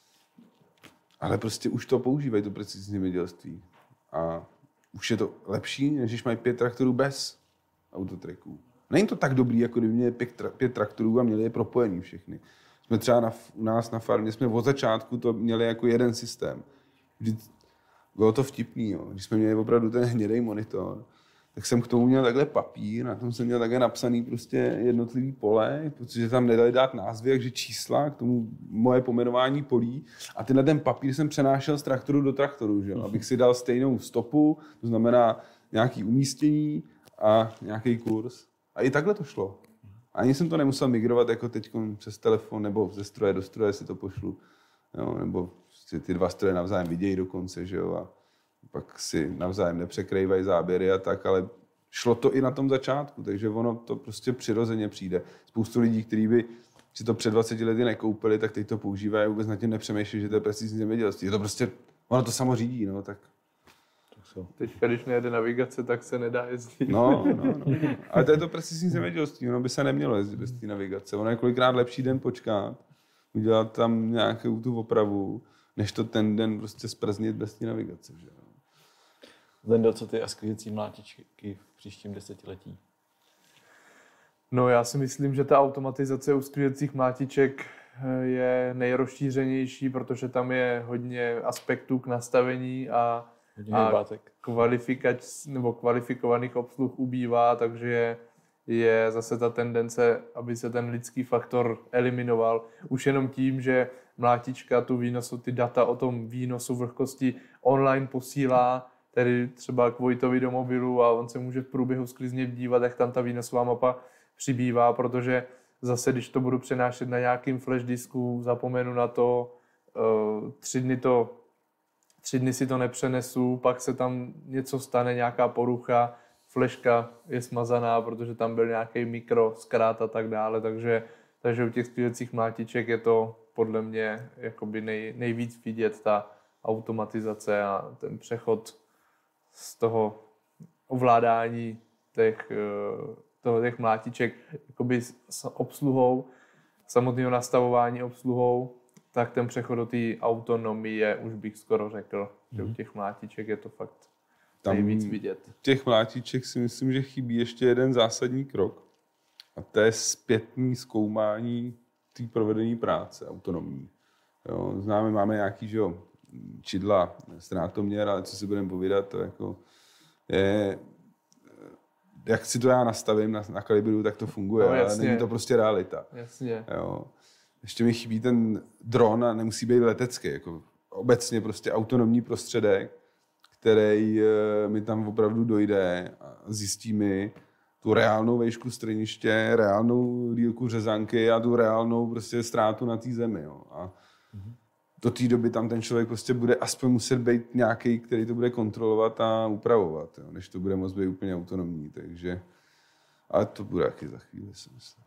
ale prostě už to používají, to precizní zemědělství. A už je to lepší, než když mají pět traktorů bez autotracků. Není to tak dobrý, jako kdyby měli pět, tra- pět traktorů a měli je propojený všechny. Jsme třeba na, u nás na farmě, jsme od začátku to měli jako jeden systém. Vždy bylo to vtipný, jo. Když jsme měli opravdu ten hnědý monitor, tak jsem k tomu měl takhle papír, na tom jsem měl takhle napsaný prostě jednotlivý pole, protože tam nedali dát názvy, takže čísla, k tomu moje pomenování polí. A tenhle ten papír jsem přenášel z traktoru do traktoru, že? Abych si dal stejnou stopu, to znamená nějaký umístění a nějaký kurz. A i takhle to šlo. Ani jsem to nemusel migrovat jako teď přes telefon nebo ze stroje do stroje si to pošlu. Jo? Nebo si ty dva stroje navzájem vidějí dokonce, že jo? A pak si navzájem nepřekrývají záběry a tak, ale šlo to i na tom začátku, takže ono to prostě přirozeně přijde. Spoustu lidí, kteří by si to před dvaceti lety nekoupili, tak teď to používají a vůbec nad tím nepřemýšlí, že to je precizní zemědělství. Je to prostě, ono to samo řídí, no, tak... Teďka, když nejede navigace, tak se nedá jezdit. No, no, no. Ale to je to precizní zemědělství, ono by se nemělo jezdit bez té navigace. Ono je kolikrát lepší den počkat, udělat tam nějakou tu opravu, než to ten den prostě sprznit bez té navigace. Že? Zdendo, co ty a sklizecí mlátičky v příštím desetiletí? No já si myslím, že ta automatizace u sklízecích mlátiček je nejrozšířenější, protože tam je hodně aspektů k nastavení a, a kvalifikač, nebo kvalifikovaných obsluh ubývá, takže je, je zase ta tendence, aby se ten lidský faktor eliminoval. Už jenom tím, že mlátička tu výnosu, ty data o tom výnosu vlhkosti online posílá, tedy třeba k Vojtovi do mobilu a on se může v průběhu sklizně dívat, jak tam ta výnosová mapa přibývá, protože zase, když to budu přenášet na nějakým flash disku, zapomenu na to, tři dny, to, tři dny si to nepřenesu, pak se tam něco stane, nějaká porucha, flashka je smazaná, protože tam byl nějaký mikro, zkrát a tak dále, takže, takže u těch sklizecích mlátiček je to podle mě jakoby nej, nejvíc vidět ta automatizace a ten přechod z toho ovládání těch, toho, těch mlátiček jakoby s obsluhou, samotného nastavování obsluhou, tak ten přechod do té autonomie, už bych skoro řekl, mm. že u těch mlátiček je to fakt tam nejvíc vidět. Těch mlátiček si myslím, že chybí ještě jeden zásadní krok a to je zpětný zkoumání té provedené práce autonomní. Jo, známe, máme nějaký, že jo, čidla, ztrátoměr, ale co si budeme povídat, to jako je, jak si to já nastavím na, na kalibru, tak to funguje, no, ale není to prostě realita. Jasně. Jo. Ještě mi chybí ten dron a nemusí být letecký, jako obecně prostě autonomní prostředek, který mi tam opravdu dojde a zjistí mi tu reálnou vejšku straniště, reálnou dílku řezanky a tu reálnou prostě ztrátu na té zemi. Jo. A mm-hmm. do té doby tam ten člověk prostě bude aspoň muset být nějaký, který to bude kontrolovat a upravovat, jo, než to bude moct být úplně autonomní. Takže, ale to bude taky za chvíli, si myslím.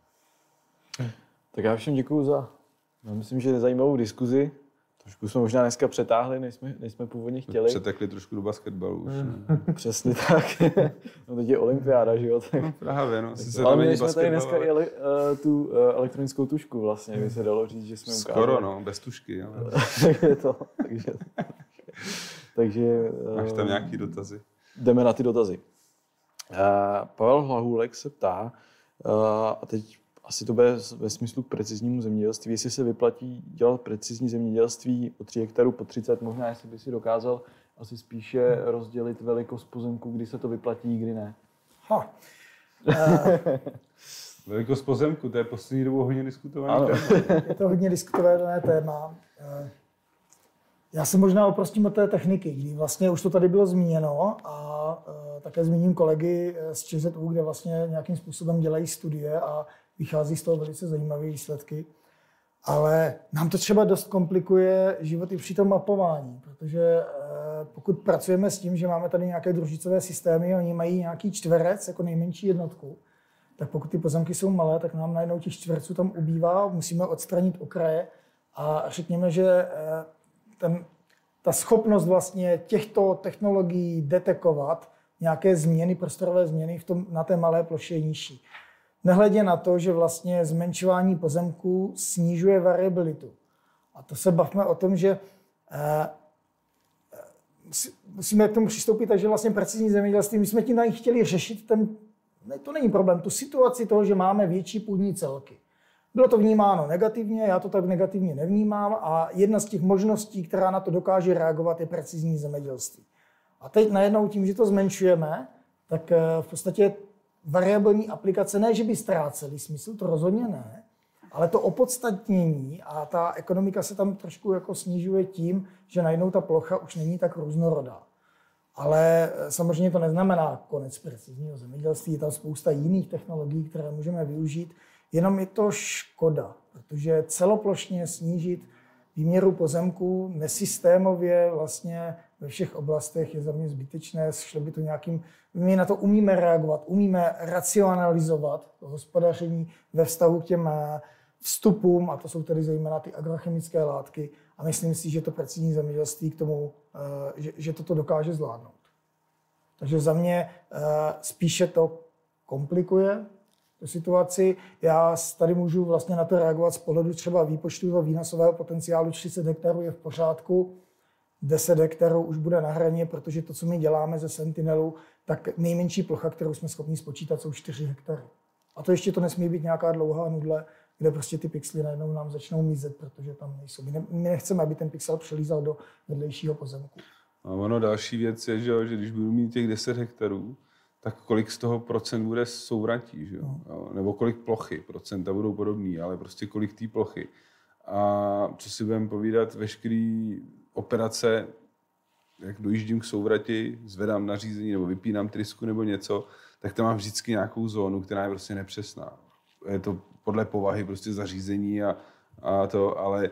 Tak já všem děkuju za, já myslím, že zajímavou diskuzi. Trošku jsme možná dneska přetáhli, než jsme, než jsme původně chtěli. Přetekli trošku do basketbalu už. Přesně tak. No teď je olympiáda, že jo? Tak... No právě, no. Tak, ale měli jsme tady dneska i ele, uh, tu uh, elektronickou tušku vlastně, by se dalo říct, že jsme ukázali. Skoro, no, bez tušky. Ale... takže to, takže... takže uh, máš tam nějaký dotazy? Jdeme na ty dotazy. Uh, Pavel Hlahůlek se ptá, uh, a teď asi to bude ve smyslu k preciznímu zemědělství, jestli se vyplatí dělat precizní zemědělství o tři hektarů po třicet, možná jestli by si dokázal asi spíše rozdělit velikost pozemku, kdy se to vyplatí, kdy ne. Ha. Uh, velikost pozemku, to je poslední dobou hodně diskutované téma. Je to hodně diskutované téma. Já se možná oprostím od té techniky, kdy vlastně už to tady bylo zmíněno a také zmíním kolegy z ČZÚ, kde vlastně nějakým způsobem dělají studie a vychází z toho velice zajímavé výsledky. Ale nám to třeba dost komplikuje život i při tom mapování, protože pokud pracujeme s tím, že máme tady nějaké družicové systémy, oni mají nějaký čtverec jako nejmenší jednotku, tak pokud ty pozemky jsou malé, tak nám najednou těch čtverců tam ubývá, musíme odstranit okraje a řekněme, že ten, ta schopnost vlastně těchto technologií detekovat nějaké změny, prostorové změny v tom, na té malé ploše je nižší. Nehledě na to, že vlastně zmenšování pozemků snižuje variabilitu. A to se bavme o tom, že eh, musíme k tomu přistoupit, takže vlastně precizní zemědělství, my jsme tím tady chtěli řešit ten, ne, to není problém, tu situaci toho, že máme větší půdní celky. Bylo to vnímáno negativně, já to tak negativně nevnímám a jedna z těch možností, která na to dokáže reagovat, je precizní zemědělství. A teď najednou tím, že to zmenšujeme, tak v podstatě variabilní aplikace ne, že by ztrácely smysl, to rozhodně ne, ale to opodstatnění a ta ekonomika se tam trošku jako snižuje tím, že najednou ta plocha už není tak různorodá. Ale samozřejmě to neznamená konec precizního zemědělství, je tam spousta jiných technologií, které můžeme využít, jenom je to škoda, protože celoplošně snížit výměru pozemků nesystémově vlastně ve všech oblastech je za mě zbytečné, šlo by to nějakým, my na to umíme reagovat, umíme racionalizovat to hospodaření ve vztahu k těm vstupům, a to jsou tedy zejména ty agrochemické látky, a myslím si, že to precizní zemědělství k tomu, že, že toto dokáže zvládnout. Takže za mě spíše to komplikuje tu situaci. Já tady můžu vlastně na to reagovat z pohledu třeba výpočtu toho výnosového potenciálu. třicet hektarů je v pořádku, deset hektarů už bude na hraně, protože to, co my děláme ze Sentinelu, tak nejmenší plocha, kterou jsme schopni spočítat, jsou čtyři hektary. A to ještě to nesmí být nějaká dlouhá nudle, kde prostě ty pixely najednou nám začnou mizet, protože tam nejsou. My, ne, my nechceme, aby ten pixel přelízal do vedlejšího pozemku. A ono další věc je, že, že když budu mít těch deset hektarů, tak kolik z toho procent bude souratí, že? No. Nebo kolik plochy, procenta budou podobný, ale prostě kolik té plochy. A co si budeme povídat, veškerý operace, jak dojíždím k souvrati, zvedám nařízení nebo vypínám trysku nebo něco, tak tam mám vždycky nějakou zónu, která je prostě nepřesná. Je to podle povahy prostě zařízení a, a to, ale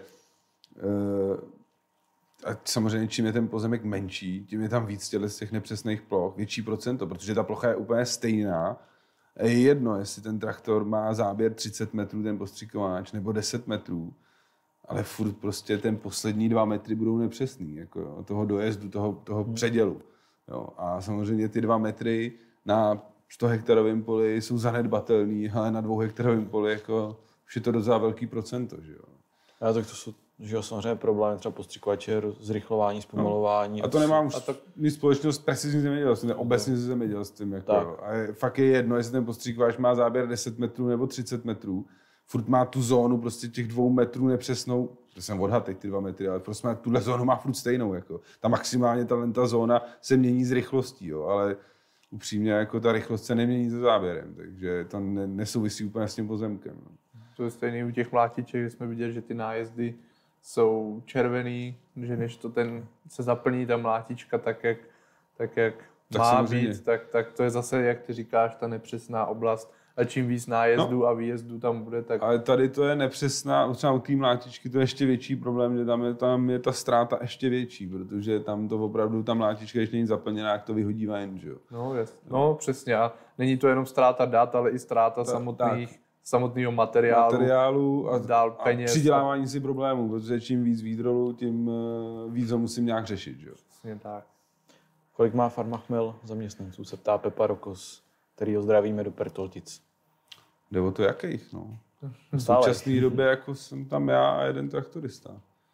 e, a samozřejmě čím je ten pozemek menší, tím je tam víc těle z těch nepřesných ploch, větší procento, protože ta plocha je úplně stejná. Je jedno, jestli ten traktor má záběr třicet metrů, ten postřikováč, nebo deset metrů, ale furt prostě ten poslední dva metry budou nepřesný, jako toho dojezdu, toho, toho hmm. předělu. Jo. A samozřejmě ty dva metry na sto hektarovém poli jsou zanedbatelný, ale na dvou hektarovém poli jako už je to docela velký procento. Že jo. A tak to jsou že jo, samozřejmě problémy, třeba postřikovače, zrychlování, zpomalování. No. A to nemám a to... nic společného s precizním zemědělstvím, ne obecně s zemědělstvím. Jako, a je, fakt je jedno, jestli ten postřikovač má záběr deset metrů nebo třicet metrů. Furt má tu zónu prostě těch dvou metrů nepřesnou, to jsem odhad teď ty dva metry, ale prostě tuhle zónu má furt stejnou. Jako. Ta maximálně ta, ta zóna se mění s rychlostí, jo, ale upřímně jako ta rychlost se nemění se záběrem, takže to ne, nesouvisí úplně s tím pozemkem. No. To je stejný u těch mlátiček, kde jsme viděli, že ty nájezdy jsou červený, že než to ten se zaplní ta mlátička tak, jak, tak, jak tak má samozřejmě být, tak, tak to je zase, jak ty říkáš, ta nepřesná oblast. A čím víc nájezdů no. a výjezdů tam bude, tak... Ale tady to je nepřesná, třeba u té mlátičky to je ještě větší problém, že tam je, tam je ta ztráta ještě větší, protože tam to opravdu, ta mlátička, když není zaplněná, jak to vyhodí ven, že jo? No, jasně. No, přesně. A není to jenom ztráta dat, ale i ztráta ta, samotných, tak. samotného materiálu, materiálu a, dál peněz. A přidělávání si problémů, protože čím víc výdrolu, tím víc ho musím nějak řešit, že jo? Přesně tak. Kolik má farma Chmel zaměstnanců, se ptá Pepa Rokos, který ho zdravíme do Pertoltic. Jde o to jakých, no. V současné době jako jsem tam já a jeden traktorista.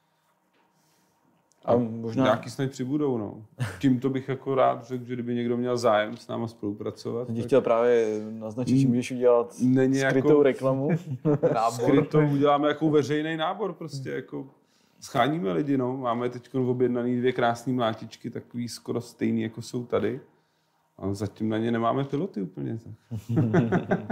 A, a možná... nějaký snad přibudou, no. Tímto bych jako rád řekl, že kdyby někdo měl zájem s náma spolupracovat. Jsem ti tak... chtěl právě naznačit, že můžeš udělat Není skrytou jako... reklamu. Skrytou uděláme jako veřejný nábor prostě, jako scháníme lidi, no. Máme teď objednaný dvě krásné mlátičky, takový skoro stejný, jako jsou tady. A zatím na ně nemáme piloty úplně. Tak.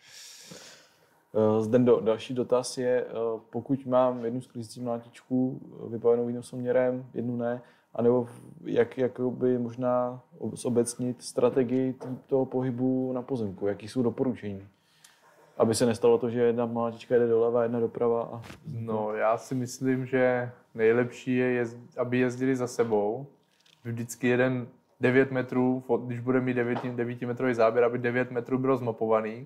Zdendo, další dotaz je, pokud mám jednu sklizecí mlátičku vybavenou výnosoměrem, jednu ne, anebo jak, jak by možná zobecnit strategii toho pohybu na pozemku, jaký jsou doporučení? Aby se nestalo to, že jedna mlátička jde doleva, jedna doprava. A... No, já si myslím, že nejlepší je, jezd, aby jezdili za sebou. Vždycky jeden devět metrů, když bude mít devět metrový záběr, aby devět metrů bylo zmapovaných.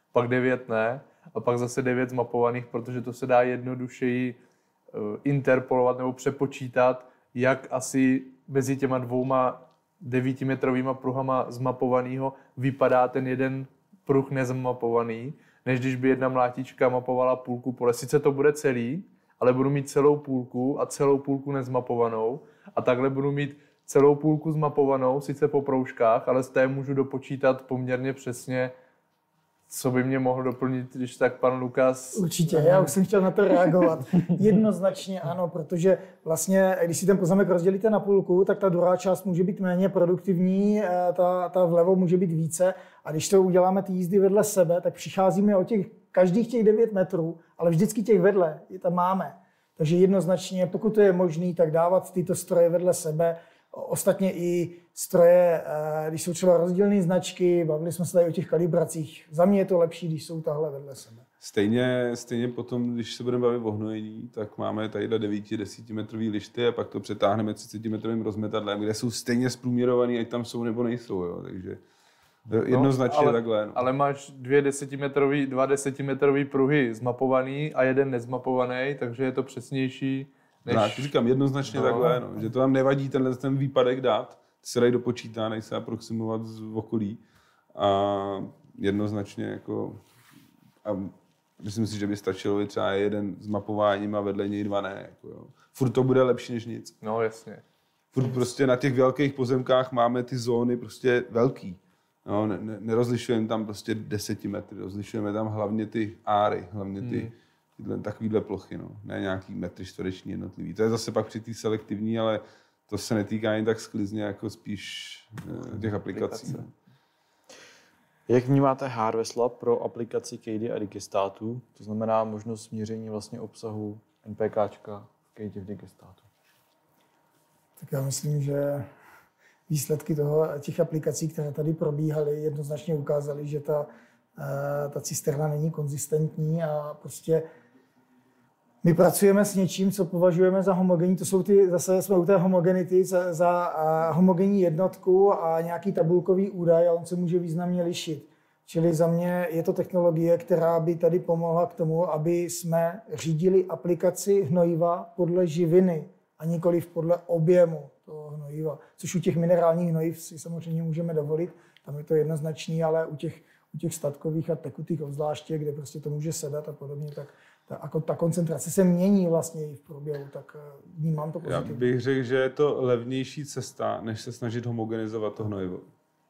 pak devět ne a pak zase devět zmapovaných, protože to se dá jednodušeji interpolovat nebo přepočítat, jak asi mezi těma dvouma devítimetrovýma pruhama zmapovanýho vypadá ten jeden pruh nezmapovaný, než když by jedna mlátička mapovala půlku pole. Sice to bude celý, ale budu mít celou půlku a celou půlku nezmapovanou a takhle budu mít celou půlku zmapovanou, sice po proužkách, ale z té můžu dopočítat poměrně přesně, co by mě mohl doplnit, když tak pan Lukas... Určitě, já už jsem chtěl na to reagovat. Jednoznačně ano, protože vlastně, když si ten pozemek rozdělíte na půlku, tak ta druhá část může být méně produktivní, ta, ta vlevo může být více. A když to uděláme ty jízdy vedle sebe, tak přicházíme o těch každých těch devět metrů, ale vždycky těch vedle je tam máme. Takže jednoznačně, pokud to je možné, tak dávat tyto stroje vedle sebe. Ostatně i stroje, když jsou třeba rozdílné značky, bavili jsme se tady o těch kalibracích. Za mě je to lepší, když jsou tahle vedle sebe. Stejně, stejně potom, když se budeme bavit o hnojení, tak máme tady devět desetimetrový lišty a pak to přetáhneme třicetimetrovým rozmetadlem, kde jsou stejně zprůměrovaný, ať tam jsou nebo nejsou. Jo. Takže jednoznačně no, ale, takhle. No. Ale máš dvě desetimetrový, dva desetimetrový pruhy zmapovaný a jeden nezmapovaný, takže je to přesnější. Než... Já ti říkám jednoznačně no, takhle, no, že to tam nevadí tenhle ten výpadek dát, ty se dají dopočítat, než se aproximovat z okolí a jednoznačně jako, a myslím si, že by stačilo třeba jeden s mapováním a vedle něj dva ne, jako jo. Furt to bude lepší než nic. No jasně. Furt prostě na těch velkých pozemkách máme ty zóny prostě velký. No, ne, ne, nerozlišujeme tam prostě desetimetry, rozlišujeme tam hlavně ty áry, hlavně ty hmm. Tyhle, takovýhle plochy, no. Ne nějaký metry čtvereční jednotlivý. To je zase pak při té selektivní, ale to se netýká jen tak sklizně, jako spíš uh, těch aplikací. Aplikace. Jak vnímáte Harvest Lab pro aplikaci Kady a Digestátu? To znamená možnost měření vlastně obsahu NPKčka v Kady v Digestátu. Tak já myslím, že výsledky toho, těch aplikací, které tady probíhaly, jednoznačně ukázaly, že ta, ta cisterna není konzistentní a prostě my pracujeme s něčím, co považujeme za homogenní, to jsou ty, zase jsme u té homogenity, za, za homogenní jednotku a nějaký tabulkový údaj a on se může významně lišit. Čili za mě je to technologie, která by tady pomohla k tomu, aby jsme řídili aplikaci hnojiva podle živiny a nikoliv podle objemu toho hnojiva. Což u těch minerálních hnojiv si samozřejmě můžeme dovolit, tam je to jednoznačný, ale u těch, u těch statkových a tekutých obzvláště, kde prostě to může sedat a podobně, tak ta, jako ta koncentrace se mění vlastně i v průběhu, tak vnímám to pozitivně. Já bych řekl, že je to levnější cesta, než se snažit homogenizovat to hnojivo.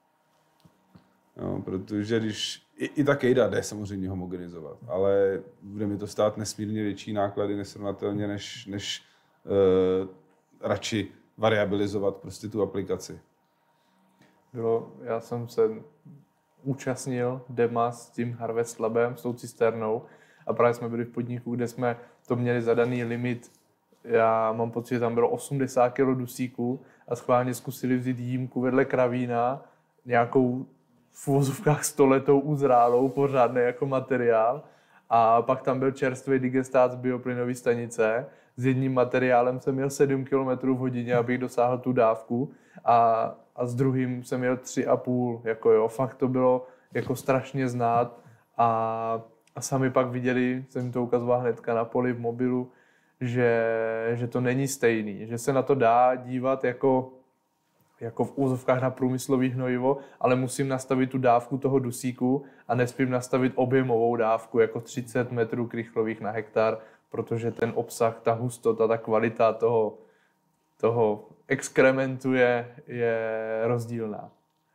No, protože když i, i ta kejda jde samozřejmě homogenizovat, ale bude mi to stát nesmírně větší náklady nesrovnatelně, než, než uh, radši variabilizovat prostě tu aplikaci. Bylo, já jsem se účastnil dema s tím Harvest Labem, s tou cisternou a právě jsme byli v podniku, kde jsme to měli zadaný limit. Já mám pocit, že tam bylo osmdesát kilo dusíku a schválně zkusili vzít jímku vedle kravína, nějakou v uvozovkách stoletou uzrálou, pořádný jako materiál. A pak tam byl čerstvý digestát z bioplynové stanice. S jedním materiálem jsem měl sedm kilometrů v hodině, abych dosáhl tu dávku. A, a s druhým jsem měl tři a půl. Jako jo, fakt to bylo jako strašně znát. A, a sami pak viděli, jsem jim to ukazoval hnedka na poli v mobilu, že, že to není stejný. Že se na to dá dívat jako jako v úzovkách na průmyslový hnojivo, ale musím nastavit tu dávku toho dusíku a nesmím nastavit objemovou dávku jako třicet metrů krychlových na hektar, protože ten obsah, ta hustota, ta kvalita toho, toho exkrementu je, je rozdílná.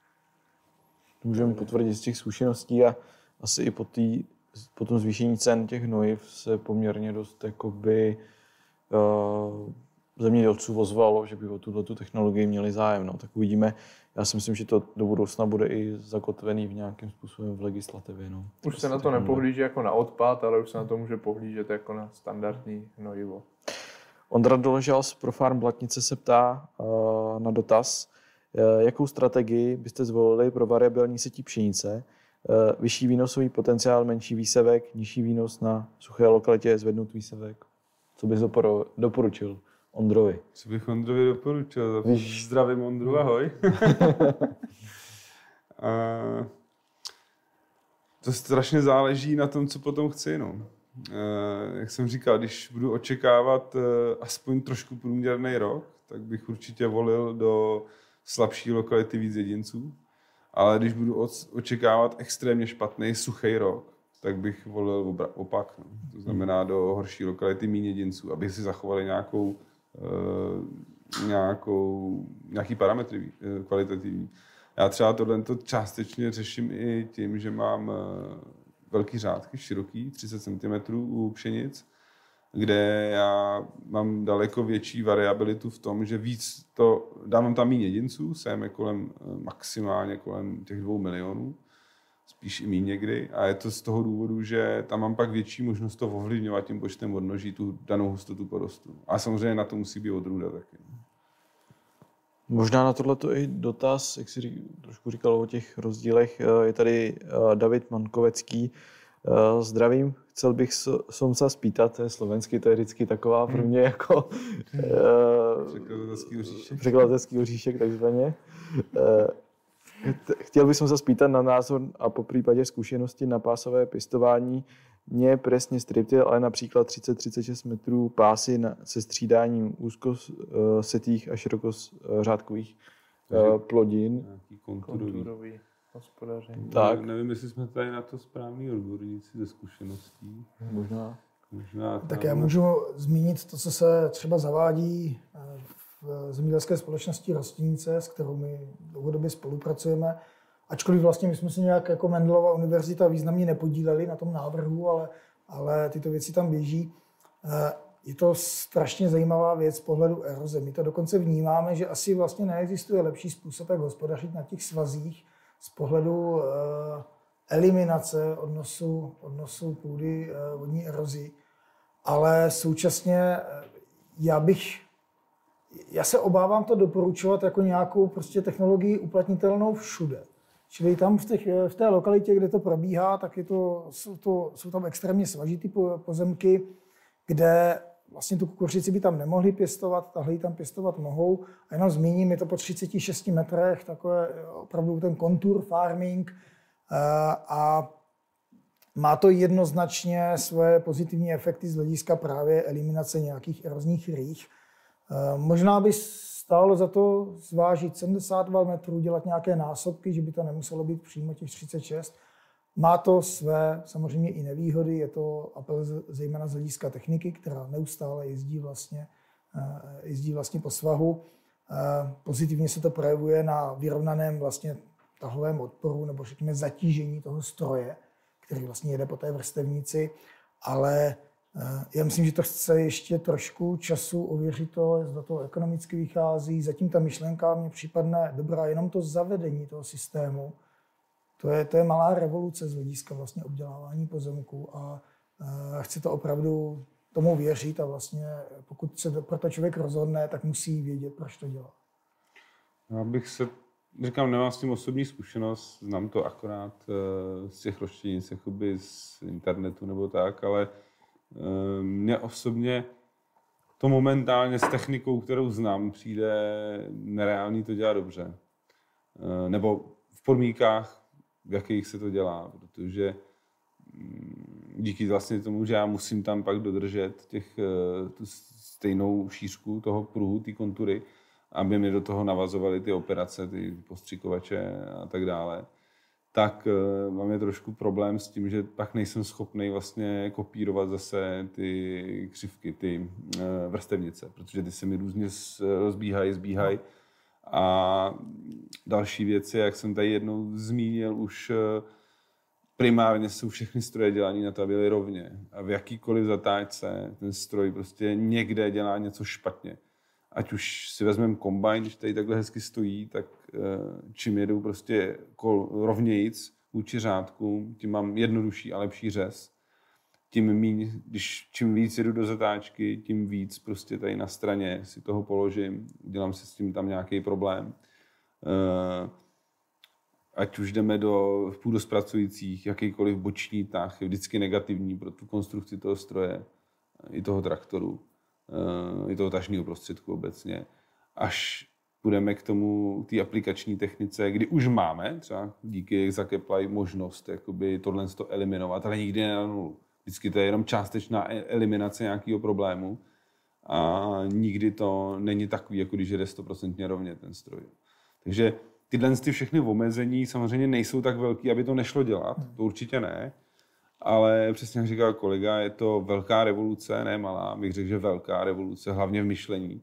Můžeme potvrdit z těch zkušeností a asi i po, tý, po tom zvýšení cen těch hnojiv se poměrně dost jakoby uh, zemědělců ozvalo, že by o tuto technologii měli zájem. No, tak uvidíme. Já si myslím, že to do budoucna bude i zakotvený v nějakém způsobem v legislativě. No. Už se na to nepohlíží jako na odpad, ale už se na to může pohlížet jako na standardní hnojivo. Ondra Doležal z Profarm Blatnice se ptá uh, na dotaz, uh, jakou strategii byste zvolili pro variabilní setí pšenice, uh, vyšší výnosový potenciál, menší výsevek, nižší výnos na suché lokalitě, zvednut výsevek. Co bys doporučil Ondrovi? Co bych Ondrovi doporučil? Víš... Zdravím Ondru, ahoj. A... To strašně záleží na tom, co potom chci. No. E, jak jsem říkal, když budu očekávat e, aspoň trošku průměrný rok, tak bych určitě volil do slabší lokality víc jedinců. Ale když budu očekávat extrémně špatný, suchý rok, tak bych volil opak. No. To znamená do horší lokality méně jedinců, aby si zachovali nějakou, e, nějakou, nějaký parametry e, kvalitativní. Já třeba tohle částečně řeším i tím, že mám e, velký řádky, široký, třicet centimetrů u pšenic, kde já mám daleko větší variabilitu v tom, že víc to, dávám tam méně jedinců, sejeme kolem, maximálně kolem těch dvou milionů, spíš i méně někdy. A je to z toho důvodu, že tam mám pak větší možnost to ovlivňovat tím počtem odnoží, tu danou hustotu porostu. A samozřejmě na to musí být odrůda taky. Možná na tohleto i dotaz, jak jsi trošku říkal o těch rozdílech, je tady David Mankovecký. Zdravím, chcel bych som sa spýtat, to je slovensky, to je vždycky taková pro mě jako překladatelský oříšek. Překladatelský oříšek, takzvaně. Chtěl bych se spýtat na názor a po případě zkušenosti na pásové pěstování. Nie presne striptil, ale například třicet až třicet šest metrů pásy na, se střídáním úzkosetých a širokořádkových plodin. Nějaký konturový. konturový hospodaření. Tak. Ne, nevím, jestli jsme tady na to správný odborníci ze zkušeností. Možná. Možná tam... Tak já můžu zmínit to, co se třeba zavádí v zemědělské společnosti Rostlinice, s kterou my dlouhodobě spolupracujeme. Ačkoliv vlastně my jsme se nějak jako Mendelova univerzita významně nepodíleli na tom návrhu, ale, ale tyto věci tam běží. Je to strašně zajímavá věc z pohledu eroze. My to dokonce vnímáme, že asi vlastně neexistuje lepší způsob, jak hospodařit na těch svazích z pohledu eliminace odnosu, odnosu půdy vodní erozi. Ale současně já bych Já se obávám to doporučovat jako nějakou prostě technologii uplatnitelnou všude. Čili tam v, těch, v té lokalitě, kde to probíhá, tak je to, jsou, to, jsou tam extrémně svažitý pozemky, kde vlastně tu kukuřici by tam nemohli pěstovat, tahle ji tam pěstovat mohou. A jenom zmíním, je to po třiceti šesti metrech, takové opravdu ten kontur farming a má to jednoznačně svoje pozitivní efekty z hlediska právě eliminace nějakých erozních rých. Možná by stálo za to zvážit sedmdesát dva metrů, dělat nějaké násobky, že by to nemuselo být přímo těch třicet šest. Má to své samozřejmě i nevýhody, je to apel zejména z hlediska techniky, která neustále jezdí vlastně, jezdí vlastně po svahu. Pozitivně se to projevuje na vyrovnaném vlastně tahovém odporu nebo řekněme zatížení toho stroje, který vlastně jede po té vrstevnici, ale já myslím, že to chce ještě trošku času ověřit to, zda to ekonomicky vychází. Zatím ta myšlenka mě připadne dobrá, jenom to zavedení toho systému. To je, to je malá revoluce z hlediska vlastně obdělávání pozemku a, a chci to opravdu tomu věřit a vlastně pokud se pro to člověk rozhodne, tak musí vědět, proč to dělá. Já bych se, říkám, nemám s tím osobní zkušenost, znám to akorát z těch roštěnic, jakoby z internetu nebo tak, ale mně osobně to momentálně s technikou, kterou znám, přijde nereálný to dělat dobře. Nebo v podmínkách, v jakých se to dělá, protože díky vlastně tomu, že já musím tam pak dodržet těch, tu stejnou šířku toho pruhu, ty kontury, aby mi do toho navazovaly ty operace, ty postřikovače a tak dále, tak uh, mám je trošku problém s tím, že pak nejsem schopný vlastně kopírovat zase ty křivky, ty uh, vrstevnice, protože ty se mi různě rozbíhají, zbíhají. A další věci, jak jsem tady jednou zmínil, už uh, primárně jsou všechny stroje dělané na to, aby byly rovně. A v jakýkoliv zatáčce ten stroj prostě někde dělá něco špatně. Ať už si vezmeme kombajn, když tady takhle hezky stojí, tak čím jedou prostě rovnějc vůči řádku, tím mám jednodušší a lepší řez. Tím míň, když čím víc jedu do zatáčky, tím víc prostě tady na straně si toho položím, dělám si s tím tam nějaký problém. Ať už jdeme do půdospracujících, jakýkoliv boční tah je vždycky negativní pro tu konstrukci toho stroje i toho traktoru. I toho tažního prostředku obecně, až půjdeme k tomu, k té aplikační technice, kdy už máme třeba díky Zakeplay možnost jakoby tohle to eliminovat, ale nikdy ne na nulu. Vždycky to je jenom částečná eliminace nějakého problému a nikdy to není takový, jako když jede sto procent rovně ten stroj. Takže tyhle ty všechny omezení samozřejmě nejsou tak velký, aby to nešlo dělat, to určitě ne, ale přesně jak říkal kolega, je to velká revoluce, ne malá, bych řekl, že velká revoluce, hlavně v myšlení.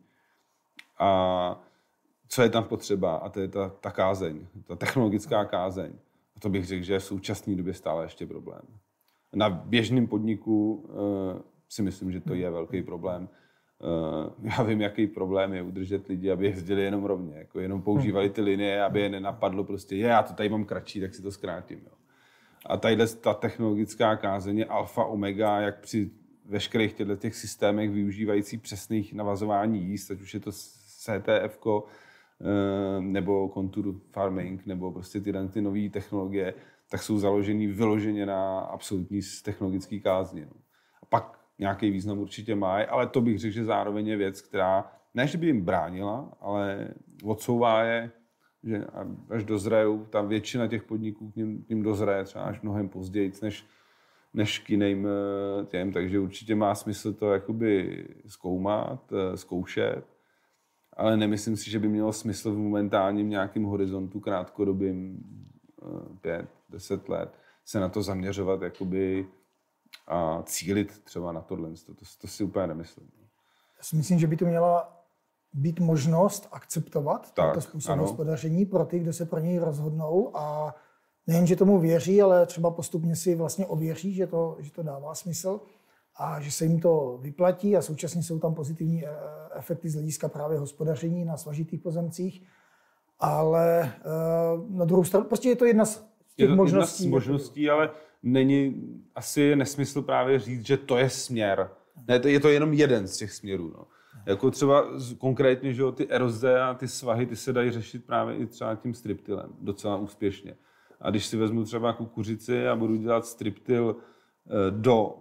A co je tam potřeba? A to je ta, ta kázeň, ta technologická kázeň. A to bych řekl, že je v současné době stále ještě problém. Na běžném podniku uh, si myslím, že to je velký problém. Uh, já vím, jaký problém je udržet lidi, aby jezdili jenom rovně, jako jenom používali ty linie, aby je nenapadlo prostě, je, já to tady mám kratší, tak si to zkrátím. Jo. A tadyhle ta technologická kázeň je alfa, omega, jak při veškerých těchto těch systémech využívající přesných navazování jízd, ať už je to C T F ko, nebo contour farming, nebo prostě tyhle ty nové technologie, tak jsou založený vyloženě na absolutní technologické kázni. No. A pak nějaký význam určitě má, ale to bych řekl, že zároveň je věc, která ne, že by jim bránila, ale odsouvá je, že až dozrajou, tam většina těch podniků k ním, k ním dozraje třeba až mnohem později, než, než k jiným těm, takže určitě má smysl to jakoby zkoumat, zkoušet, ale nemyslím si, že by mělo smysl v momentálním nějakým horizontu krátkodobým pět, deset let se na to zaměřovat jakoby a cílit třeba na tohle. To, to, to si úplně nemyslím. Já si myslím, že by to měla být možnost akceptovat tak, tento způsob ano. hospodaření pro ty, kdo se pro něj rozhodnou a nejen, že tomu věří, ale třeba postupně si vlastně ověří, že to, že to dává smysl a že se jim to vyplatí a současně jsou tam pozitivní efekty z hlediska právě hospodaření na svažitých pozemcích, ale na druhou stranu, prostě je to jedna z těch je to možností. Jedna z možností, ale není asi nesmysl právě říct, že to je směr. Ne, to je to jenom jeden z těch směrů. No. Jako třeba konkrétně, že ty eroze a ty svahy, ty se dají řešit právě i třeba tím striptilem docela úspěšně. A když si vezmu třeba kukuřici a budu dělat striptil do,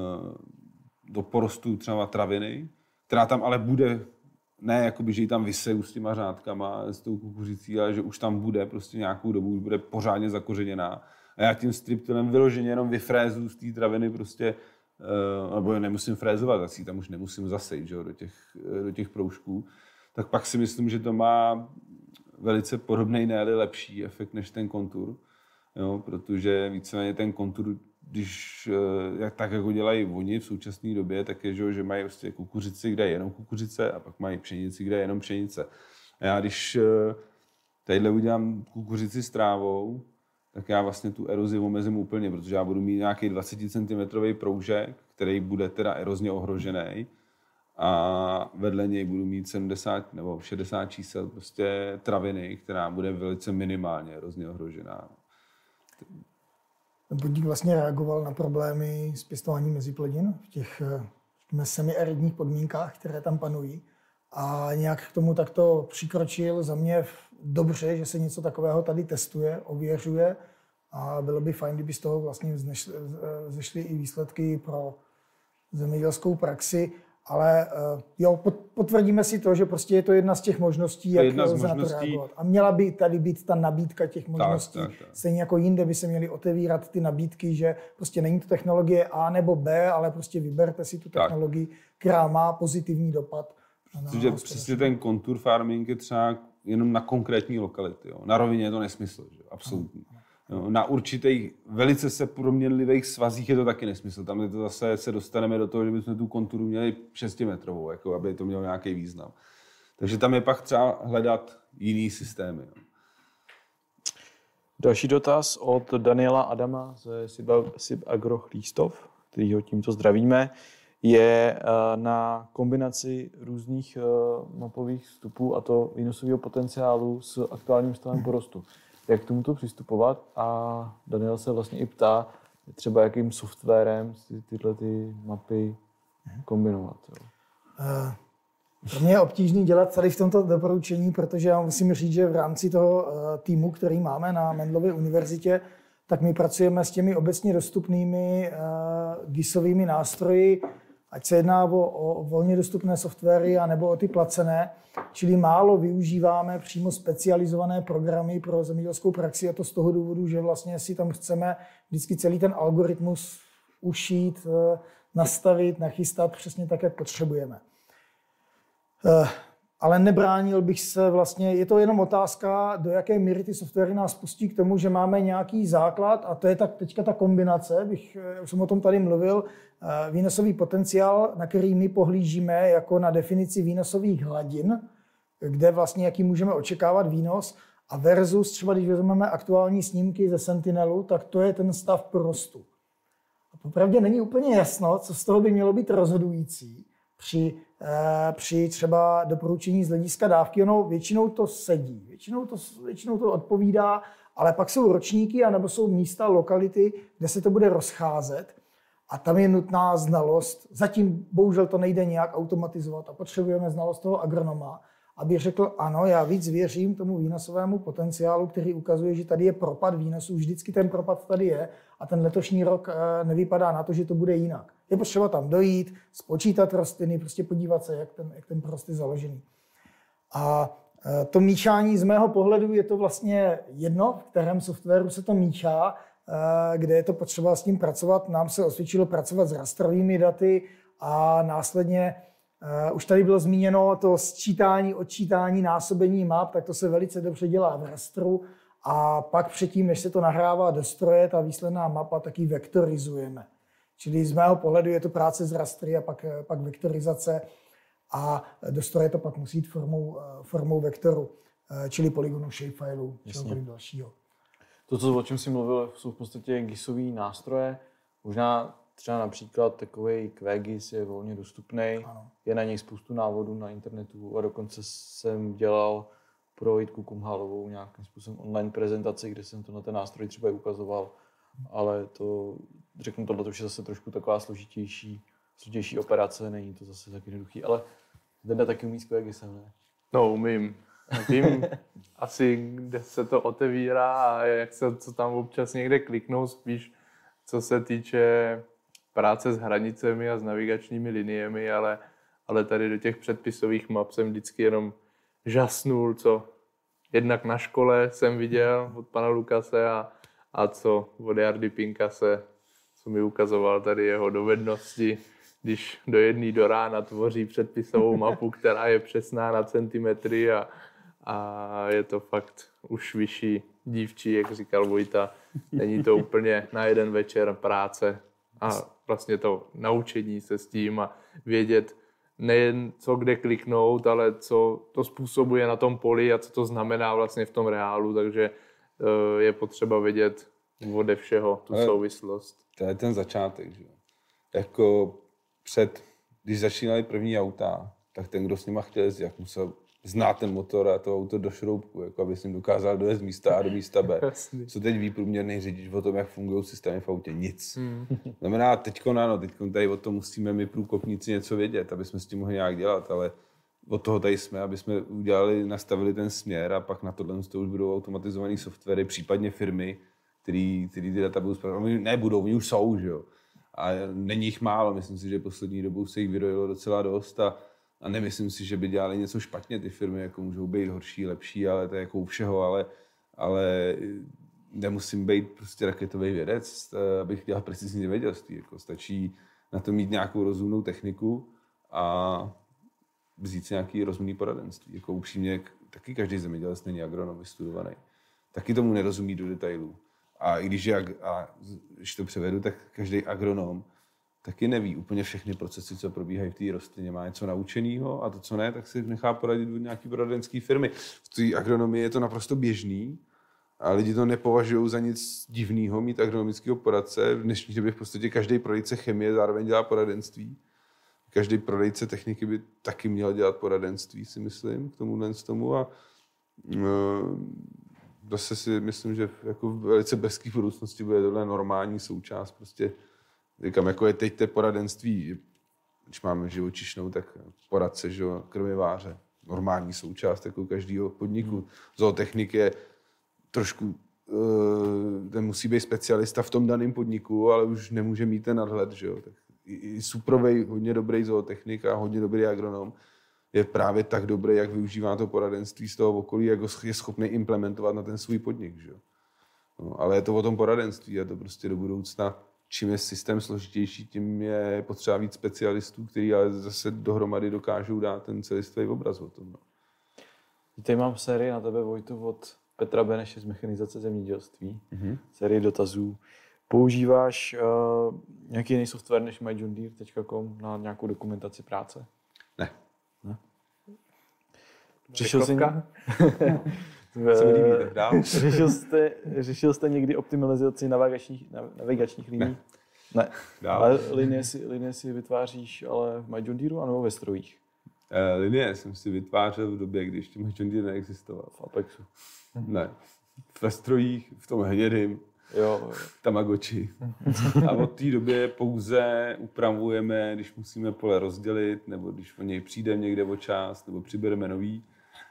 do porostu třeba traviny, která tam ale bude, ne jakoby, že ji tam vyseju s těma řádkama, s tou kukuřicí, ale že už tam bude prostě nějakou dobu, už bude pořádně zakořeněná. A já tím striptilem vyloženě jenom vyfrézu z té traviny prostě, uh, nebo nemusím frézovat, tak si tam už nemusím zasejt, že jo, do těch, do těch proužků. Tak pak si myslím, že to má velice podobný, ne-li lepší efekt než ten kontur. Jo, protože víceméně ten kontur, když jak, tak jako dělají oni v současné době, tak je, že, že mají prostě kukuřici, kde je jenom kukuřice a pak mají pšenici, kde je jenom pšenice. A já když tadyhle udělám kukuřici s trávou, tak já vlastně tu erozi omezím úplně, protože já budu mít nějaký dvacet centimetrů proužek, který bude teda erozně ohrožený a vedle něj budu mít sedmdesát nebo šedesát čísel prostě traviny, která bude velice minimálně erozně ohrožená. Ten podnik vlastně reagoval na problémy s pěstováním meziplodin v těch semiaridních podmínkách, které tam panují. A nějak k tomu takto přikročil za mě dobře, že se něco takového tady testuje, ověřuje a bylo by fajn, kdyby z toho vlastně zešly i výsledky pro zemědělskou praxi. Ale jo, potvrdíme si to, že prostě je to jedna z těch možností, jak lze na to reagovat. A měla by tady být ta nabídka těch možností. Tak, tak, tak. Stejně jako jinde by se měly otevírat ty nabídky, že prostě není to technologie A nebo B, ale prostě vyberte si tu technologii, tak, která má pozitivní dopad. Protože přesně ten contour farming je třeba jenom na konkrétní lokality. Jo. Na rovině je to nesmysl, že? Absolutní. Jo. Na určitých velice se proměnlivých svazích je to taky nesmysl. Tam je to zase se dostaneme do toho, že bychom tu konturu měli šestimetrovou, jako aby to mělo nějaký význam. Takže tam je pak třeba hledat jiný systémy. Jo. Další dotaz od Daniela Adama ze Sibagro Chlístov, kterýho tímto zdravíme, je na kombinaci různých mapových vstupů a to výnosového potenciálu s aktuálním stavem porostu. Jak k tomuto přistupovat? A Daniel se vlastně i ptá, třeba jakým softwarem ty, tyhle ty mapy kombinovat. Jo. Uh, pro mě je obtížný dělat tady v tomto doporučení, protože já musím říct, že v rámci toho uh, týmu, který máme na Mendelově univerzitě, tak my pracujeme s těmi obecně dostupnými uh, GISovými nástroji, ať se jedná o, o volně dostupné softwary, anebo o ty placené, čili málo využíváme přímo specializované programy pro zemědělskou praxi, a to z toho důvodu, že vlastně si tam chceme vždycky celý ten algoritmus ušít, nastavit, nachystat přesně tak, jak potřebujeme. Ale nebránil bych se vlastně, je to jenom otázka, do jaké míry ty softwary nás pustí k tomu, že máme nějaký základ, a to je tak teďka ta kombinace, bych, už jsem o tom tady mluvil, výnosový potenciál, na který my pohlížíme jako na definici výnosových hladin, kde vlastně jaký můžeme očekávat výnos, a versus třeba, když vezmeme aktuální snímky ze Sentinelu, tak to je ten stav porostu. A popravdě není úplně jasno, co z toho by mělo být rozhodující při, eh, při třeba doporučení z hlediska dávky. Ono většinou to sedí, většinou to, většinou to odpovídá, ale pak jsou ročníky anebo jsou místa, lokality, kde se to bude rozcházet, a tam je nutná znalost. Zatím bohužel to nejde nějak automatizovat a potřebujeme znalost toho agronoma, aby řekl, ano, já víc věřím tomu výnosovému potenciálu, který ukazuje, že tady je propad výnosů, vždycky ten propad tady je, a ten letošní rok nevypadá na to, že to bude jinak. Je potřeba tam dojít, spočítat rostliny, prostě podívat se, jak ten, jak ten porost je založený. A to míchání z mého pohledu je to vlastně jedno, v kterém softwaru se to míchá, kde je to potřeba s tím pracovat. Nám se osvědčilo pracovat s rastrovými daty a následně Uh, už tady bylo zmíněno to sčítání, odčítání, násobení map, tak to se velice dobře dělá v rastru, a pak předtím, než se to nahrává do stroje, ta výsledná mapa, taky vektorizujeme. Čili z mého pohledu je to práce s rastry a pak, pak vektorizace, a do stroje to pak musí jít formou, formou vektoru, čili polygonu, shapefileu, čehokoliv dalšího. To, co, o čem jsi mluvil, jsou v podstatě GISové nástroje. Možná třeba například takový QGIS je volně dostupný, je na něj spoustu návodů na internetu, a dokonce jsem dělal pro Jitku Kumhalovou nějakým způsobem online prezentaci, kde jsem to na ten nástroj třeba i ukazoval, ale to, řeknu tohle, to už je zase trošku taková složitější, složitější operace, není to zase tak jednoduchý, ale Zdenda taky umí s QGISem, ne? No, umím. Vím asi, kde se to otevírá a jak se co tam občas někde kliknou, spíš co se týče práce s hranicemi a s navigačními liniemi, ale, ale tady do těch předpisových map jsem vždycky jenom žasnul, co jednak na škole jsem viděl od pana Lukase a, a co od Jardy Pinkase, co mi ukazoval tady jeho dovednosti, když do jedné do rána tvoří předpisovou mapu, která je přesná na centimetry, a, a je to fakt už vyšší dívčí, jak říkal Vojta. Není to úplně na jeden večer práce a vlastně to naučení se s tím a vědět nejen co kde kliknout, ale co to způsobuje na tom poli a co to znamená vlastně v tom reálu, takže je potřeba vědět ode všeho tu ale souvislost. To je ten začátek, že? Jako před, když začínali první auta, tak ten, kdo s nima chtěl jezdit, jak musel znát ten motor a to auto do šroubku, jako aby s ním dokázal dojezd z místa A do místa B. Co teď ví průměrný řidič o tom, jak fungují systémy v autě? Nic. Hmm. Znamená, teďko ano, teďko tady o tom musíme my průkopníci něco vědět, aby jsme s tím mohli nějak dělat, ale od toho tady jsme, aby jsme udělali, nastavili ten směr, a pak na tohle to už budou automatizované softwary, případně firmy, který, který ty data budou zpracovat. Oni nebudou, oni už jsou, že jo. A není jich málo, myslím si, že poslední dobou se jich vyrojilo docela dost, a A nemyslím si, že by dělali něco špatně, ty firmy jako můžou být horší, lepší, ale to je jako u všeho, ale, ale nemusím být prostě raketový vědec, abych dělal precizní zemědělství. Jako stačí na to mít nějakou rozumnou techniku a vzít si nějaký rozumný poradenství. Jako upřímně, taky každý zemědělec není agronom vystudovaný. Taky tomu nerozumí do detailů. A i když, je, a když to převedu, tak každý agronom taky neví úplně všechny procesy, co probíhají v té rostlině. Má něco naučenýho a to, co ne, tak si nechá poradit od nějaký poradenské firmy. V té agronomii je to naprosto běžný a lidi to nepovažují za nic divného mít agronomického poradce. V dnešní době v podstatě každý prodejce chemie zároveň dělá poradenství. Každý prodejce techniky by taky měl dělat poradenství, si myslím, k tomuhle z tomu. A no, zase si myslím, že jako v velice brzké budoucnosti bude tohle normální součást. Prostě říkám, jako je teď to poradenství, když máme živočišnou, tak poradce, že krmiváře, normální součást jako každého podniku. Zootechnik je trošku, ten musí být specialista v tom daném podniku, ale už nemůže mít ten nadhled, že jo. Tak i suprovej, hodně dobrý zootechnik a hodně dobrý agronom je právě tak dobrý, jak využívá to poradenství z toho okolí, jak ho je schopný implementovat na ten svůj podnik. Že? No, ale je to o tom poradenství a to prostě do budoucna, čím je systém složitější, tím je potřeba víc specialistů, kteří ale zase dohromady dokážou dát ten celistvý obraz o tom. No. Tady mám sérii na tebe, Vojtu, od Petra Beneše z Mechanizace zemědělství. Mm-hmm. Sérii dotazů. Používáš uh, nějaký jiný software než my john deere tečka com na nějakou dokumentaci práce? Ne. Ne? Přišel jsi... Se mi líbí, tak dál. řešil, jste, řešil jste někdy optimalizaci navigačních, navigačních liní? Ne. Ne. Dál. Ale linie si, linie si vytváříš ale v my john deere anebo ve strojích? Uh, linie jsem si vytvářel v době, kdy ještě my John Deere neexistoval. V Apexu. Ne. Ve strojích, v tom hnědým, Jo. Tamagotchi. A od té doby pouze upravujeme, když musíme pole rozdělit, nebo když o něj přijdeme někde o část, nebo přibereme nový.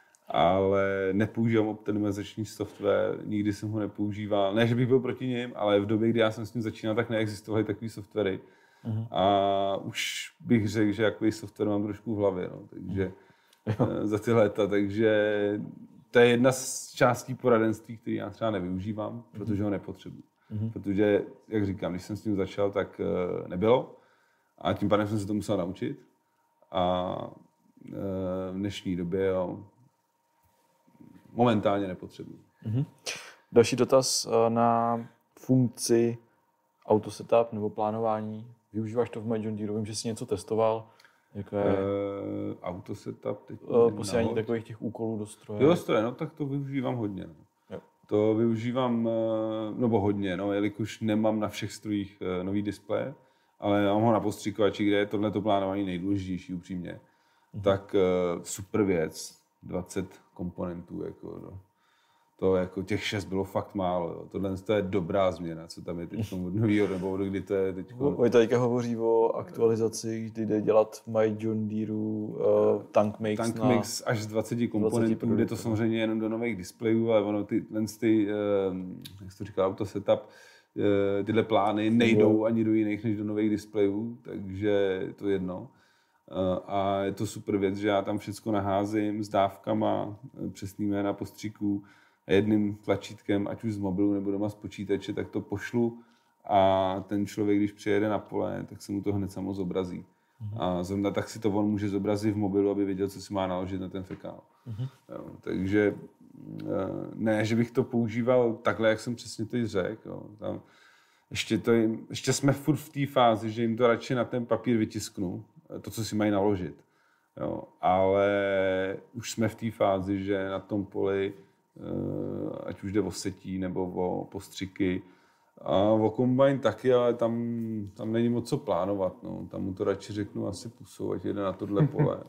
Ale nepoužívám optimalizační software, nikdy jsem ho nepoužíval. Ne, že bych byl proti ním, ale v době, kdy já jsem s tím začínal, tak neexistovaly takové softwary. Uh-huh. A už bych řekl, že jakový software mám trošku v hlavě, no. Takže uh-huh. za ty léta, takže to je jedna z částí poradenství, který já třeba nevyužívám, uh-huh. protože ho nepotřebuji. Uh-huh. Protože, jak říkám, když jsem s tím začal, tak uh, nebylo a tím pádem jsem se to musel naučit a uh, v dnešní době jo, momentálně nepotřebuji. Uh-huh. Další dotaz uh, na funkci autosetup nebo plánování. Využíváš to v my John Deere? Vím, že jsi něco testoval. Jako je uh, autosetup? Teď uh, posílání takových těch úkolů do stroje. Do stroje, no tak to využívám hodně. No. Jo. To využívám, uh, nebo hodně, no, jelikož nemám na všech strojích uh, nový displeje, ale mám ho na postřikovači, kde je tohleto plánování nejdůležitější upřímně. Uh-huh. Tak uh, super věc, dvacet komponentů, jako no. To jako těch šest bylo fakt málo. Jo. Tohle to je dobrá změna, co tam je teď od novýho, nebo od kdy to je teď. Vojta teďka hovoří o aktualizaci, kdy jde dělat my John Deere uh, tank mix tank na mix až z dvaceti komponentů, jde to samozřejmě jenom do nových displejů, ale ono ty, ty uh, jak se to říká, autosetup, uh, tyhle plány nejdou ani do jiných než do nových displejů, takže je to jedno. Uh, a je to super věc, že já tam všechno naházím s dávkama, přesný jména postřiků, jedným tlačítkem, ať už z mobilu nebo doma z počítače, tak to pošlu a ten člověk, když přijede na pole, tak se mu to hned samo zobrazí. Uh-huh. A zrovna tak si to on může zobrazit v mobilu, aby věděl, co si má naložit na ten fekál. Uh-huh. Jo, takže ne, že bych to používal takhle, jak jsem přesně teď řekl. Jo. Tam ještě, to jim, ještě jsme furt v té fázi, že jim to radši na ten papír vytisknu, to, co si mají naložit. Jo. Ale už jsme v té fázi, že na tom poli ať už jde o setí nebo o postřiky. A o kombajn taky, ale tam, tam není moc co plánovat. No. Tam mu to radši řeknu asi pusou, ať jede na tohle pole.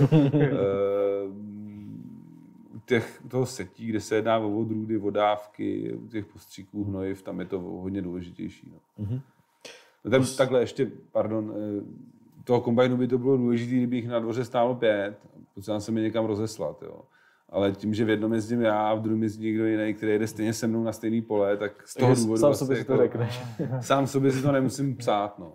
U těch, toho setí, kde se jedná o odrůdy, vodávky, u těch postřiků, hnojiv, tam je to hodně důležitější. No. Mm-hmm. No, tam, takhle ještě, pardon, toho kombajnu by to bylo důležité, kdyby jich na dvoře stálo pět, potřeba se mi někam rozeslat. Jo. Ale tím, že v jednom jezdím já a v druhém jezdí někdo jiný, který jede stejně se mnou na stejný pole, tak z toho důvodu... Sám sobě si to řekneš. Sám sobě si to nemusím psát, no.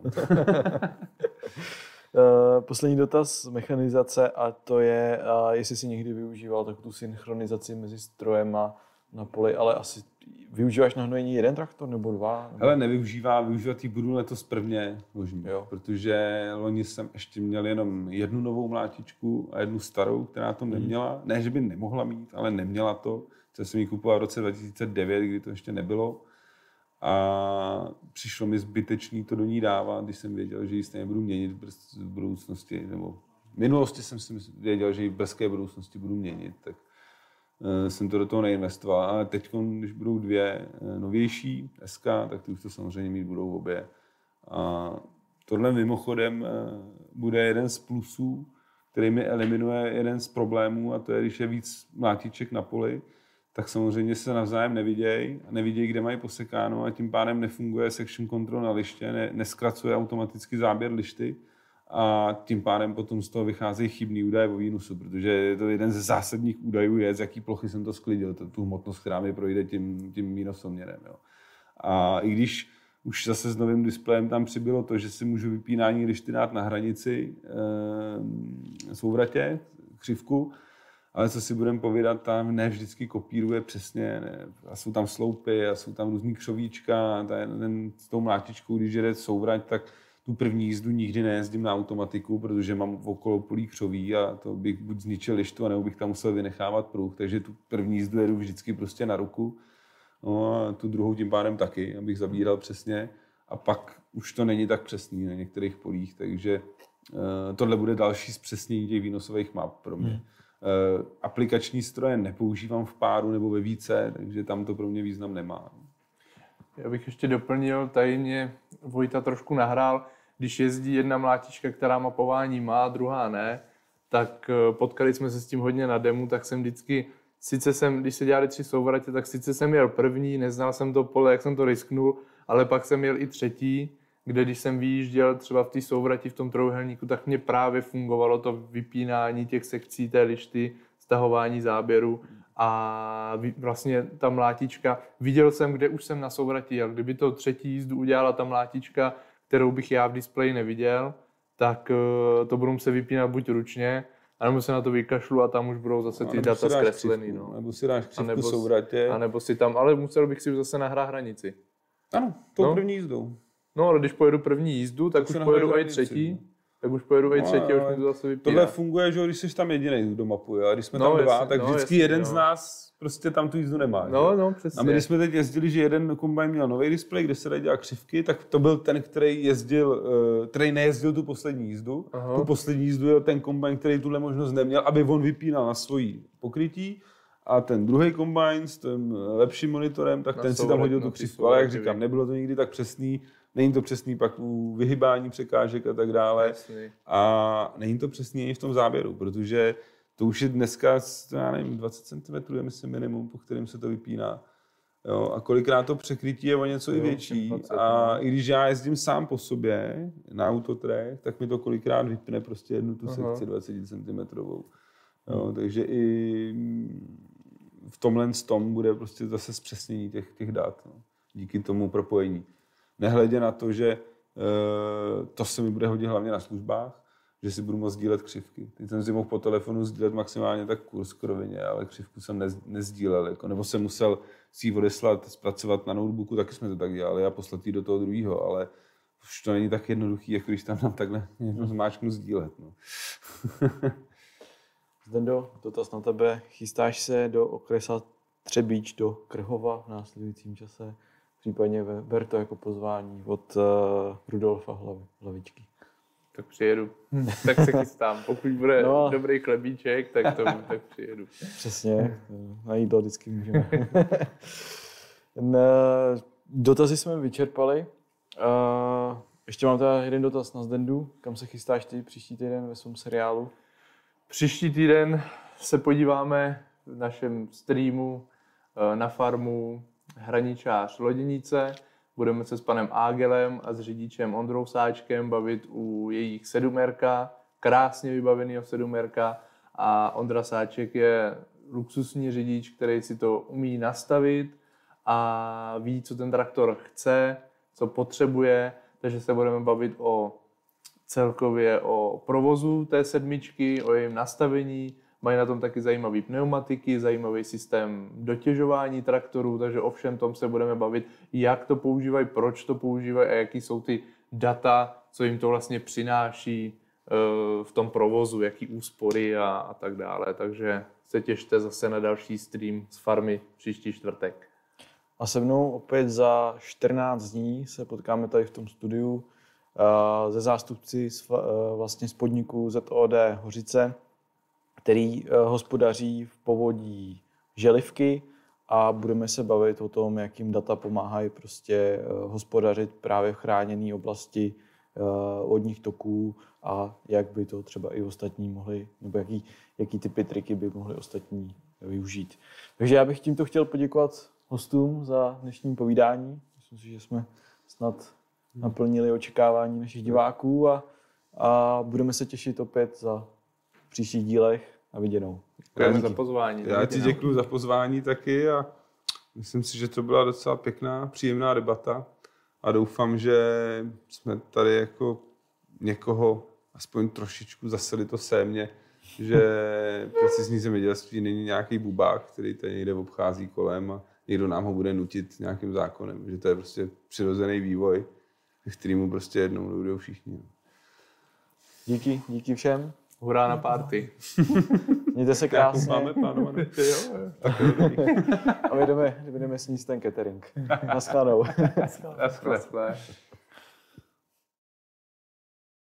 Poslední dotaz z mechanizace a to je, jestli si někdy využíval takovou tu synchronizaci mezi strojem a na poli, ale asi využíváš na hnojení jeden traktor nebo dva? Nebo... Hele, nevyužívá, využívat jí budu letos prvně možný, jo. Protože loni jsem ještě měl jenom jednu novou mlátičku a jednu starou, která to neměla. Ne, že by nemohla mít, ale neměla to. To jsem ji kupoval v roce dva tisíce devět, kdy to ještě nebylo. A přišlo mi zbytečný to do ní dávat, když jsem věděl, že ji stejně budu měnit v budoucnosti. Nebo v minulosti jsem si věděl, že ji v brzké budoucnosti budu měnit, tak jsem to do toho neinvestoval. A teď, když budou dvě novější S K, tak ty už to samozřejmě mít budou obě. A tohle mimochodem bude jeden z plusů, který mi eliminuje jeden z problémů, a to je, když je víc mlátiček na poli, tak samozřejmě se navzájem nevidějí a nevidějí, kde mají posekáno, a tím pádem nefunguje section control na liště, ne, neskracuje automaticky záběr lišty a tím pádem potom z toho vycházejí chybný údaje o výnosu, protože je to jeden ze zásadních údajů, je, z jaký plochy jsem to sklidil, tu hmotnost, která mi projde tím, tím výnosoměrem. Jo. A i když už zase s novým displejem tam přibylo to, že si můžu vypínání lištinát na hranici e, souvratě, křivku, ale co si budeme povídat, tam ne vždycky kopíruje přesně, ne, a jsou tam sloupy a jsou tam různý křovíčka, a ten, ten, s tou mlátičkou, když jede souvrať, tak tu první jízdu nikdy nejezdím na automatiku, protože mám okolo polí křoví a to bych buď zničil lištu, nebo bych tam musel vynechávat pruh, takže tu první jízdu jedu vždycky prostě na ruku. No a tu druhou tím pádem taky, abych zabíral přesně. A pak už to není tak přesný na některých polích, takže uh, tohle bude další zpřesnění těch výnosových map pro mě. Hmm. Uh, aplikační stroje nepoužívám v páru nebo ve více, takže tam to pro mě význam nemá. Já bych ještě doplnil, tady mě Vojta trošku nahrál, když jezdí jedna mlátička, která mapování má, druhá ne, tak potkali jsme se s tím hodně na demu, tak jsem vždycky, sice jsem, když se dělali tři souvratě, tak sice jsem jel první, neznal jsem to pole, jak jsem to risknul, ale pak jsem jel i třetí, kde když jsem vyjížděl třeba v té souvrati v tom trojúhelníku, tak mě právě fungovalo to vypínání těch sekcí té lišty, stahování záběru a vlastně ta mlátička, viděl jsem, kde už jsem na souvrati jel. Kdyby to třetí jízdu udělala ta mlátička, kterou bych já v displeji neviděl, tak to budu se vypínat buď ručně, anebo se na to vykašlu a tam už budou zase ty data zkreslený. No. Nebo si dáš křivku souvratě. A nebo si tam, ale musel bych si zase nahrát hranici. Ano, tou no. první jízdou. No, ale když pojedu první jízdu, tak, tak už pojedu i třetí. Tak už pojedu i třetí a už mi to zase vypíná. Tohle funguje, že když jsi tam jedinej, kdo mapuje, a když jsme no, tam dva, jasný, tak no, vždycky jasný, jeden no. z nás prostě tam tu jízdu nemá. No, že? no, přesně. A my, když jsme teď jezdili, že jeden kombajn měl nový displej, kde se dají dělat křivky, tak to byl ten, který jezdil, který nejezdil tu poslední jízdu. Aha. Tu poslední jízdu jel ten kombajn, který tuhle možnost neměl, aby on vypínal na svojí pokrytí. A ten druhý kombajn s tím lepším monitorem, tak na ten si tam hodil tu křivku. Ale jak říkám, nebylo to nikdy tak přesný. Není to přesný pak u vyhybání překážek a tak dále. Jasný. A není to přesný ani v tom záběru, protože to už je dneska, já nevím, dvacet centimetrů je myslím minimum, po kterém se to vypíná. Jo, a kolikrát to překrytí je o něco jo, i větší. dvacet, a no. I když já jezdím sám po sobě na autotrek, tak mi to kolikrát vypne prostě jednu tu sekci Aha. dvacet centimetrovou. Jo, takže i v tomhle tom bude prostě zase zpřesnění těch, těch dat. No, díky tomu propojení. Nehledě na to, že e, to se mi bude hodit hlavně na službách, že si budu moct sdílet křivky. Teď jsem si mohl po telefonu sdílet maximálně tak kurz k rovině, ale křivku jsem nez, nezdílel. Jako, nebo jsem musel si ji odeslat, zpracovat na notebooku, taky jsme to tak dělali a poslat ji do toho druhého, ale už to není tak jednoduchý, jako když tam nám takhle jednu zmáčknu sdílet. No. Zdendo, dotaz na tebe. Chystáš se do okresa Třebíč do Krhova v následujícím čase? Případně ber to jako pozvání od uh, Rudolfa Hlavičky. Tak přijedu. Tak se chystám. Pokud bude no. dobrý chlebíček, tak to tak přijedu. Přesně. Na jídlo vždycky můžeme. Dotazy jsme vyčerpali. Uh, ještě mám teda jeden dotaz na Zdendu. Kam se chystáš ty příští týden ve svém seriálu? Příští týden se podíváme v našem streamu uh, na farmu Hraničář Loděnice. Budeme se s panem Ágelem a s řidičem Ondrou Sáčkem bavit u jejich sedmérka, krásně vybaveného sedmérka, a Ondra Sáček je luxusní řidič, který si to umí nastavit a ví, co ten traktor chce, co potřebuje, takže se budeme bavit o celkově o provozu té sedmičky, o jejím nastavení. Mají na tom taky zajímavé pneumatiky, zajímavý systém dotěžování traktorů, takže o všem tom se budeme bavit, jak to používají, proč to používají a jaký jsou ty data, co jim to vlastně přináší v tom provozu, jaký úspory a, a tak dále. Takže se těšte zase na další stream z farmy příští čtvrtek. A se mnou opět za čtrnáct dní se potkáme tady v tom studiu ze zástupci z, vlastně z podniku Z O D Hořice, který hospodaří v povodí Želivky, a budeme se bavit o tom, jak jim data pomáhají prostě hospodařit právě v chráněné oblasti vodních toků a jak by to třeba i ostatní mohli, nebo jaký, jaký typy triky by mohli ostatní využít. Takže já bych tímto chtěl poděkovat hostům za dnešní povídání. Myslím si, že jsme snad naplnili očekávání našich diváků a, a budeme se těšit opět za příštích dílech. A viděnou. Děkujeme za pozvání. Já ti děkuji za pozvání taky a myslím si, že to byla docela pěkná, příjemná debata a doufám, že jsme tady jako někoho aspoň trošičku zaseli to sémě, že precizní zemědělství není nějaký bubák, který tady někde obchází kolem a někdo nám ho bude nutit nějakým zákonem. Že to je prostě přirozený vývoj, kterýmu prostě jednou dojdou všichni. Díky, díky všem. Hurá na party. Mějte se krásně. Máme plánované. A my jdeme, jdeme sníst ten catering. Naschledanou. Naschle.